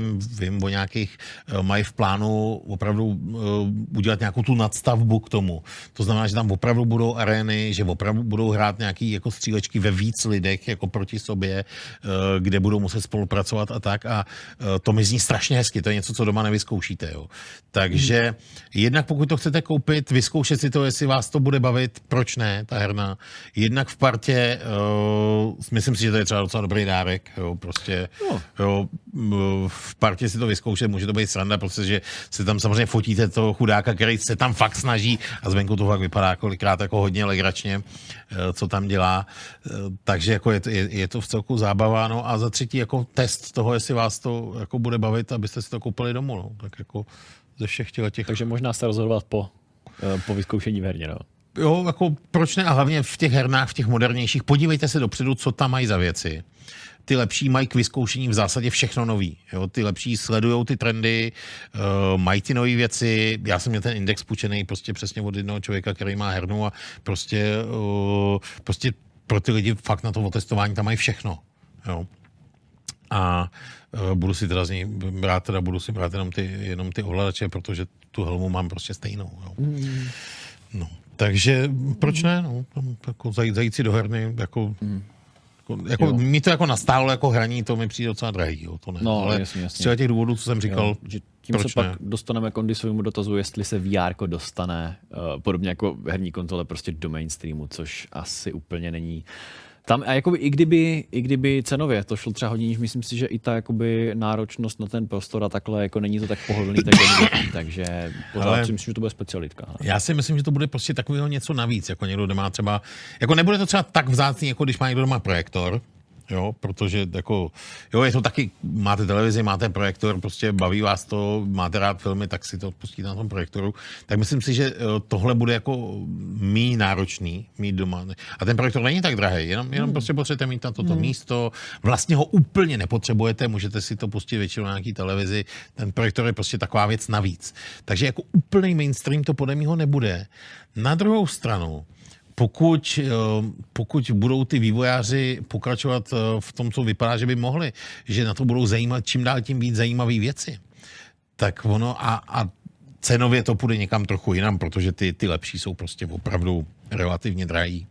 vím o nějakých, mají v plánu opravdu uh, udělat nějakou tu nadstavbu k tomu. To znamená, že tam opravdu budou arény, že opravdu budou hrát nějaký jako střílečky ve víc lidech jako proti sobě, uh, kde budou muset spolupracovat a tak a uh, to mi zní strašně hezky, to je něco, co doma nevyzkoušíte. Jo. Takže hmm. jednak pokud to chcete koupit, vyzkoušet si to, jestli vás to bude bavit, proč ne, ta herna. Jednak v partě, uh, myslím si, že to je třeba docela dobrý dárek, jo, prostě no. jo, v partě si to vyzkoušet, může to být sranda, protože si tam samozřejmě fotíte toho chudáka, který se tam fakt snaží a zvenku to fakt vypadá kolikrát jako hodně legračně, co tam dělá, takže jako je, to, je, je to v celku zábava, no a za třetí jako test toho, jestli vás to jako bude bavit, abyste si to koupili domů, no, tak jako ze všech těch. Takže možná se rozhodovat po, po vyzkoušení v herně, no. Jo, jako proč ne? A hlavně v těch hernách, v těch modernějších, podívejte se dopředu, co tam mají za věci. Ty lepší mají k vyzkoušení v zásadě všechno nový. Jo? Ty lepší sledujou ty trendy, uh, mají ty nové věci. Já jsem měl ten index půjčený prostě přesně od jednoho člověka, který má hernu a prostě, uh, prostě pro ty lidi fakt na to otestování tam mají všechno. Jo? A uh, budu si teda z ní brát, teda budu si brát jenom ty, jenom ty ovladače, protože tu helmu mám prostě stejnou. Jo? Mm. No. Takže proč ne? No, jako zajít, zajít si do herny, jako, mm. jako, jako mít to jako nastálo jako hraní, to mi přijde docela drahý. Jo, to ne. No, ale jasně, jasně. z těch důvodů, co jsem říkal, jo, tím proč se ne? pak dostaneme k Ondisovému dotazu, jestli se V R dostane, uh, podobně jako herní konzole, prostě do mainstreamu, což asi úplně není. Tam, a jakoby, i, kdyby, i kdyby cenově to šlo třeba hodně níž, myslím si, že i ta jakoby náročnost na ten prostor a takhle jako není to tak pohodlný, tak jednoduchý, takže pořád ale si myslím, že to bude specialitka. Ale. Já si myslím, že to bude prostě takového něco navíc, jako někdo má třeba, jako nebude to třeba tak vzácný, jako když má někdo doma projektor, jo, protože jako, jo, je to taky, máte televizi, máte projektor, prostě baví vás to, máte rád filmy, tak si to pustíte na tom projektoru, tak myslím si, že tohle bude jako mý náročný, mít doma. A ten projektor není tak drahý, jenom, jenom hmm. prostě potřebujete mít na toto hmm. místo, vlastně ho úplně nepotřebujete, můžete si to pustit většinou na nějaký televizi, ten projektor je prostě taková věc navíc. Takže jako úplný mainstream to podle mýho nebude. Na druhou stranu, Pokud, pokud budou ty vývojáři pokračovat v tom, co vypadá, že by mohli, že na to budou zajímat čím dál tím víc zajímavé věci, tak ono a, a cenově to půjde někam trochu jinam, protože ty, ty lepší jsou prostě opravdu relativně drahý.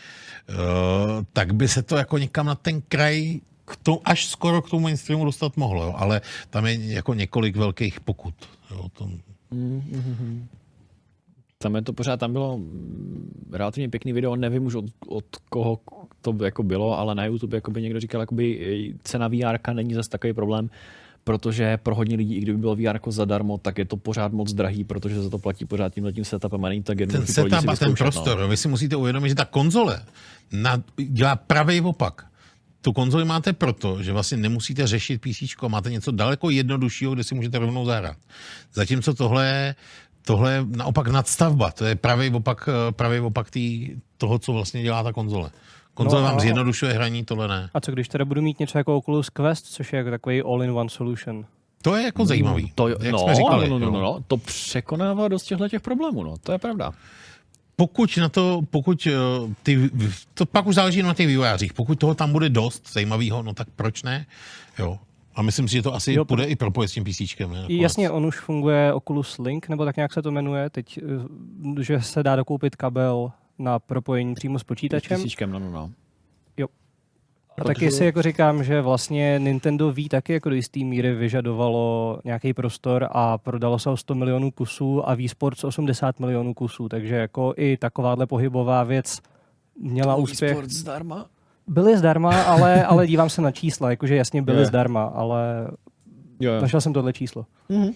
Uh, tak by se to jako někam na ten kraj k tomu, až skoro k tomu mainstreamu dostat mohlo, jo? Ale tam je jako několik velkých pokut. Jo? To... Mm-hmm. Tam je to pořád, tam bylo relativně pěkný video, nevím už od, od koho to jako bylo, ale na YouTube jako by někdo říkal, jakoby cena V R není zase takový problém, protože pro hodně lidí, i kdyby bylo V R zadarmo, tak je to pořád moc drahý, protože za to platí pořád tímhletím setupem a není tak jednoduchý. Ten setup a ten prostor, no. Vy si musíte uvědomit, že ta konzole na, dělá pravý opak. Tu konzoli máte proto, že vlastně nemusíte řešit PCčko, máte něco daleko jednoduššího, kde si můžete rovnou zahrát. Zatímco tohle je Tohle je naopak nadstavba, to je pravý opak, pravý opak tý, toho, co vlastně dělá ta konzole. Konzole no, vám zjednodušuje hraní, tohle ne. A co když teda budu mít něco jako Oculus Quest, což je jako takový all-in-one solution? To je jako zajímavý, no, to, jak no, jsme říkali. No, no, no, no, to překonává dost těch problémů, no, to je pravda. Pokud na to, pokud ty, to pak už záleží na těch vývojářích, pokud toho tam bude dost zajímavého, no tak proč ne, jo. A myslím si, že to asi jo, půjde i propojit s tím PCčkem. Ne? Jasně, on už funguje Oculus Link, nebo tak nějak se to jmenuje teď, že se dá dokoupit kabel na propojení přímo s počítačem. S PCčkem, no, no, no. Jo. A taky si jako říkám, že vlastně Nintendo Wii taky jako do jistý míry vyžadovalo nějaký prostor a prodalo se o sto milionů kusů a Wii Sports osmdesát milionů kusů, takže jako i takováhle pohybová věc měla Wii úspěch. Sports zdarma? Byly zdarma, ale, ale dívám se na čísla, jakože jasně byly je. zdarma, ale jo, jo. našel jsem tohle číslo. Mm-hmm.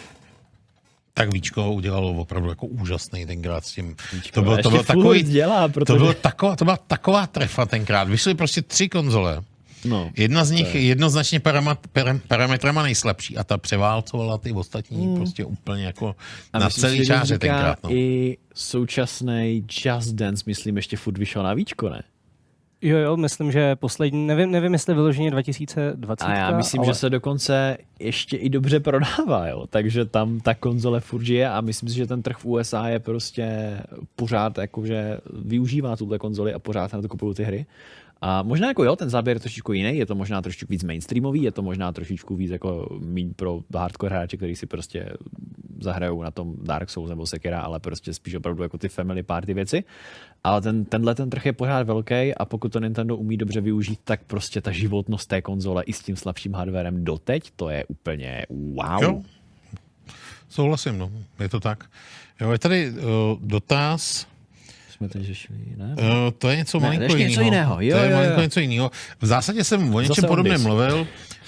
Tak Víčko udělalo opravdu jako úžasný tenkrát s tím. Víčko, to, bylo, to, bylo takový, dělá, protože... to, bylo taková, to byla taková trefa tenkrát. Vyšly prostě tři konzole. No, jedna z nich je jednoznačně paramet, parametrama nejslabší a ta převálcovala ty ostatní mm. prostě úplně jako a na myslím, celý čáře tenkrát. No. I současný Just Dance, myslím, ještě furt vyšel na Víčko, ne? Jo, jo, myslím, že poslední, nevím, nevím jestli vyloženě dva tisíce dvacet. A já myslím, ale... že se dokonce ještě i dobře prodává, jo. Takže tam ta konzole furt žije a myslím si, že ten trh v U S A je prostě pořád jakože využívá tuhle konzoli a pořád na to kupují ty hry. A možná jako jo, ten záběr je trošičku jiný, je to možná trošičku víc mainstreamový, je to možná trošičku víc jako míň pro hardcore hráče, kteří si prostě zahrajou na tom Dark Souls nebo Sekira, ale prostě spíš opravdu jako ty family party věci. Ale ten, tenhle ten trh je pořád velký a pokud to Nintendo umí dobře využít, tak prostě ta životnost té konzole i s tím slabším hardwarem doteď, to je úplně wow. Jo. Souhlasím, no, je to tak. Jo, je tady uh, dotaz. Jsme teď řešili, ne? Uh, to je něco ne, malinko jiného. něco jiného. Jo, to je jo, malinko jo. něco jiného. V zásadě jsem o něčem podobném mluvil.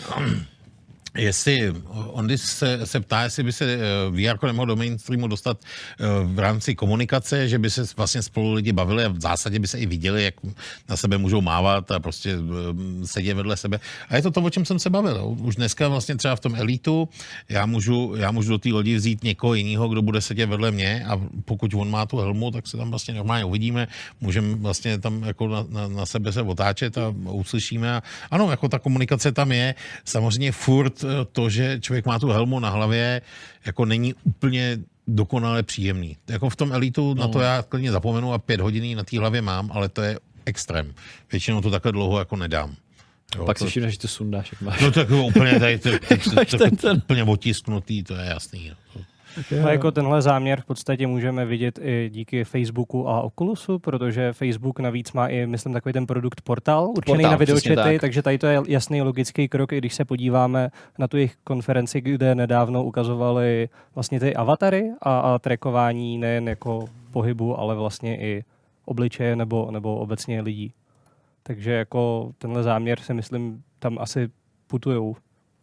Jestli on se, se ptá, jestli by se V R nemohl do mainstreamu dostat v rámci komunikace, že by se vlastně spolu lidi bavili a v zásadě by se i viděli, jak na sebe můžou mávat a prostě sedět vedle sebe. A je to to, o čem jsem se bavil. Už dneska vlastně třeba v tom Elitu já můžu, já můžu do té lodi vzít někoho jiného, kdo bude sedět vedle mě a pokud on má tu helmu, tak se tam vlastně normálně uvidíme, můžeme vlastně tam jako na, na, na sebe se otáčet a uslyšíme. A ano, jako ta komunikace tam je. Samozřejmě furt to, že člověk má tu helmu na hlavě, jako není úplně dokonale příjemný. Jako v tom Elitu no. Na to já klidně zapomenu a pět hodin na té hlavě mám, ale to je extrém. Většinou to takhle dlouho jako nedám. Jo, pak to... si všimne, že to sundáš, jak máš. No tak úplně tady to, to, to, to, úplně otisknutý, to je jasný. No, jako tenhle záměr v podstatě můžeme vidět i díky Facebooku a Oculusu, protože Facebook navíc má i, myslím, takový ten produkt portál určený portál, na videočety, tak. Takže tady to je jasný logický krok, i když se podíváme na tu jejich konferenci, kde nedávno ukazovali vlastně ty avatary a, a trackování nejen jako pohybu, ale vlastně i obličeje nebo, nebo obecně lidí. Takže jako tenhle záměr si myslím tam asi putujou.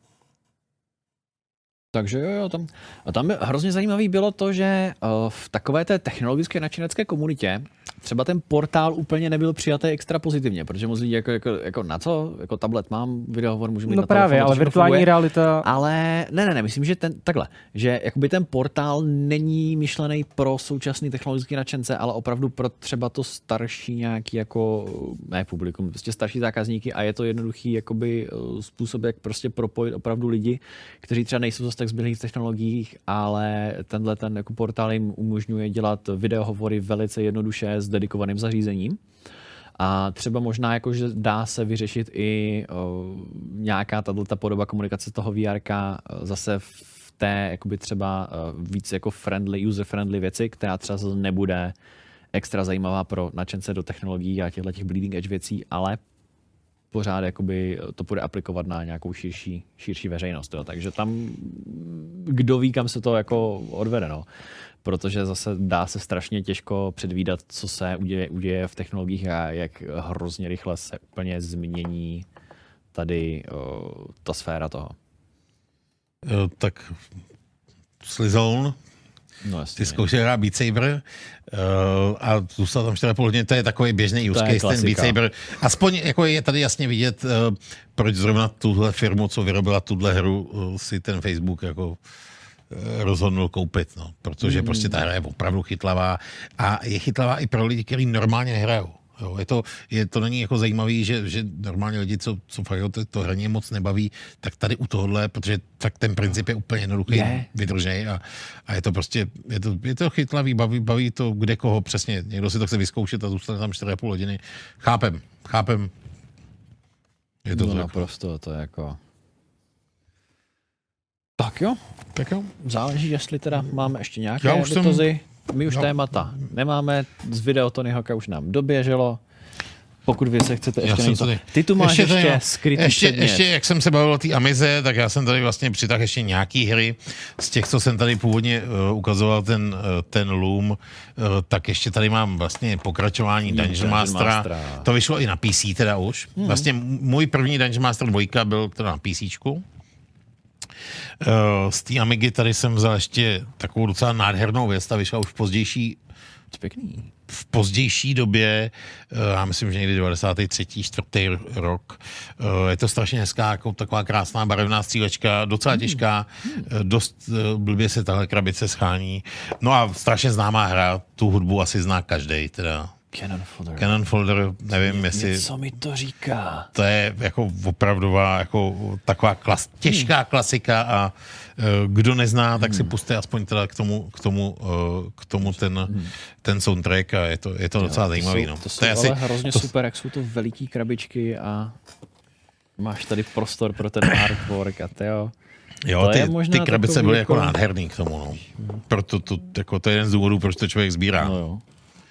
Takže jo, jo, tam, a tam hrozně zajímavý bylo to, že uh, v takové té technologické nadšenecké komunitě třeba ten portál úplně nebyl přijatý extra pozitivně, protože moc lidí jako, jako, jako na co, jako tablet mám, videohovor můžu mít no na právě, telefonu, ale virtuální funguje, realita... Ale ne, ne, ne, myslím, že ten, takhle, že jakoby ten portál není myšlený pro současný technologický nadšence, ale opravdu pro třeba to starší nějaký jako, ne publikum, prostě starší zákazníky a je to jednoduchý jakoby způsob, jak prostě propojit opravdu lidi, kteří třeba nejsou zase tak zběhlí v technologiích, ale tenhle ten jako portál jim umožňuje dělat videohovory velice jednoduše s dedikovaným zařízením. A třeba možná jako, že dá se vyřešit i o, nějaká tato podoba komunikace toho V R zase v té jakoby třeba víc jako friendly, user-friendly věci, která třeba nebude extra zajímavá pro nadšence do technologií a těchto těch bleeding edge věcí, ale pořád jakoby to bude aplikovat na nějakou širší, širší veřejnost. Jo. Takže tam kdo ví, kam se to jako odvede. No. Protože zase dá se strašně těžko předvídat, co se uděje, uděje v technologiích a jak hrozně rychle se úplně změní tady o, ta sféra toho. Jo, tak Slizone, no, ty zkoušel hrát Beat Saber uh, a zůstal tam čtyři a půl hodiny, to je takový běžný use case, ten Beat Saber. Aspoň jako je tady jasně vidět, uh, proč zrovna tuhle firmu, co vyrobila tuhle hru, uh, si ten Facebook jako uh, rozhodnul koupit, no. Protože mm. prostě ta hra je opravdu chytlavá a je chytlavá i pro lidi, kteří normálně nehrajou. Jo, je to, je, to není jako zajímavý, že, že normálně lidi, co, co fakt to, to hraně moc nebaví, tak tady u tohohle, protože tak ten princip je úplně jednoduchý, yeah. vydržej a, a je to prostě, je to, je to chytlavý, baví, baví to kde koho přesně. Někdo si to chce vyzkoušet a zůstane tam čtyři a půl hodiny. Chápem, chápem. Je to no, to naprosto, to je jako... Tak jo. Tak jo. Záleží, jestli teda máme ještě nějaké dotazy. Jsem... My už no. témata nemáme, z videa Tony Hawka už nám doběželo. Pokud vy se chcete ještě něco... Tady... Ty tu máš ještě, ještě skrytý ještě, předmět. Ještě, jak jsem se bavil o té Amize, tak já jsem tady vlastně přitáhl ještě nějaký hry. Z těch, co jsem tady původně uh, ukazoval, ten, uh, ten Loom, uh, tak ještě tady mám vlastně pokračování Dungeon, Dungeon Mastera. Mastera. To vyšlo i na P C teda už. Hmm. Vlastně můj první Dungeon Master dva byl teda na PCčku. Uh, z té Amigy tady jsem vzal ještě takovou docela nádhernou věc, ta vyšla už v pozdější pěkný. v pozdější době, uh, já myslím, že někdy devadesátý třetí, čtvrtý rok. Uh, je to strašně hezká, jako taková krásná barevná střílečka, docela těžká, uh, dost uh, blbě se tahle krabice schání. No a strašně známá hra, tu hudbu asi zná každej, teda Canon folder. Canon folder, nevím, jestli... Co mi to říká? To je jako opravdová, jako taková klas, těžká hmm. klasika a uh, kdo nezná, tak hmm. si puste aspoň teda k tomu, k tomu, uh, k tomu ten, hmm. ten soundtrack a je to, je to jo, docela zajímavý. To no. to jsou to je ale asi, hrozně to... super, jak jsou to veliký krabičky a máš tady prostor pro ten artwork a tyjo. Jo, to ty, je možná ty krabice byly jako, jako nádherný k tomu. No. Proto to, jako, to je jeden z důvodů, proč to člověk sbírá. No jo.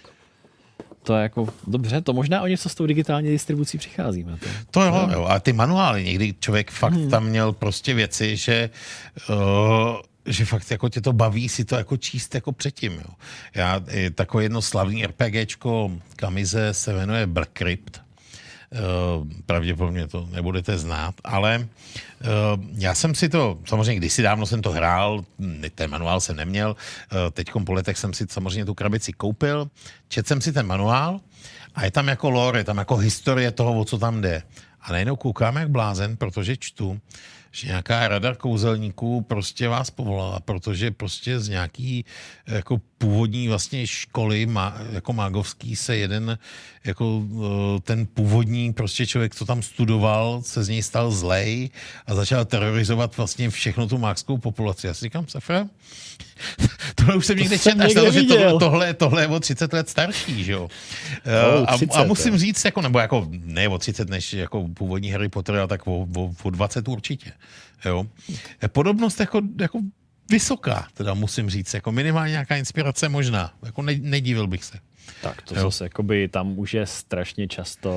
To je jako, dobře, to možná o něco s tou digitální distribucí přicházíme. To, to jo, jo, a ty manuály, někdy člověk fakt hmm. tam měl prostě věci, že, uh, že fakt jako tě to baví si to jako číst jako předtím. Jo. Já, takové jedno slavný RPGčko Kamize se jmenuje Black Crypt. Uh, pravděpodobně to nebudete znát, ale uh, já jsem si to, samozřejmě kdysi dávno jsem to hrál, ten manuál jsem neměl, uh, teďkom po letech jsem si samozřejmě tu krabici koupil, četl jsem si ten manuál a je tam jako lore, je tam jako historie toho, o co tam jde. A najednou koukám jak blázen, protože čtu, že nějaká rada kouzelníků prostě vás povolala, protože prostě z nějaký jako původní vlastně školy má, jako mágovský se jeden jako ten původní prostě člověk, co tam studoval, se z něj stal zlej a začal terorizovat vlastně všechno tu mágskou populaci. Já si říkám, Safra, tohle už jsem to někde četl, že tohle, tohle, tohle je o třicet let starší, že jo. Oh, a, a musím říct, jako, nebo jako ne o třicet, než jako původní Harry Potter, ale tak o, o, o dvacet určitě. Jo. Podobnost jako, jako vysoká, teda musím říct, jako minimálně nějaká inspirace možná, jako ne, nedivil bych se. Tak to jo. Zase, jakoby tam už je strašně často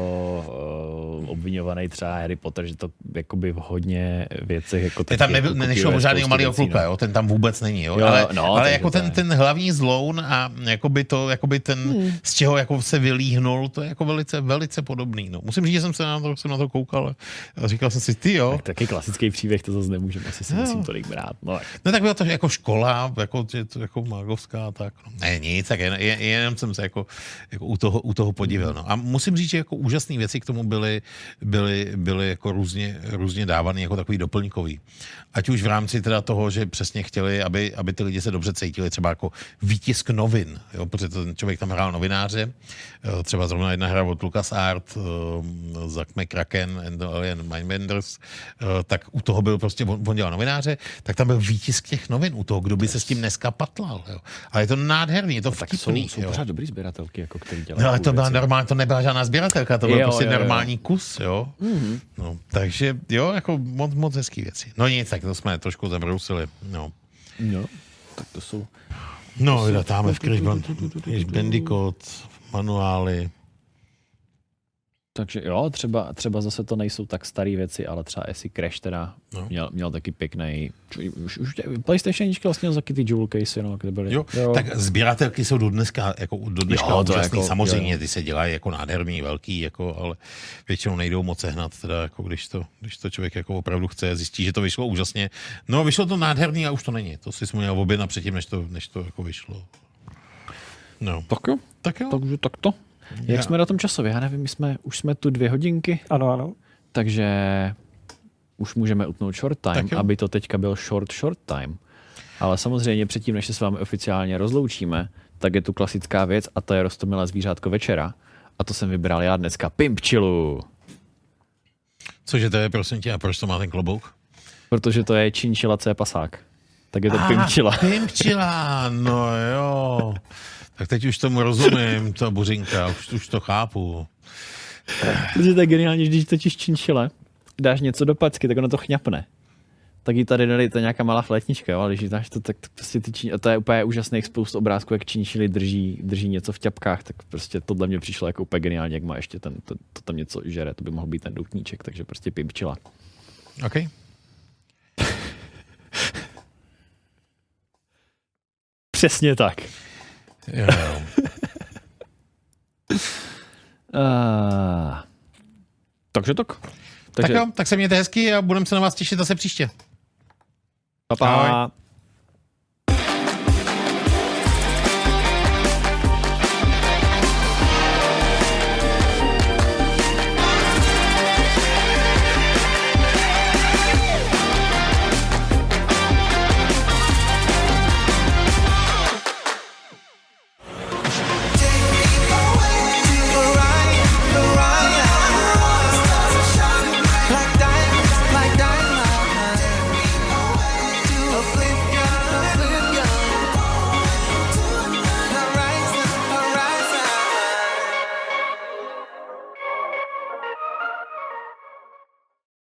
uh, obviňovaný třeba Harry Potter, že to jakoby v hodně věcech jako... Ten tam nebyl, nešlo o žádného malého kluka, jo? Ten tam vůbec není, jo? jo ale, no, ale jako ten, ten hlavní zloun a jakoby to, jakoby ten, hmm. z čeho jako se vylíhnul, to je jako velice, velice podobný, no. Musím říct, že jsem se na to, jsem na to koukal a říkal jsem si, ty jo. Tak taky klasický příběh, to zase nemůžeme asi si musím tolik brát. No tak. no tak byla to jako škola, jako, jako mágovská, tak no. Ne, nic, tak jen, jen, jenom jsem se jako jako u toho, u toho podíval. No. A musím říct, že jako úžasné věci k tomu byly, byly, byly jako různě, různě dávané jako takový doplňkový. Ať už v rámci teda toho, že přesně chtěli, aby, aby ty lidi se dobře cítili, třeba jako výtisk novin, jo, protože ten člověk tam hrál novináře, třeba zrovna jedna hra od LucasArts, Zack McCracken and the Alien Mindbenders, tak u toho byl prostě, on dělal novináře, tak tam byl výtisk těch novin u toho, kdo by se s tím dneska patlal. Jo. Ale je to nádherný, je to vtipný. Jsou, jsou pořád dobrý sběratelky, jako který dělají. No, ale to byla normální, to nebyla žádná sběratelka, to byl jo, prostě jo, jo. normální kus, jo. Mm-hmm. No, takže jo, jako moc, moc hezký věci. No nic, tak to jsme trošku zabrousili, no. Jo, tak to jsou... No, vydatáme v Crash Bandicoot, manuály. Takže jo, třeba, třeba zase to nejsou tak staré věci, ale třeba jestli Crash teda no. měl, měl taky pěkný. Už, už PlayStation jednička vlastně taky ty jewel case, no, kde byly. Jo, jo. Tak sběratelky jsou do dneska, jako do dneška jo, úžasný, jako, samozřejmě, jo. Ty se dělají jako nádherný, velký, jako, ale většinou nejdou moc sehnat, teda, jako když, to, když to člověk jako opravdu chce, zjistí, že to vyšlo úžasně. No, vyšlo to nádherný a už to není. To si jsme měl objednat předtím, než to, než to jako vyšlo. No. Tak jo, tak jo. Takže tak to. Jak já. Jsme na tom časově? Já nevím, my jsme, už jsme tu dvě hodinky. Ano, ano. Takže už můžeme utnout short time, aby to teďka byl short, short time. Ale samozřejmě předtím, než se s vámi oficiálně rozloučíme, tak je tu klasická věc a to je roztomilé zvířátko večera. A to jsem vybral já dneska. Pimpčilu. Cože to je, prosím tě, a proč to má ten klobouk? Protože to je činčila, co je pasák. Tak je to ah, pimpčila. Pimpčila, no jo. Tak teď už tomu rozumím, to buřinka, už, už to chápu. Protože to je geniální, když totiž činčile dáš něco do packy, tak ono to chňapne. Tak jí tady dali to nějaká malá flétnička, ale když dáš to, tak, tak prostě ty čin... a to je úplně úžasných spoustu obrázků, jak činčily drží, drží něco v ťapkách, tak prostě tohle mě přišlo jako úplně geniálně, jak má ještě ten, to, to tam něco žere, to by mohl být ten doutníček, takže prostě pimpčila. OK. Přesně tak. Jo. uh, takže tak. Takže... Tak jo, tak se mějte hezky a budeme se na vás těšit zase příště. Pa, pa. Ahoj.